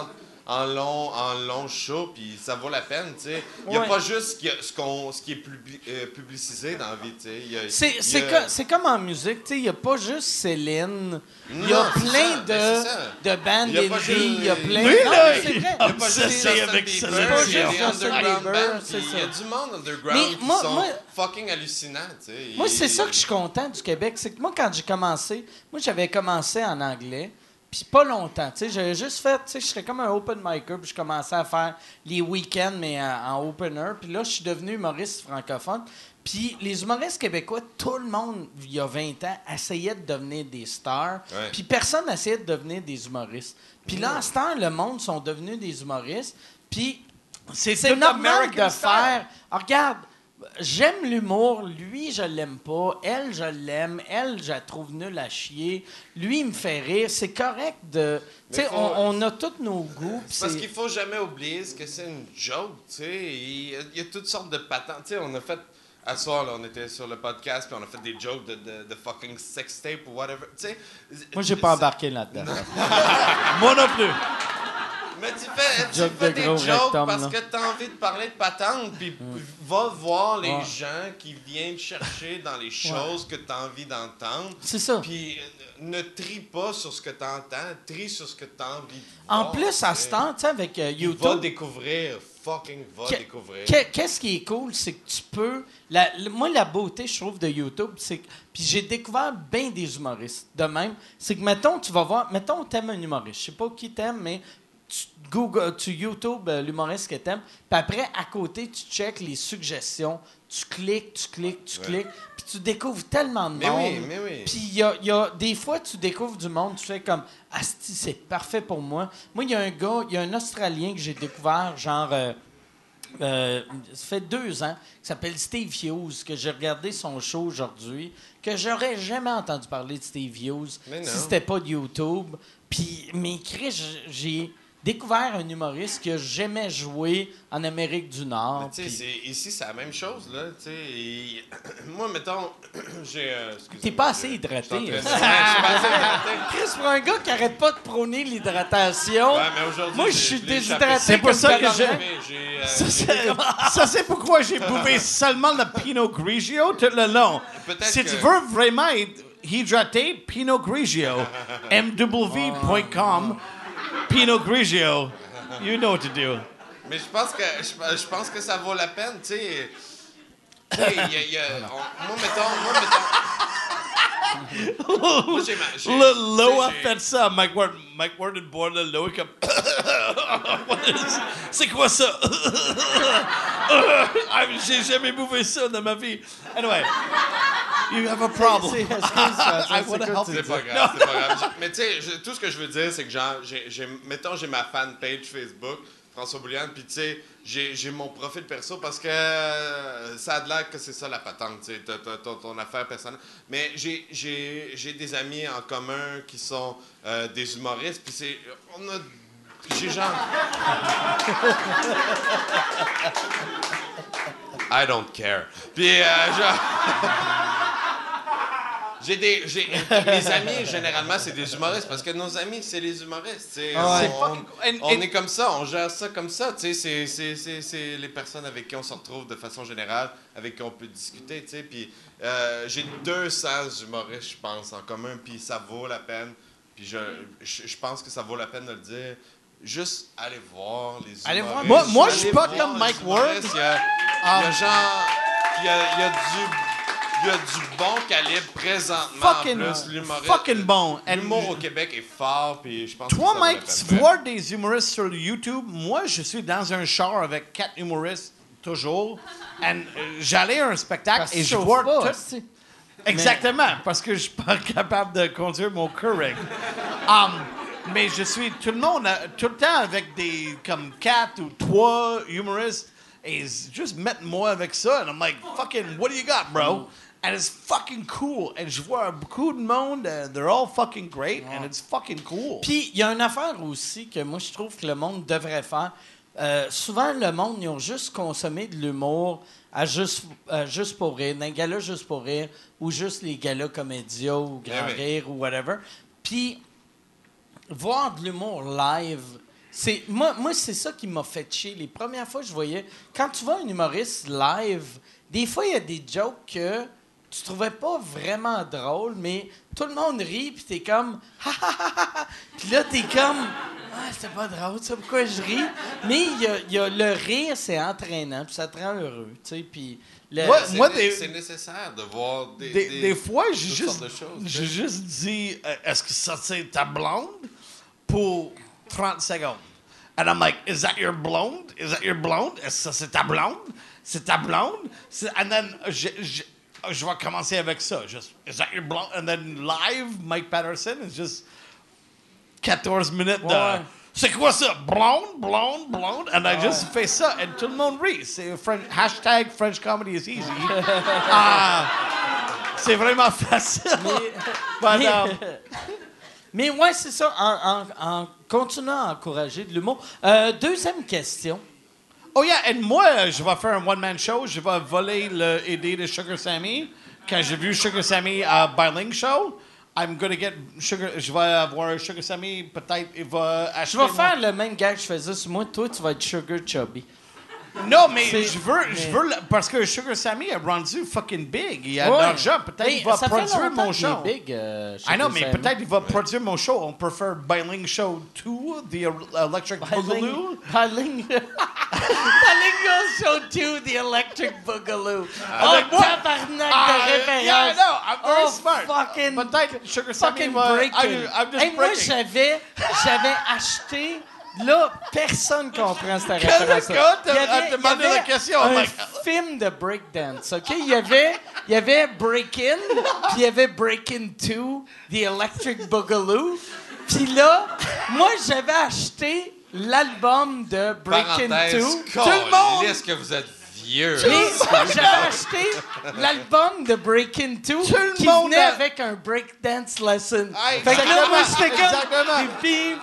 Speaker 3: en long show, puis ça vaut la peine, tu sais. Il n'y a pas juste ce qui est publicisé dans la vie, tu sais.
Speaker 1: C'est comme en musique, tu sais, il n'y a pas juste Céline. Il y a plein de bandes indie, il y a plein...
Speaker 4: Lui, là,
Speaker 1: c'est vrai.
Speaker 3: Il y a pas juste Justin
Speaker 4: avec
Speaker 3: Bieber,
Speaker 4: ça.
Speaker 3: il y a des
Speaker 1: Justin
Speaker 3: underground
Speaker 1: Bieber,
Speaker 3: bands,
Speaker 1: c'est
Speaker 3: puis il y a
Speaker 1: ça.
Speaker 3: du monde underground qui sont fucking hallucinants, tu sais.
Speaker 1: Moi, c'est ça que je suis content du Québec. C'est que moi, quand j'ai commencé, j'avais commencé en anglais, puis pas longtemps. Tu sais, j'avais juste fait, tu sais, je serais comme un open micer, puis je commençais à faire les week-ends, mais en opener. Puis là, je suis devenu humoriste francophone. Puis les humoristes québécois, tout le monde, il y a 20 ans, essayait de devenir des stars.
Speaker 3: Ouais.
Speaker 1: Puis personne n'essayait de devenir des humoristes. Puis là, en ce temps, le monde sont devenus des humoristes. Puis c'est normal
Speaker 4: American
Speaker 1: de
Speaker 4: style.
Speaker 1: faire... Alors, regarde, j'aime l'humour. Lui, je l'aime pas. Elle, je l'aime. Elle, je la trouve nulle à chier. Lui, il me fait rire. C'est correct de... Tu sais, on a tous nos goûts.
Speaker 3: C'est parce qu'il faut jamais oublier que c'est une joke, tu sais. Il y a toutes sortes de patentes. Tu sais, on a fait... À ce soir, là, on était sur le podcast, puis on a fait des jokes de fucking sex tape ou whatever. Tu sais,
Speaker 1: Moi, j'ai pas embarqué là-dedans.
Speaker 4: Moi non plus.
Speaker 3: mais tu fais
Speaker 1: Joke
Speaker 3: des
Speaker 1: de gros
Speaker 3: jokes
Speaker 1: rectum,
Speaker 3: parce
Speaker 1: là.
Speaker 3: que t'as envie de parler de patente, puis va voir les gens qui viennent chercher dans les choses que t'as envie d'entendre.
Speaker 1: C'est ça.
Speaker 3: Puis ne trie pas sur ce que t'entends, trie sur ce que t'as envie de
Speaker 1: En
Speaker 3: voir,
Speaker 1: plus, à
Speaker 3: tu sais.
Speaker 1: ce temps, tu sais, avec YouTube...
Speaker 3: Va découvrir, fucking va découvrir.
Speaker 1: Qu'est-ce qui est cool, c'est que tu peux... Moi, la beauté, je trouve, de YouTube, c'est que... Puis j'ai découvert bien des humoristes de même. C'est que, mettons, tu vas voir... Mettons, t'aimes un humoriste. Je sais pas qui t'aimes, mais tu YouTube l'humoriste que t'aimes. Puis après, à côté, tu checkes les suggestions. Tu cliques, puis tu découvres tellement de monde.
Speaker 3: Mais oui.
Speaker 1: Puis il y a des fois, tu découvres du monde, tu fais comme « Asti, c'est parfait pour moi. » Moi, il y a un gars, il y a un Australien que j'ai découvert, genre... ça fait 2 ans, qui s'appelle Steve Hughes, que j'ai regardé son show aujourd'hui, que j'aurais jamais entendu parler de Steve Hughes si c'était pas de YouTube. Puis, mais Chris, j'ai découvert un humoriste que j'aimais jouer en Amérique du Nord.
Speaker 3: Tu sais, ici, c'est la même chose, là. Tu sais, moi, mettons, j'ai...
Speaker 1: T'es pas assez hydraté.
Speaker 3: Je suis pas assez hydraté.
Speaker 1: Chris, pour un gars qui arrête pas de prôner l'hydratation,
Speaker 3: Ouais, mais aujourd'hui,
Speaker 1: moi, je suis
Speaker 3: l'ai échappé.
Speaker 1: déshydraté.
Speaker 4: C'est pour
Speaker 1: comme
Speaker 4: ça que
Speaker 1: Bernard
Speaker 4: j'ai-
Speaker 1: Lemay.
Speaker 4: Ça, c'est pourquoi j'ai bouffé seulement le Pinot Grigio tout le long.
Speaker 3: Peut-être
Speaker 4: Si
Speaker 3: que-
Speaker 4: tu veux vraiment être hydraté, Pinot Grigio, mw.com, Pinot Grigio, you know what to do.
Speaker 3: Mais je pense que ça vaut la peine, tu sais. Tu sais, moi, mettons... Moi,
Speaker 4: Le Low a
Speaker 3: j'ai-
Speaker 4: fait ça. Mike Ward est boire le Low comme... C'est quoi ça? J'ai jamais bouffé ça dans ma vie. Anyway, you have a problem. I wanna help you.
Speaker 3: C'est pas grave, c'est pas grave. Mais tu sais, tout ce que je veux dire, c'est que genre, mettons, j'ai ma fanpage Facebook, François Bouliane, puis tu sais, j'ai mon profil perso parce que ça a l'air que c'est ça la patente, tu sais, ton affaire personnelle. Mais j'ai des amis en commun qui sont des humoristes, puis j'ai genre... I don't care. Puis genre... mes amis, généralement, c'est des humoristes parce que nos amis, c'est les humoristes. Tu sais. On est comme ça, on gère ça comme ça. Tu sais, c'est les personnes avec qui on se retrouve de façon générale, avec qui on peut discuter. Tu sais. Puis j'ai 200 humoristes, je pense, en commun, puis ça vaut la peine. Puis je pense que ça vaut la peine de le dire. Juste aller voir les humoristes.
Speaker 1: Allez voir.
Speaker 4: Moi, je
Speaker 3: Allez
Speaker 4: suis pas
Speaker 3: voir
Speaker 4: comme
Speaker 3: les
Speaker 4: Mike
Speaker 3: humoristes.
Speaker 4: Ward.
Speaker 3: Il y a du bon calibre présentement.
Speaker 4: Fucking,
Speaker 3: en plus, l'humoriste-
Speaker 4: fucking bon. And
Speaker 3: L'humour au Québec est fort, puis je pense que
Speaker 4: toi,
Speaker 3: ça
Speaker 4: Mike,
Speaker 3: vaut la
Speaker 4: tu
Speaker 3: peine.
Speaker 4: vois des humoristes sur YouTube. Moi, je suis dans un char avec 4 humoristes, toujours. And j'allais à un spectacle
Speaker 1: Parce que
Speaker 4: et
Speaker 1: tu
Speaker 4: je
Speaker 1: chauffes
Speaker 4: vois
Speaker 1: pas,
Speaker 4: tout.
Speaker 1: hostie.
Speaker 4: Exactement, parce que je suis pas capable de conduire mon Keurig. Mais je suis tout le monde, tout le temps avec des comme 4 ou 3 humoristes et juste mettre moi avec ça. And I'm like, fucking, what do you got, bro? And it's fucking cool. And je vois beaucoup de monde, they're all fucking great, and it's fucking cool.
Speaker 1: Puis, il y a une affaire aussi que moi, je trouve que le monde devrait faire. Souvent, le monde, ils ont juste consommé de l'humour à juste pour rire, d'un gala juste pour rire, ou juste les galas comédia ou Grand
Speaker 3: oui.
Speaker 1: Rire ou whatever. Puis, voir de l'humour live, Moi, c'est ça qui m'a fait chier. Les premières fois que je voyais... Quand tu vois un humoriste live, des fois, il y a des jokes que tu trouvais pas vraiment drôles, mais tout le monde rit, puis t'es comme... Puis là, t'es comme... Ah, c'était pas drôle, ça, pourquoi je ris? Mais il y a le rire, c'est entraînant, puis ça te rend heureux, tu sais, puis...
Speaker 3: C'est nécessaire de voir
Speaker 4: des fois, j'ai
Speaker 3: toutes sortes de choses,
Speaker 4: juste dit, est-ce que ça, c'est ta blonde? Pour 30 secondes. And I'm like, is that your blonde? Is that your blonde? Est-ce que ça, c'est ta blonde? C'est ta blonde? And then, je vais commencer avec ça. Just, is that your blonde? And then live, Mike Patterson is just 14 minutes de... C'est quoi ça? Blonde, blonde, blonde. And I just fais ça. And tout le monde rit. C'est hashtag French comedy is easy. C'est vraiment facile.
Speaker 1: Mais ouais, c'est ça. En continuant à encourager de l'humour. Deuxième question.
Speaker 4: Oh yeah, et moi, je vais faire un one-man show. Je vais voler l'idée de Sugar Sammy. Quand j'ai vu Sugar Sammy à Biling Show, I'm gonna get Sugar... Je vais avoir Sugar Sammy, peut-être il va acheter...
Speaker 1: Je vais faire le même gars que je faisais sur moi. Toi, tu vas être Sugar Chubby.
Speaker 4: Non, mais je veux... Parce que Sugar Sammy a rendu fucking big. Il a de l'argent. Peut-être qu'il va produire mon show.
Speaker 1: Big,
Speaker 4: I know, mais peut-être il va produire mon show. On préfère Biling Show 2, The Electric Boogaloo.
Speaker 1: Biling Show 2, The Electric Boogaloo. Oh, tabarnak de référence.
Speaker 4: Yeah, I know. I'm very smart.
Speaker 1: Fucking...
Speaker 4: Peut-être Sugar Sammy va...
Speaker 1: breaking.
Speaker 4: I'm just
Speaker 1: Moi,
Speaker 4: breaking.
Speaker 1: j'avais acheté... Là, personne comprend cette référence.
Speaker 4: Il y avait la question.
Speaker 1: Un film de breakdance, OK? Il y avait Breakin', puis il y avait Breakin' 2, The Electric Boogaloo. Puis là, moi, j'avais acheté l'album de Breakin' 2.
Speaker 3: Tout le monde! Est-ce que vous êtes vieux?
Speaker 1: J'avais acheté l'album de Breakin' 2 qui venait avec un breakdance lesson. Fait que là, moi, j'étais comme...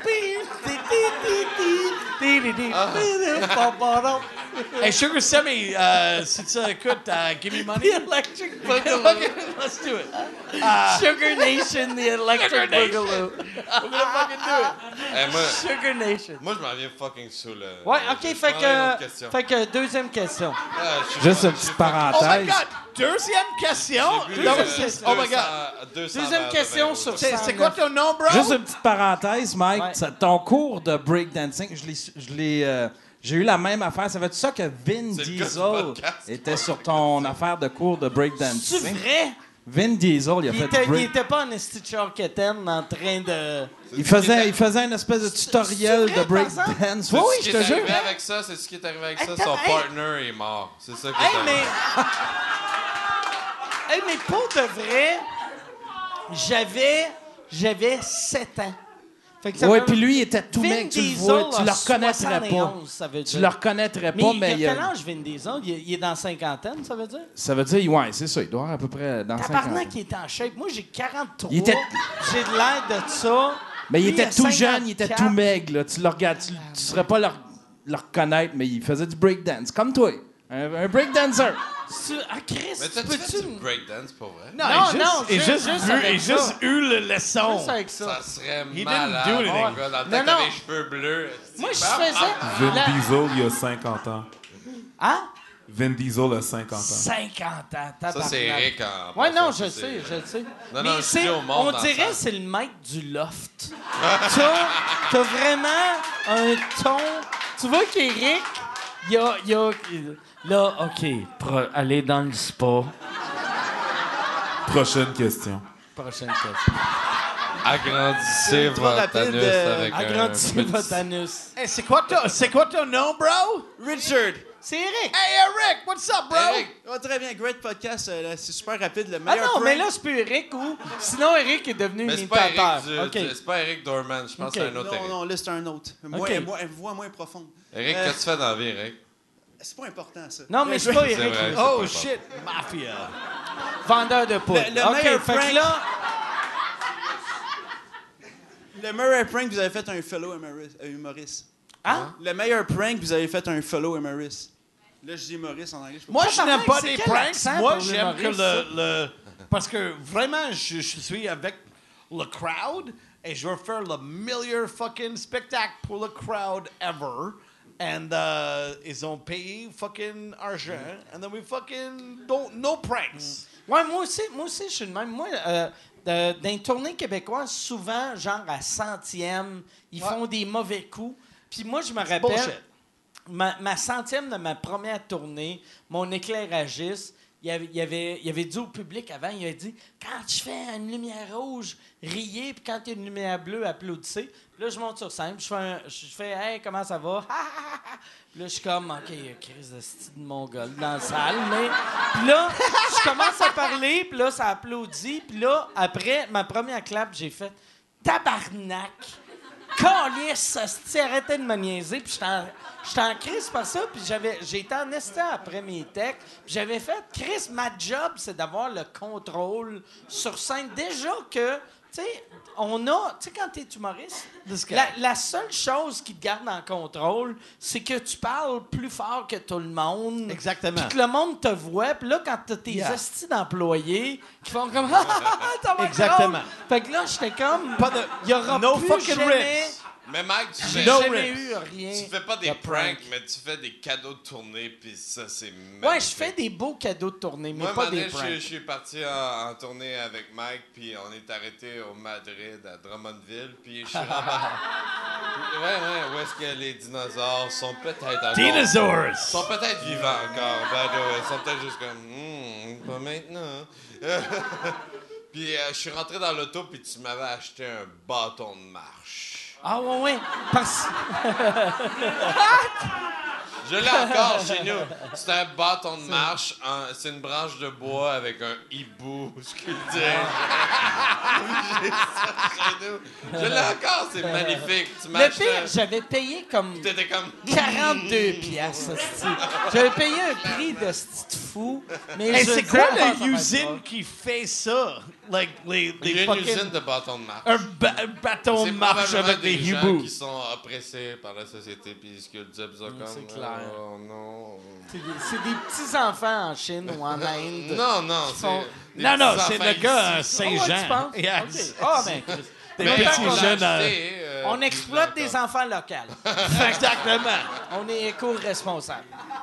Speaker 4: Hey, Sugar Sammy, si tu écoutes, give me money.
Speaker 1: The Electric Boogaloo.
Speaker 4: Let's do it.
Speaker 1: Sugar Nation, The Electric Boogaloo.
Speaker 4: We're gonna fucking do it.
Speaker 1: Sugar Nation.
Speaker 3: Moi, je m'en viens fucking sous le...
Speaker 1: Ouais, OK, fait que deuxième question.
Speaker 7: Juste une petite parenthèse.
Speaker 4: Oh my God! Deuxième question. Oh my God.
Speaker 1: Deuxième question sur
Speaker 4: C'est quoi ton nom, bro?
Speaker 7: Juste une petite parenthèse, Mike.
Speaker 1: Ouais.
Speaker 7: Ton cours de breakdancing, j'ai eu la même affaire. Ça veut dire ça que Vin
Speaker 3: C'est le gars du
Speaker 7: Diesel
Speaker 3: podcast.
Speaker 7: était sur ton affaire de cours de
Speaker 1: C'est
Speaker 7: breakdancing?
Speaker 1: vrai?
Speaker 7: Vin Diesel, il a fait
Speaker 1: Il était pas en esti Charquetaine en train de...
Speaker 7: Il faisait une espèce de tutoriel
Speaker 1: C'est vrai,
Speaker 7: de
Speaker 1: par
Speaker 7: breakdance.
Speaker 3: C'est
Speaker 7: Oui,
Speaker 3: ce qui
Speaker 7: je
Speaker 3: est
Speaker 7: te jure.
Speaker 3: arrivé avec ça, c'est ce qui est arrivé avec ça.
Speaker 1: Attends,
Speaker 3: Son
Speaker 1: hey.
Speaker 3: partner est mort. C'est ça qui est
Speaker 1: Hey,
Speaker 3: arrivé.
Speaker 1: mais pour de vrai, j'avais 7 ans. Fait que ça
Speaker 7: Oui,
Speaker 1: veut-
Speaker 7: puis lui, il était tout
Speaker 1: Vin
Speaker 7: mec, tu le
Speaker 1: Diesel
Speaker 7: vois, tu
Speaker 1: a
Speaker 7: le reconnaîtrais pas.
Speaker 1: 71, ça veut
Speaker 7: Tu
Speaker 1: dire.
Speaker 7: le reconnaîtrais
Speaker 1: Mais
Speaker 7: pas,
Speaker 1: il
Speaker 7: mais
Speaker 1: a quel âge, Vin Diesel? Il est dans cinquantaine, ça veut dire?
Speaker 7: ça veut dire, ouais, c'est ça, il doit avoir à peu près dans 50 ans.
Speaker 1: Tabarnak, il était en shape. Moi, j'ai 43.
Speaker 7: Il était-
Speaker 1: J'ai de l'air de ça.
Speaker 7: Mais il
Speaker 1: Lui,
Speaker 7: était
Speaker 1: a
Speaker 7: tout jeune, il était
Speaker 1: 54.
Speaker 7: tout maigre. Là. Tu le regardes, tu serais pas le reconnaître, mais il faisait du breakdance, comme toi. Un breakdancer.
Speaker 1: Chris,
Speaker 3: Mais
Speaker 1: tu
Speaker 3: t'as-tu fait
Speaker 1: peux-tu...
Speaker 3: du breakdance pour vrai?
Speaker 1: Non,
Speaker 4: il
Speaker 1: juste avec ça.
Speaker 4: juste eu le leçon.
Speaker 1: Juste avec ça.
Speaker 3: Ça serait
Speaker 4: didn't
Speaker 3: malade,
Speaker 4: do anything.
Speaker 3: mon gars. Dans le temps
Speaker 1: Non,
Speaker 3: que t'avais
Speaker 1: non.
Speaker 3: les cheveux bleus.
Speaker 1: Moi, je faisais...
Speaker 8: Vin
Speaker 1: la-
Speaker 8: Diesel, il y a 50 ans.
Speaker 1: Hein?
Speaker 8: Vin Diesel a 50 ans.
Speaker 1: 50 ans, tabarnak.
Speaker 3: Ça, c'est Eric en...
Speaker 1: Ouais, non,
Speaker 3: passant,
Speaker 1: je
Speaker 3: c'est-
Speaker 1: sais, je sais.
Speaker 3: Non,
Speaker 1: Mais
Speaker 3: non, je dis au monde
Speaker 1: on
Speaker 3: dans
Speaker 1: dirait
Speaker 3: la
Speaker 1: que
Speaker 3: salle.
Speaker 1: c'est le maître du loft. T'as vraiment un ton... Tu vois qu'Éric, il y a... Là, OK, aller dans le spa.
Speaker 8: Prochaine question.
Speaker 1: Prochaine question.
Speaker 3: Agrandissez votre anus avec
Speaker 1: Agrandissez
Speaker 3: un...
Speaker 1: votre anus.
Speaker 4: Hey, c'est quoi ton nom, bro?
Speaker 9: Richard.
Speaker 1: C'est Eric.
Speaker 4: Hey, Eric, what's up, bro?
Speaker 3: Eric,
Speaker 9: Oh, très bien, great podcast. C'est super rapide. Le
Speaker 1: Ah
Speaker 9: meilleur
Speaker 1: non,
Speaker 9: prank.
Speaker 1: mais là, c'est plus Eric ou... Sinon, Eric est devenu
Speaker 3: mais c'est pas
Speaker 1: imitateur.
Speaker 3: Eric
Speaker 1: OK.
Speaker 3: c'est pas Eric Dorman, je pense
Speaker 1: Ok.
Speaker 3: que c'est un autre
Speaker 9: Non,
Speaker 3: Eric.
Speaker 9: non, là, c'est un autre.
Speaker 1: Ok.
Speaker 9: Une voix moins profonde.
Speaker 3: Eric, qu'est-ce que tu fais dans la vie, Eric?
Speaker 9: C'est pas important, ça.
Speaker 1: Non, mais c'est pas Eric.
Speaker 3: vrai.
Speaker 4: Oh, shit, mafia.
Speaker 1: Vendeur de poudre.
Speaker 9: Le
Speaker 1: OK,
Speaker 9: meilleur
Speaker 1: fait que
Speaker 9: prank-
Speaker 1: là...
Speaker 9: Le meilleur prank que vous avez fait un fellow humoriste.
Speaker 1: Hein?
Speaker 9: Le meilleur prank que vous avez fait un fellow humoriste. Là, je dis humoriste en anglais. Je sais pas
Speaker 4: Moi, je n'aime pas
Speaker 1: c'est
Speaker 4: des
Speaker 1: quel
Speaker 4: pranks.
Speaker 1: accent
Speaker 4: Moi,
Speaker 1: pour
Speaker 4: j'aime que
Speaker 1: l'humoriste,
Speaker 4: le... Parce que vraiment, je suis avec le crowd. et je vais faire le meilleur fucking spectacle pour le crowd ever. And ils ont payé fucking argent. And then we fucking no pranks.
Speaker 1: Ouais, moi aussi, je suis le même. Moi, dans les tournées québécoises, souvent, genre à 100e, ils font des mauvais coups. Puis moi, je me rappelle,
Speaker 4: bullshit.
Speaker 1: ma 100e de ma première tournée, mon éclairagiste, il avait dit au public avant, il a dit « Quand je fais une lumière rouge, riez, puis quand il y a une lumière bleue, applaudissez. » Puis là, je monte sur scène, je fais Hey, comment ça va? » Puis là, je suis comme « OK, crise de style de mongol dans la salle. » Mais puis là, je commence à parler, puis là, ça applaudit. Puis là, après ma première clap, j'ai fait « Tabarnak! » Calisse, hostie, arrêtez de me niaiser. Puis j'étais en crise par ça. Puis j'ai été en esti après mes textes. Puis j'avais fait, Chris, ma job, c'est d'avoir le contrôle sur scène. Déjà que, tu sais, quand t'es humoriste, la seule chose qui te garde en contrôle, c'est que tu parles plus fort que tout le monde.
Speaker 4: Exactement.
Speaker 1: Puis que le monde te voit. Puis là, quand t'as tes estis d'employés qui font comme,
Speaker 4: Exactement.
Speaker 1: Fait que là, j'étais comme, il y aura
Speaker 4: no
Speaker 1: plus
Speaker 4: fucking
Speaker 1: jamais...
Speaker 4: rips.
Speaker 3: Mais Mike, tu fais,
Speaker 1: jamais eu rien.
Speaker 3: tu fais pas des
Speaker 1: de
Speaker 3: pranks, mais tu fais des cadeaux de tournée, puis ça, c'est magnifique.
Speaker 1: Ouais, je fais des beaux cadeaux de tournée, mais
Speaker 3: Moi,
Speaker 1: pas
Speaker 3: un moment
Speaker 1: des
Speaker 3: donné,
Speaker 1: pranks.
Speaker 3: je suis parti en tournée avec Mike, puis on est arrêté au Madrid, à Drummondville, puis je suis rembarqué. Ouais, où est-ce que les dinosaures sont peut-être encore...
Speaker 4: Dinosaurs!
Speaker 3: sont peut-être vivants encore, by the way. Ils sont peut-être juste comme... pas maintenant. Puis je suis rentré dans l'auto, puis tu m'avais acheté un bâton de marche.
Speaker 1: Ah ouais. Parce...
Speaker 3: Je l'ai encore chez nous. C'est un bâton de marche. C'est une branche de bois avec un hibou sculpté. J'ai ça chez nous. Je l'ai encore, c'est magnifique. Tu m'as
Speaker 1: Le
Speaker 3: acheté
Speaker 1: pire, j'avais payé comme
Speaker 3: T'étais comme...
Speaker 1: 42 piastres, hostie. J'avais payé un prix de style fou, mais
Speaker 4: Hey,
Speaker 1: je
Speaker 4: c'est
Speaker 1: disais,
Speaker 4: quoi
Speaker 1: ah, ça va être
Speaker 4: l'usine
Speaker 1: drôle.
Speaker 4: qui fait ça? Like,
Speaker 3: Il y a une usine de bâtons de marche.
Speaker 4: Un bâton
Speaker 3: C'est
Speaker 4: de marche
Speaker 3: probablement
Speaker 4: avec des
Speaker 3: gens
Speaker 4: hiboux.
Speaker 3: qui sont oppressés par la société puis ils sculptent ça comme...
Speaker 1: c'est clair.
Speaker 3: Oh non...
Speaker 1: C'est des petits-enfants en Chine ou en Inde.
Speaker 3: Non,
Speaker 1: font-
Speaker 3: c'est...
Speaker 4: Non,
Speaker 3: des
Speaker 4: c'est
Speaker 3: petits
Speaker 4: le gars
Speaker 3: enfants
Speaker 4: à
Speaker 3: ici.
Speaker 1: Ah ouais,
Speaker 4: Saint-Jean.
Speaker 1: tu penses?
Speaker 4: Yes.
Speaker 1: OK. Ah, ben, Chris.
Speaker 4: Des
Speaker 3: Mais
Speaker 4: petits
Speaker 3: on l'a
Speaker 4: jeunes.
Speaker 3: acheté,
Speaker 1: On exploite des enfants locaux.
Speaker 4: Exactement.
Speaker 1: On est éco-responsables.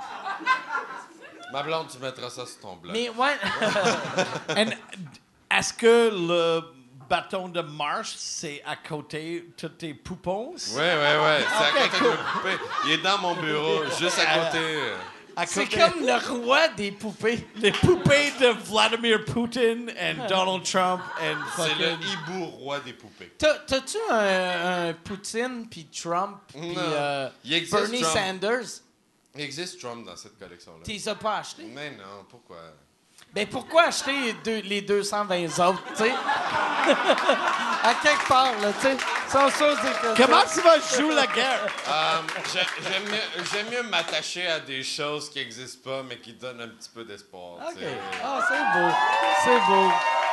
Speaker 3: Ma blonde, tu mettras ça sur ton blog.
Speaker 1: Mais ouais.
Speaker 4: And est-ce que le bâton de marche, c'est à côté de tes poupons?
Speaker 3: Ouais. C'est à côté de ma poupée. Il est dans mon bureau, juste à côté.
Speaker 1: C'est comme le roi des poupées.
Speaker 4: Les poupées de Vladimir Putin et Donald Trump et
Speaker 3: C'est le
Speaker 4: fucking...
Speaker 3: hibou roi des poupées.
Speaker 1: T'as-tu un Poutine, puis Trump, puis
Speaker 3: Non. Il existe
Speaker 1: Bernie
Speaker 3: Trump.
Speaker 1: Sanders?
Speaker 3: Il existe Trump dans cette collection-là.
Speaker 1: Tu les as pas achetés?
Speaker 3: Mais non, pourquoi?
Speaker 1: Ben pourquoi acheter les 220 autres, tu sais? À quelque part, là, tu sais. Sans chose des questions.
Speaker 4: Comment tu vas jouer la guerre?
Speaker 3: J'aime mieux m'attacher à des choses qui n'existent pas, mais qui donnent un petit peu d'espoir.
Speaker 1: OK.
Speaker 3: tu sais.
Speaker 1: Ah, c'est beau. C'est beau.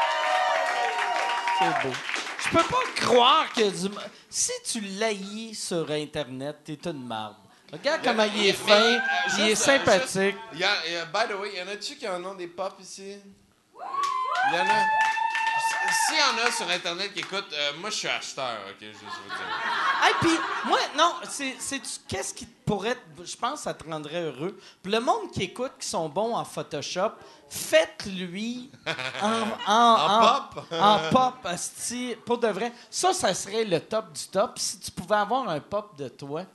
Speaker 1: C'est beau. Je peux pas croire que si tu l'haïs sur Internet, t'es une marde. Regarde comment il est fin, il est sympathique.
Speaker 3: By the way, y en a-tu qui en ont des pop ici? Il y en a. S'il y en a sur Internet qui écoutent, moi je suis acheteur, OK, juste vous dire.
Speaker 1: Hey, puis moi, non, qu'est-ce qui pourrait, je pense que ça te rendrait heureux. Pour le monde qui écoute, qui sont bons en Photoshop, faites-lui en pop, asti, pour de vrai. Ça serait le top du top. Si tu pouvais avoir un pop de toi.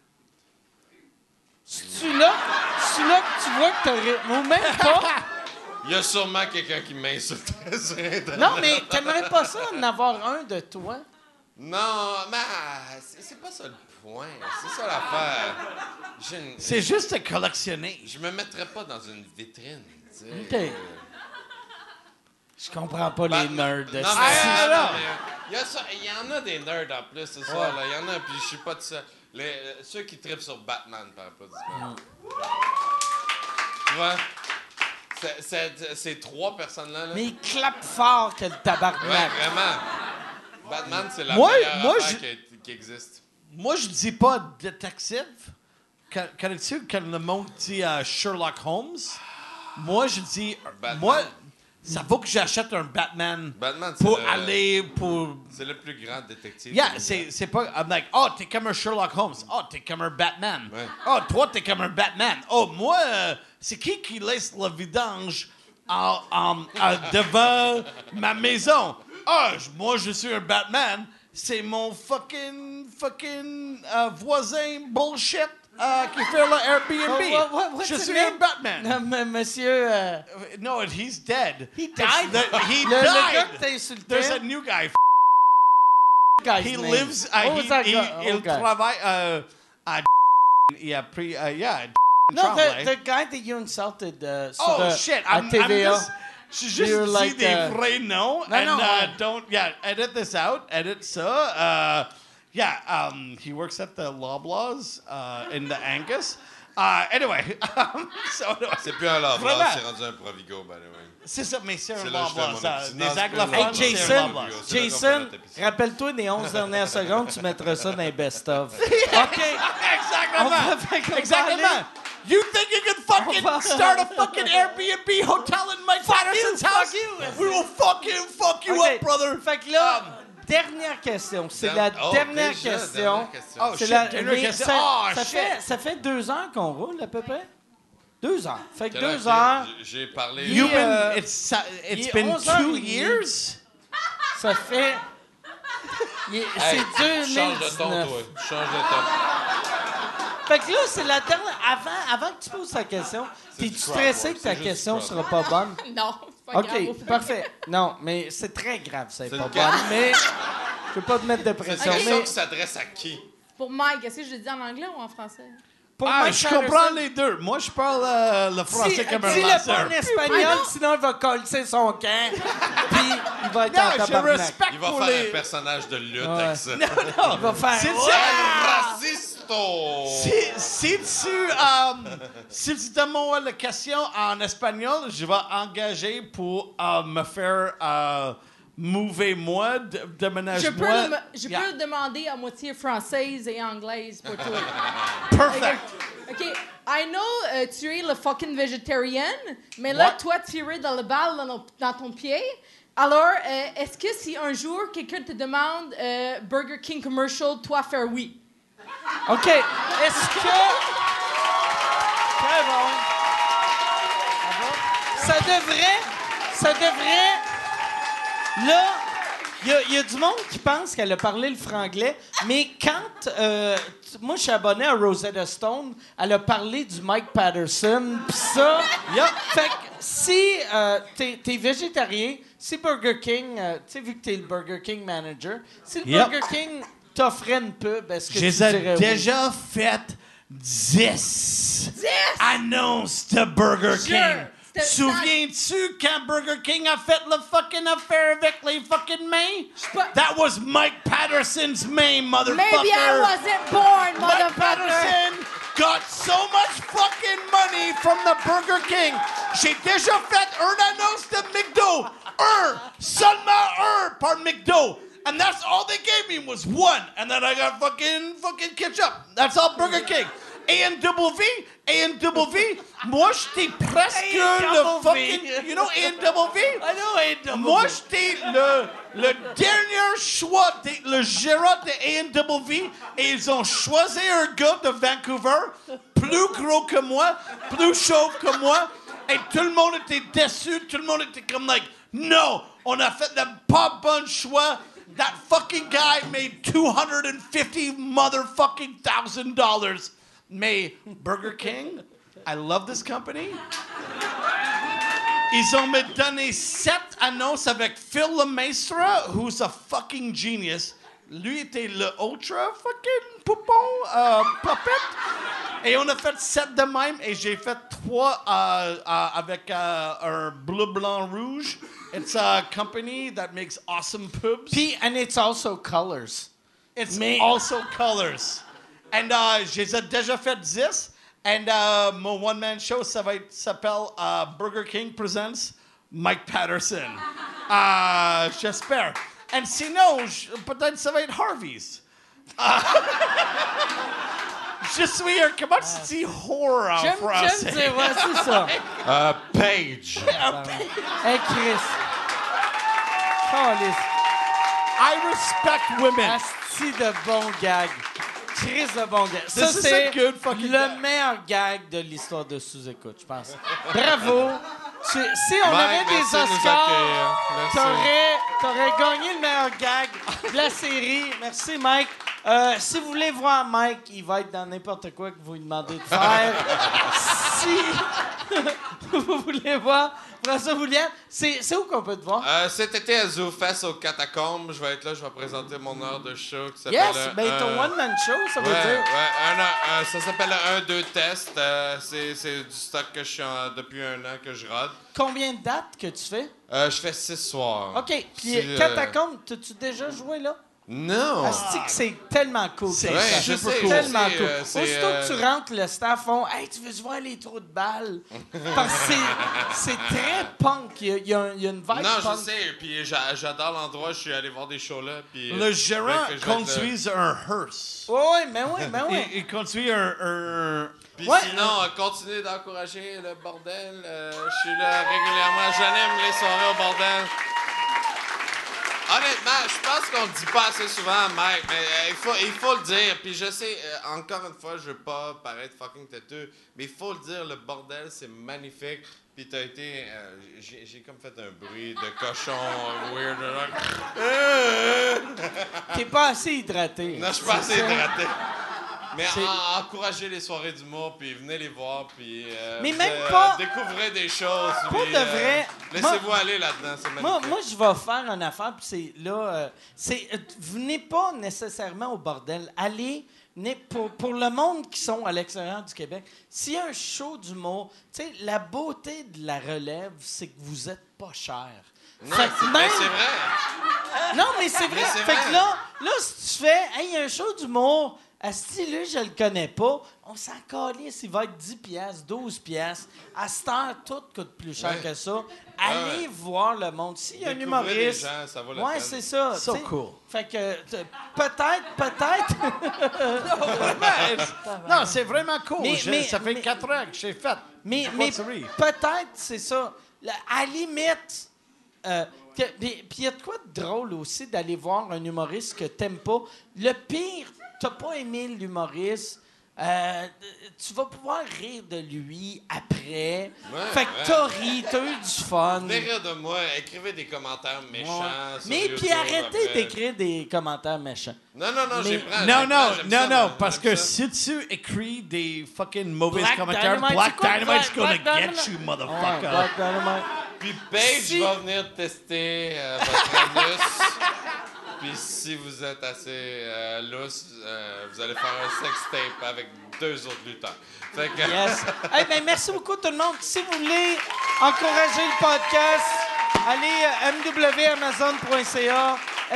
Speaker 1: C'est-tu là que tu vois que t'aurais... Ou même pas...
Speaker 3: Il y a sûrement quelqu'un qui m'insulte sur Internet.
Speaker 1: Non, mais t'aimerais pas ça, en avoir un de toi?
Speaker 3: Non, mais c'est pas ça le point. C'est ça l'affaire.
Speaker 4: C'est juste de collectionner.
Speaker 3: Je me mettrais pas dans une vitrine, tu sais.
Speaker 1: OK. Je comprends pas les nerds de
Speaker 3: Non,
Speaker 1: ça.
Speaker 3: mais il y en a des nerds en plus ce soir. Là. Il y en a, puis je suis pas de ça. Ceux qui trippent sur Batman, par applaudissement. Tu vois? Ces trois personnes-là. Là.
Speaker 1: Mais il clappe fort que le tabarnak.
Speaker 3: Ouais, vraiment. Batman, c'est la
Speaker 4: Moi,
Speaker 3: meilleure affaire qui existe.
Speaker 4: Moi, je dis pas détective. Connais-tu quand le monde dit Sherlock Holmes? Moi, je dis...
Speaker 3: Batman.
Speaker 4: Moi, ça vaut que j'achète un Batman,
Speaker 3: Batman,
Speaker 4: pour aller pour.
Speaker 3: C'est le plus grand détective.
Speaker 4: Yeah, c'est pas. I'm like, oh, t'es comme un Sherlock Holmes. Oh, t'es comme un Batman.
Speaker 3: Ouais.
Speaker 4: Oh, toi, t'es comme un Batman. Oh, moi, c'est qui laisse le vidange devant ma maison? Ah, moi, je suis un Batman. C'est mon fucking voisin bullshit qui fait le Airbnb.
Speaker 1: What's
Speaker 4: Je
Speaker 1: his
Speaker 4: suis
Speaker 1: name?
Speaker 4: un Batman.
Speaker 1: Non, monsieur...
Speaker 4: No, he's dead.
Speaker 1: he died.
Speaker 4: He
Speaker 1: Le gars
Speaker 4: died.
Speaker 1: que t'as insulté.
Speaker 4: There's a new guy.
Speaker 1: guy's
Speaker 4: He
Speaker 1: name.
Speaker 4: lives.
Speaker 1: What was that guy?
Speaker 4: Il
Speaker 1: Okay.
Speaker 4: travaille à. Il a pris. Yeah.
Speaker 1: No,
Speaker 4: Tremblay.
Speaker 1: the guy that you insulted sur
Speaker 4: Oh shit!
Speaker 1: à
Speaker 4: I'm
Speaker 1: TVA.
Speaker 4: J'ai juste
Speaker 1: You're
Speaker 4: dit
Speaker 1: like,
Speaker 4: des vrais noms.
Speaker 1: No,
Speaker 4: and
Speaker 1: no,
Speaker 4: don't. Yeah, edit this out. Edit ça. He works at the Loblaws in the Angus. Anyway,
Speaker 3: C'est plus un Loblaws,
Speaker 4: Vraiment.
Speaker 3: c'est rendu un Provigo, by the way.
Speaker 4: c'est ça, mais c'est un
Speaker 3: C'est là que je fais
Speaker 4: Loblaws.
Speaker 3: mon épicerie. Non,
Speaker 4: Des
Speaker 3: c'est
Speaker 4: anglophones,
Speaker 3: pas un
Speaker 1: Hey,
Speaker 3: Loblaws.
Speaker 4: c'est un
Speaker 1: Jason,
Speaker 4: Loblaws.
Speaker 3: C'est là qu'on fait
Speaker 1: Jason,
Speaker 3: notre épicerie.
Speaker 1: rappelle-toi des 11 dernières secondes, tu mettras ça dans les best-of. OK.
Speaker 4: Exactement. Exactement. You think you can fucking start a fucking Airbnb hotel in Mike Patterson's house? We will fucking fuck you
Speaker 1: OK.
Speaker 4: up, brother.
Speaker 1: Fait que là, dernière question. C'est la dernière
Speaker 3: déjà,
Speaker 1: question.
Speaker 3: dernière question.
Speaker 4: Oh,
Speaker 1: C'est
Speaker 4: shit, dernière
Speaker 1: mais
Speaker 4: question.
Speaker 1: Ça,
Speaker 4: Oh,
Speaker 1: ça
Speaker 4: shit.
Speaker 1: ça fait 2 heures qu'on roule, à peu près? 2 heures. Fait que
Speaker 3: Quelle
Speaker 1: 2
Speaker 3: heure
Speaker 1: heures,
Speaker 3: J'ai parlé.
Speaker 1: You-
Speaker 4: It's
Speaker 1: il est
Speaker 4: been
Speaker 1: 11h30.
Speaker 4: 2 years.
Speaker 1: ça fait... C'est
Speaker 3: Change de ton,
Speaker 1: 2019.
Speaker 3: toi. Change de ton.
Speaker 1: Fait que là, c'est la dernière... Avant que tu poses ta question,
Speaker 3: C'est
Speaker 1: t'es-tu
Speaker 3: du
Speaker 1: stressé
Speaker 3: crowd
Speaker 1: que ta
Speaker 3: work, c'est
Speaker 1: question
Speaker 3: juste
Speaker 1: sera pas bonne?
Speaker 10: Non, c'est pas grave.
Speaker 1: OK, parfait. Non, mais c'est très grave, c'est
Speaker 3: C'est
Speaker 1: pas
Speaker 3: une
Speaker 1: bonne. Mais je veux pas te mettre de
Speaker 3: C'est
Speaker 1: pression.
Speaker 3: une question
Speaker 1: Mais
Speaker 3: qui s'adresse à qui?
Speaker 10: Pour Mike, est-ce que je le dis en anglais ou en français?
Speaker 1: pour Mike
Speaker 4: Je
Speaker 1: Patterson,
Speaker 4: comprends les deux. Moi, je parle le français comme un
Speaker 1: dis-le
Speaker 4: master.
Speaker 1: pas en espagnol, sinon il va coller son camp. Puis il va être en
Speaker 4: Non, je
Speaker 1: tabarnak.
Speaker 4: respecte
Speaker 3: Il va
Speaker 4: pour
Speaker 3: faire
Speaker 4: les...
Speaker 3: un personnage de lutte
Speaker 1: Ouais.
Speaker 3: avec ça.
Speaker 1: Il va faire...
Speaker 4: C'est
Speaker 3: Racisto!
Speaker 4: Si tu demandes la question en espagnol, je vais engager pour me faire mouver moi, déménage-moi.
Speaker 10: Je peux demander à moitié française et anglaise pour toi.
Speaker 4: Perfect.
Speaker 10: OK. I know tu es le fucking végétarien, mais là,
Speaker 4: What?
Speaker 10: toi, tirer dans le balle dans ton pied. Alors, est-ce que si un jour, quelqu'un te demande Burger King commercial, toi, faire oui?
Speaker 1: OK. Est-ce que... Très bon. Ça devrait... Là, il y a du monde qui pense qu'elle a parlé le franglais, mais quand... moi, je suis abonné à Rosetta Stone, elle a parlé du Mike Patterson, pis ça... Fait que si t'es végétarien, si Burger King... tu sais, vu que t'es le Burger King manager, si le Burger King t'offrait une pub, est-ce que tu dirais oui?
Speaker 4: déjà fait 10 annonces de Burger King.
Speaker 10: C'était-
Speaker 4: Souviens-tu quand Burger King a fait le fucking affaire avec les fucking mains?
Speaker 10: pas-
Speaker 4: That was Mike Patterson's main, motherfucker.
Speaker 10: Maybe I wasn't born,
Speaker 4: Mike
Speaker 10: motherfucker.
Speaker 4: Patterson got so much fucking money from the Burger King. J'ai déjà fait une annonce de McDo. Seulement un par McDo. And that's all they gave me was one. And then I got fucking ketchup. That's all Burger King. A&W, moi j'étais presque le fucking... You know A&W?
Speaker 1: I know A&W.
Speaker 4: Moi j'étais le dernier choix, le gérant de A&W, et ils ont choisi un gars de Vancouver, plus gros que moi, plus chauve que moi, et tout le monde était déçu, tout le monde était comme like, no, on a fait le pas bon choix. That fucking guy made $250 motherfucking $1,000. Mais Burger King, I love this company. Ils ont me donné 7 annonces avec Phil Lemaistre, who's a fucking genius. Lui était le ultra fucking poupon, puppet. Et on a fait 7 de même, et j'ai fait 3 avec un bleu, blanc, rouge. It's a company that makes awesome pubs.
Speaker 1: And it's also colors.
Speaker 4: It's
Speaker 1: Mais-
Speaker 4: also colors. And j'ai déjà fait 10. And mon one-man show s'appelle Burger King Presents Mike Patterson. J'espère. And sinon, peut-être ça va être Harvey's. Je suis un... Comment tu dis whore en
Speaker 1: J'aime
Speaker 4: français?
Speaker 1: dire, ouais, c'est ça.
Speaker 3: Paige.
Speaker 1: Hey, Chris. Calisse.
Speaker 4: I respect women.
Speaker 1: Asti de bon gag. Chris de bon gag. Ça,
Speaker 4: This is
Speaker 1: c'est
Speaker 4: a good fucking
Speaker 1: le
Speaker 4: gag.
Speaker 1: meilleur gag de l'histoire de Sous-Écoute, je pense. Bravo. Si on
Speaker 3: Mike,
Speaker 1: avait des
Speaker 3: merci de nous
Speaker 1: Oscars,
Speaker 3: accueillir. Merci.
Speaker 1: t'aurais gagné le meilleur gag de la série. Merci, Mike. Si vous voulez voir Mike, il va être dans n'importe quoi que vous lui demandez de faire. Si vous voulez voir François Bouliane, c'est où qu'on peut te voir?
Speaker 3: Cet été à ZooFest aux Catacombes, je vais être là, je vais présenter mon heure de show qui s'appelle...
Speaker 1: Yes, ben ton one-man show, ça veut dire.
Speaker 3: Ouais, ça s'appelle le 1-2 test. C'est du stock que je suis depuis un an que je rode.
Speaker 1: Combien de dates que tu fais?
Speaker 3: Je fais 6 soirs.
Speaker 1: OK. Puis Catacombes, t'as-tu déjà joué là?
Speaker 3: Non!
Speaker 1: Asti que c'est tellement cool.
Speaker 3: C'est je sais,
Speaker 1: tellement
Speaker 3: je sais,
Speaker 1: cool.
Speaker 3: c'est,
Speaker 1: Aussitôt que tu rentres, le staff font « Hey, tu veux voir les trous de balles? » Parce que c'est très punk. Il y a une vibe punk.
Speaker 3: Non, je sais. Puis j'adore l'endroit. Je suis allé voir des shows là. Puis
Speaker 4: Le gérant
Speaker 3: que je vais être
Speaker 4: conduit un hearse.
Speaker 1: Oui, mais oui.
Speaker 4: Il conduit un...
Speaker 3: Puis
Speaker 1: Ouais.
Speaker 3: sinon, continuez d'encourager le bordel. Je suis là régulièrement. J'anime les soirées au bordel. Honnêtement, je pense qu'on le dit pas assez souvent, Mike, mais il faut le dire. Puis je sais, encore une fois, je veux pas paraître fucking têteux, mais il faut le dire, le bordel, c'est magnifique. Puis t'as été... j'ai comme fait un bruit de cochon weird.
Speaker 1: T'es pas assez hydraté.
Speaker 3: Non, je suis pas assez hydraté. Mais encouragez les soirées d'humour, puis venez les voir, puis
Speaker 1: mais
Speaker 3: vous,
Speaker 1: même pas...
Speaker 3: découvrez des choses.
Speaker 1: Pour
Speaker 3: puis,
Speaker 1: de vrai...
Speaker 3: laissez-vous aller là-dedans, c'est magnifique.
Speaker 1: Moi, je vais faire une affaire, puis c'est là... venez pas nécessairement au bordel. Allez... Pour le monde qui sont à l'extérieur du Québec, s'il y a un show d'humour, tu sais, la beauté de la relève, c'est que vous êtes pas cher.
Speaker 3: Non, c'est vrai.
Speaker 1: Non, mais c'est vrai.
Speaker 3: c'est
Speaker 1: Fait
Speaker 3: vrai.
Speaker 1: que là, si tu fais, hey, il y a un show d'humour, asti, lui, je le connais pas, on s'en calisse, il va être 10 piastres, 12 piastres. À cette heure, tout coûte plus cher que ça. Allez voir le monde. S'il y a un
Speaker 3: Découvrez
Speaker 1: humoriste...
Speaker 3: les gens, ça vaut la
Speaker 1: ouais,
Speaker 3: peine.
Speaker 1: c'est ça.
Speaker 4: So
Speaker 1: t'sais.
Speaker 4: cool.
Speaker 1: Fait que, peut-être...
Speaker 4: Non, c'est vraiment cool.
Speaker 1: Mais-
Speaker 4: ça fait 4 ans que j'ai fait.
Speaker 1: Mais
Speaker 4: Sorry.
Speaker 1: peut-être, c'est ça. À la limite... Puis il y a de quoi de drôle aussi d'aller voir un humoriste que t'aimes pas. Le pire, t'as pas aimé l'humoriste, tu vas pouvoir rire de lui après. Fait que t'as ri, t'as eu du fun.
Speaker 3: Venez rire de moi, écrivez des commentaires méchants. sur
Speaker 1: Mais
Speaker 3: YouTube
Speaker 1: puis arrêtez
Speaker 3: après.
Speaker 1: d'écrire des commentaires méchants.
Speaker 3: Non,
Speaker 1: Mais-
Speaker 3: j'ai pris.
Speaker 4: Non, parce que si tu écris des fucking mauvais
Speaker 1: Black
Speaker 4: commentaires,
Speaker 1: Dynamite,
Speaker 4: Black
Speaker 1: c'est quoi
Speaker 4: Dynamite's gonna
Speaker 1: Black
Speaker 4: get
Speaker 1: Dynamite?
Speaker 4: you,
Speaker 1: Ouais,
Speaker 4: motherfucker.
Speaker 1: Black Dynamite.
Speaker 3: Puis Paige
Speaker 1: Si-
Speaker 3: va venir tester votre anus. Puis si vous êtes assez lousse, vous allez faire un sex tape avec 2 autres lutteurs. Fait que...
Speaker 1: Yes. Hey, ben, merci beaucoup tout le monde. Si vous voulez encourager le podcast, allez mwamazon.ca,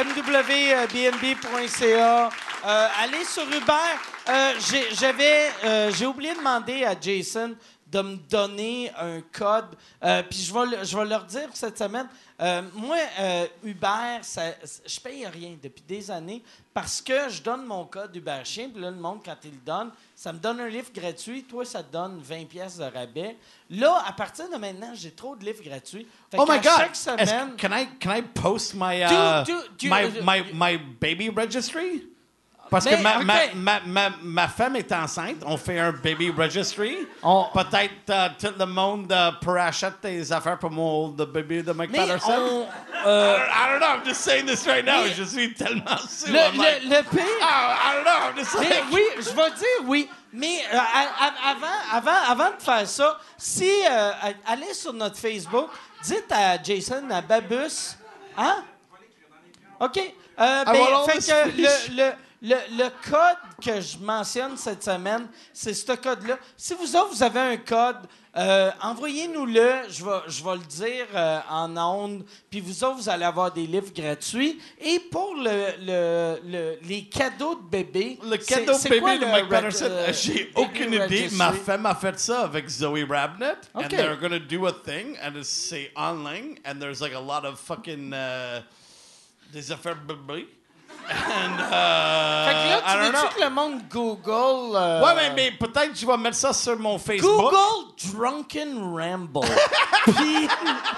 Speaker 1: mwbnb.ca, allez sur Uber. J'ai oublié de demander à Jason de me donner un code. Puis je vais leur dire cette semaine. Moi, Uber, je paye rien depuis des années parce que je donne mon code Uber Chien. Puis là, le monde, quand il le donne, ça me donne un livre gratuit. Toi, ça te donne 20 pièces de rabais. Là, à partir de maintenant, j'ai trop de livres gratuits. Fait
Speaker 4: Oh
Speaker 1: qu'à
Speaker 4: my God!
Speaker 1: chaque semaine...
Speaker 4: Can I post my
Speaker 1: Do-
Speaker 4: my baby registry? Parce
Speaker 1: Mais,
Speaker 4: que
Speaker 1: OK.
Speaker 4: ma femme est enceinte, on fait un baby registry.
Speaker 1: On-
Speaker 4: Peut-être tout le monde peut acheter des affaires pour le bébé de Mike
Speaker 1: Mais
Speaker 4: Patterson. I don't know, I'm just saying this right now.
Speaker 1: Mais-
Speaker 4: Je suis tellement sûr. I'm like,
Speaker 1: le pire...
Speaker 4: I don't know, I'm just
Speaker 1: Mais
Speaker 4: like...
Speaker 1: oui, je vais dire oui. Mais avant de faire ça, si allez sur notre Facebook, dites à Jason, à Babus, hein? OK.
Speaker 4: want all
Speaker 1: Fait
Speaker 4: this
Speaker 1: que
Speaker 4: fish.
Speaker 1: le code que je mentionne cette semaine, c'est ce code-là. Si vous autres, vous avez un code, envoyez-nous-le. Je vais le dire en ondes. Puis vous autres, vous allez avoir des livres gratuits. Et pour les cadeaux de bébé...
Speaker 4: Le cadeau
Speaker 1: c'est
Speaker 4: bébé
Speaker 1: quoi
Speaker 4: de
Speaker 1: le
Speaker 4: Mike Patterson, j'ai
Speaker 1: baby
Speaker 4: aucune idée.
Speaker 1: registry?
Speaker 4: Ma femme a fait ça avec Zoe Rabnett.
Speaker 1: Okay.
Speaker 4: And they're gonna do a thing, and c'est online, and there's like a lot of fucking... des affaires bébés.
Speaker 1: Fait que là, tu veux-tu que le monde Google...
Speaker 4: Ouais, mais peut-être je vais mettre ça sur mon Facebook.
Speaker 1: Google Drunken Ramble. Puis...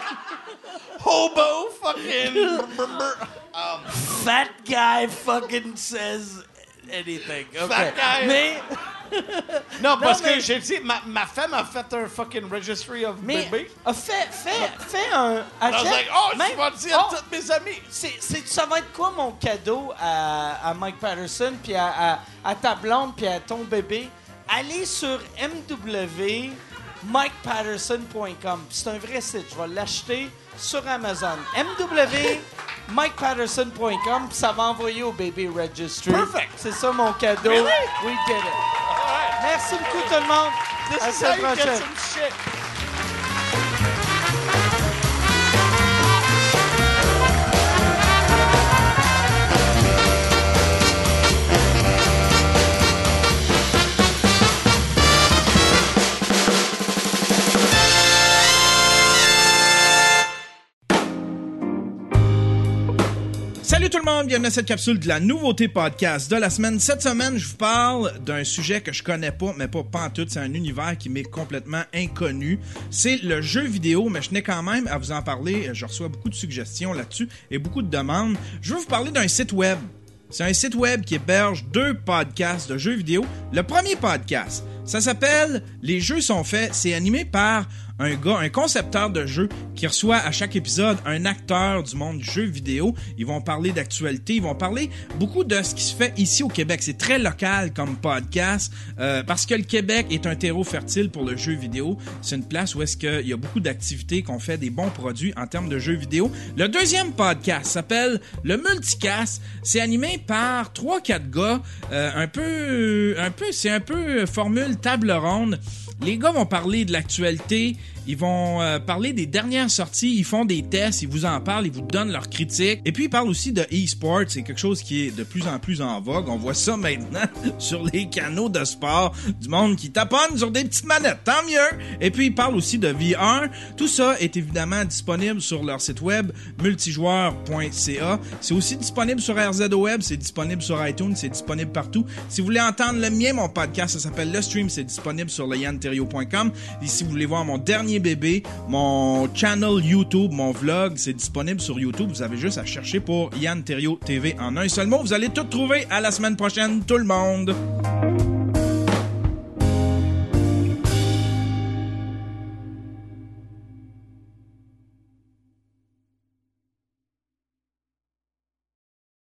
Speaker 4: Hobo fucking...
Speaker 1: Fat guy fucking says anything. Okay.
Speaker 4: Fat guy.
Speaker 1: Mais...
Speaker 4: Non, parce que j'ai dit, ma femme a fait un fucking registry of bébés.
Speaker 1: Fais un...
Speaker 4: I was like, je vais dire à tous mes amis.
Speaker 1: Ça va être quoi mon cadeau à Mike Patterson, puis à ta blonde, puis à ton bébé? Allez sur mwmikepatterson.com. C'est un vrai site. Je vais l'acheter sur Amazon. mwmikepatterson.com, puis ça va envoyer au Baby Registry.
Speaker 4: Perfect.
Speaker 1: C'est ça mon cadeau.
Speaker 4: Really?
Speaker 1: We did it. Merci beaucoup tout le monde. À
Speaker 4: This is how
Speaker 1: la
Speaker 4: you get
Speaker 1: prochaine.
Speaker 4: some shit.
Speaker 7: Salut tout le monde, bienvenue à cette capsule de la nouveauté podcast de la semaine. Cette semaine, je vous parle d'un sujet que je connais pas, mais pas en tout. C'est un univers qui m'est complètement inconnu. C'est le jeu vidéo, mais je tenais quand même à vous en parler. Je reçois beaucoup de suggestions là-dessus et beaucoup de demandes. Je veux vous parler d'un site web. C'est un site web qui héberge 2 podcasts de jeux vidéo. Le premier podcast, ça s'appelle « Les jeux sont faits ». C'est animé par un gars, un concepteur de jeux qui reçoit à chaque épisode un acteur du monde du jeu vidéo. Ils vont parler d'actualité, ils vont parler beaucoup de ce qui se fait ici au Québec. C'est très local comme podcast parce que le Québec est un terreau fertile pour le jeu vidéo. C'est une place où est-ce qu'il y a beaucoup d'activités, qu'on fait des bons produits en termes de jeux vidéo. Le deuxième podcast s'appelle Le Multicast. C'est animé par 3-4 gars, c'est un peu formule table ronde. Les gars vont parler de l'actualité, ils vont parler des dernières sorties, ils font des tests, ils vous en parlent, ils vous donnent leurs critiques. Et puis ils parlent aussi de e-sport, c'est quelque chose qui est de plus en plus en vogue. On voit ça maintenant sur les canaux de sport, du monde qui taponne sur des petites manettes, tant mieux. Et puis ils parlent aussi de VR. Tout ça est évidemment disponible sur leur site web multijoueur.ca. C'est aussi disponible sur RZO Web, c'est disponible sur iTunes, c'est disponible partout. Si vous voulez entendre le mien, mon podcast, ça s'appelle Le Stream, c'est disponible sur leyanterrio.com. Et si vous voulez voir mon dernier bébé, mon channel YouTube, mon vlog, c'est disponible sur YouTube. Vous avez juste à chercher pour Yann Terriot TV en un seul mot. Vous allez tout trouver. À la semaine prochaine, tout le monde!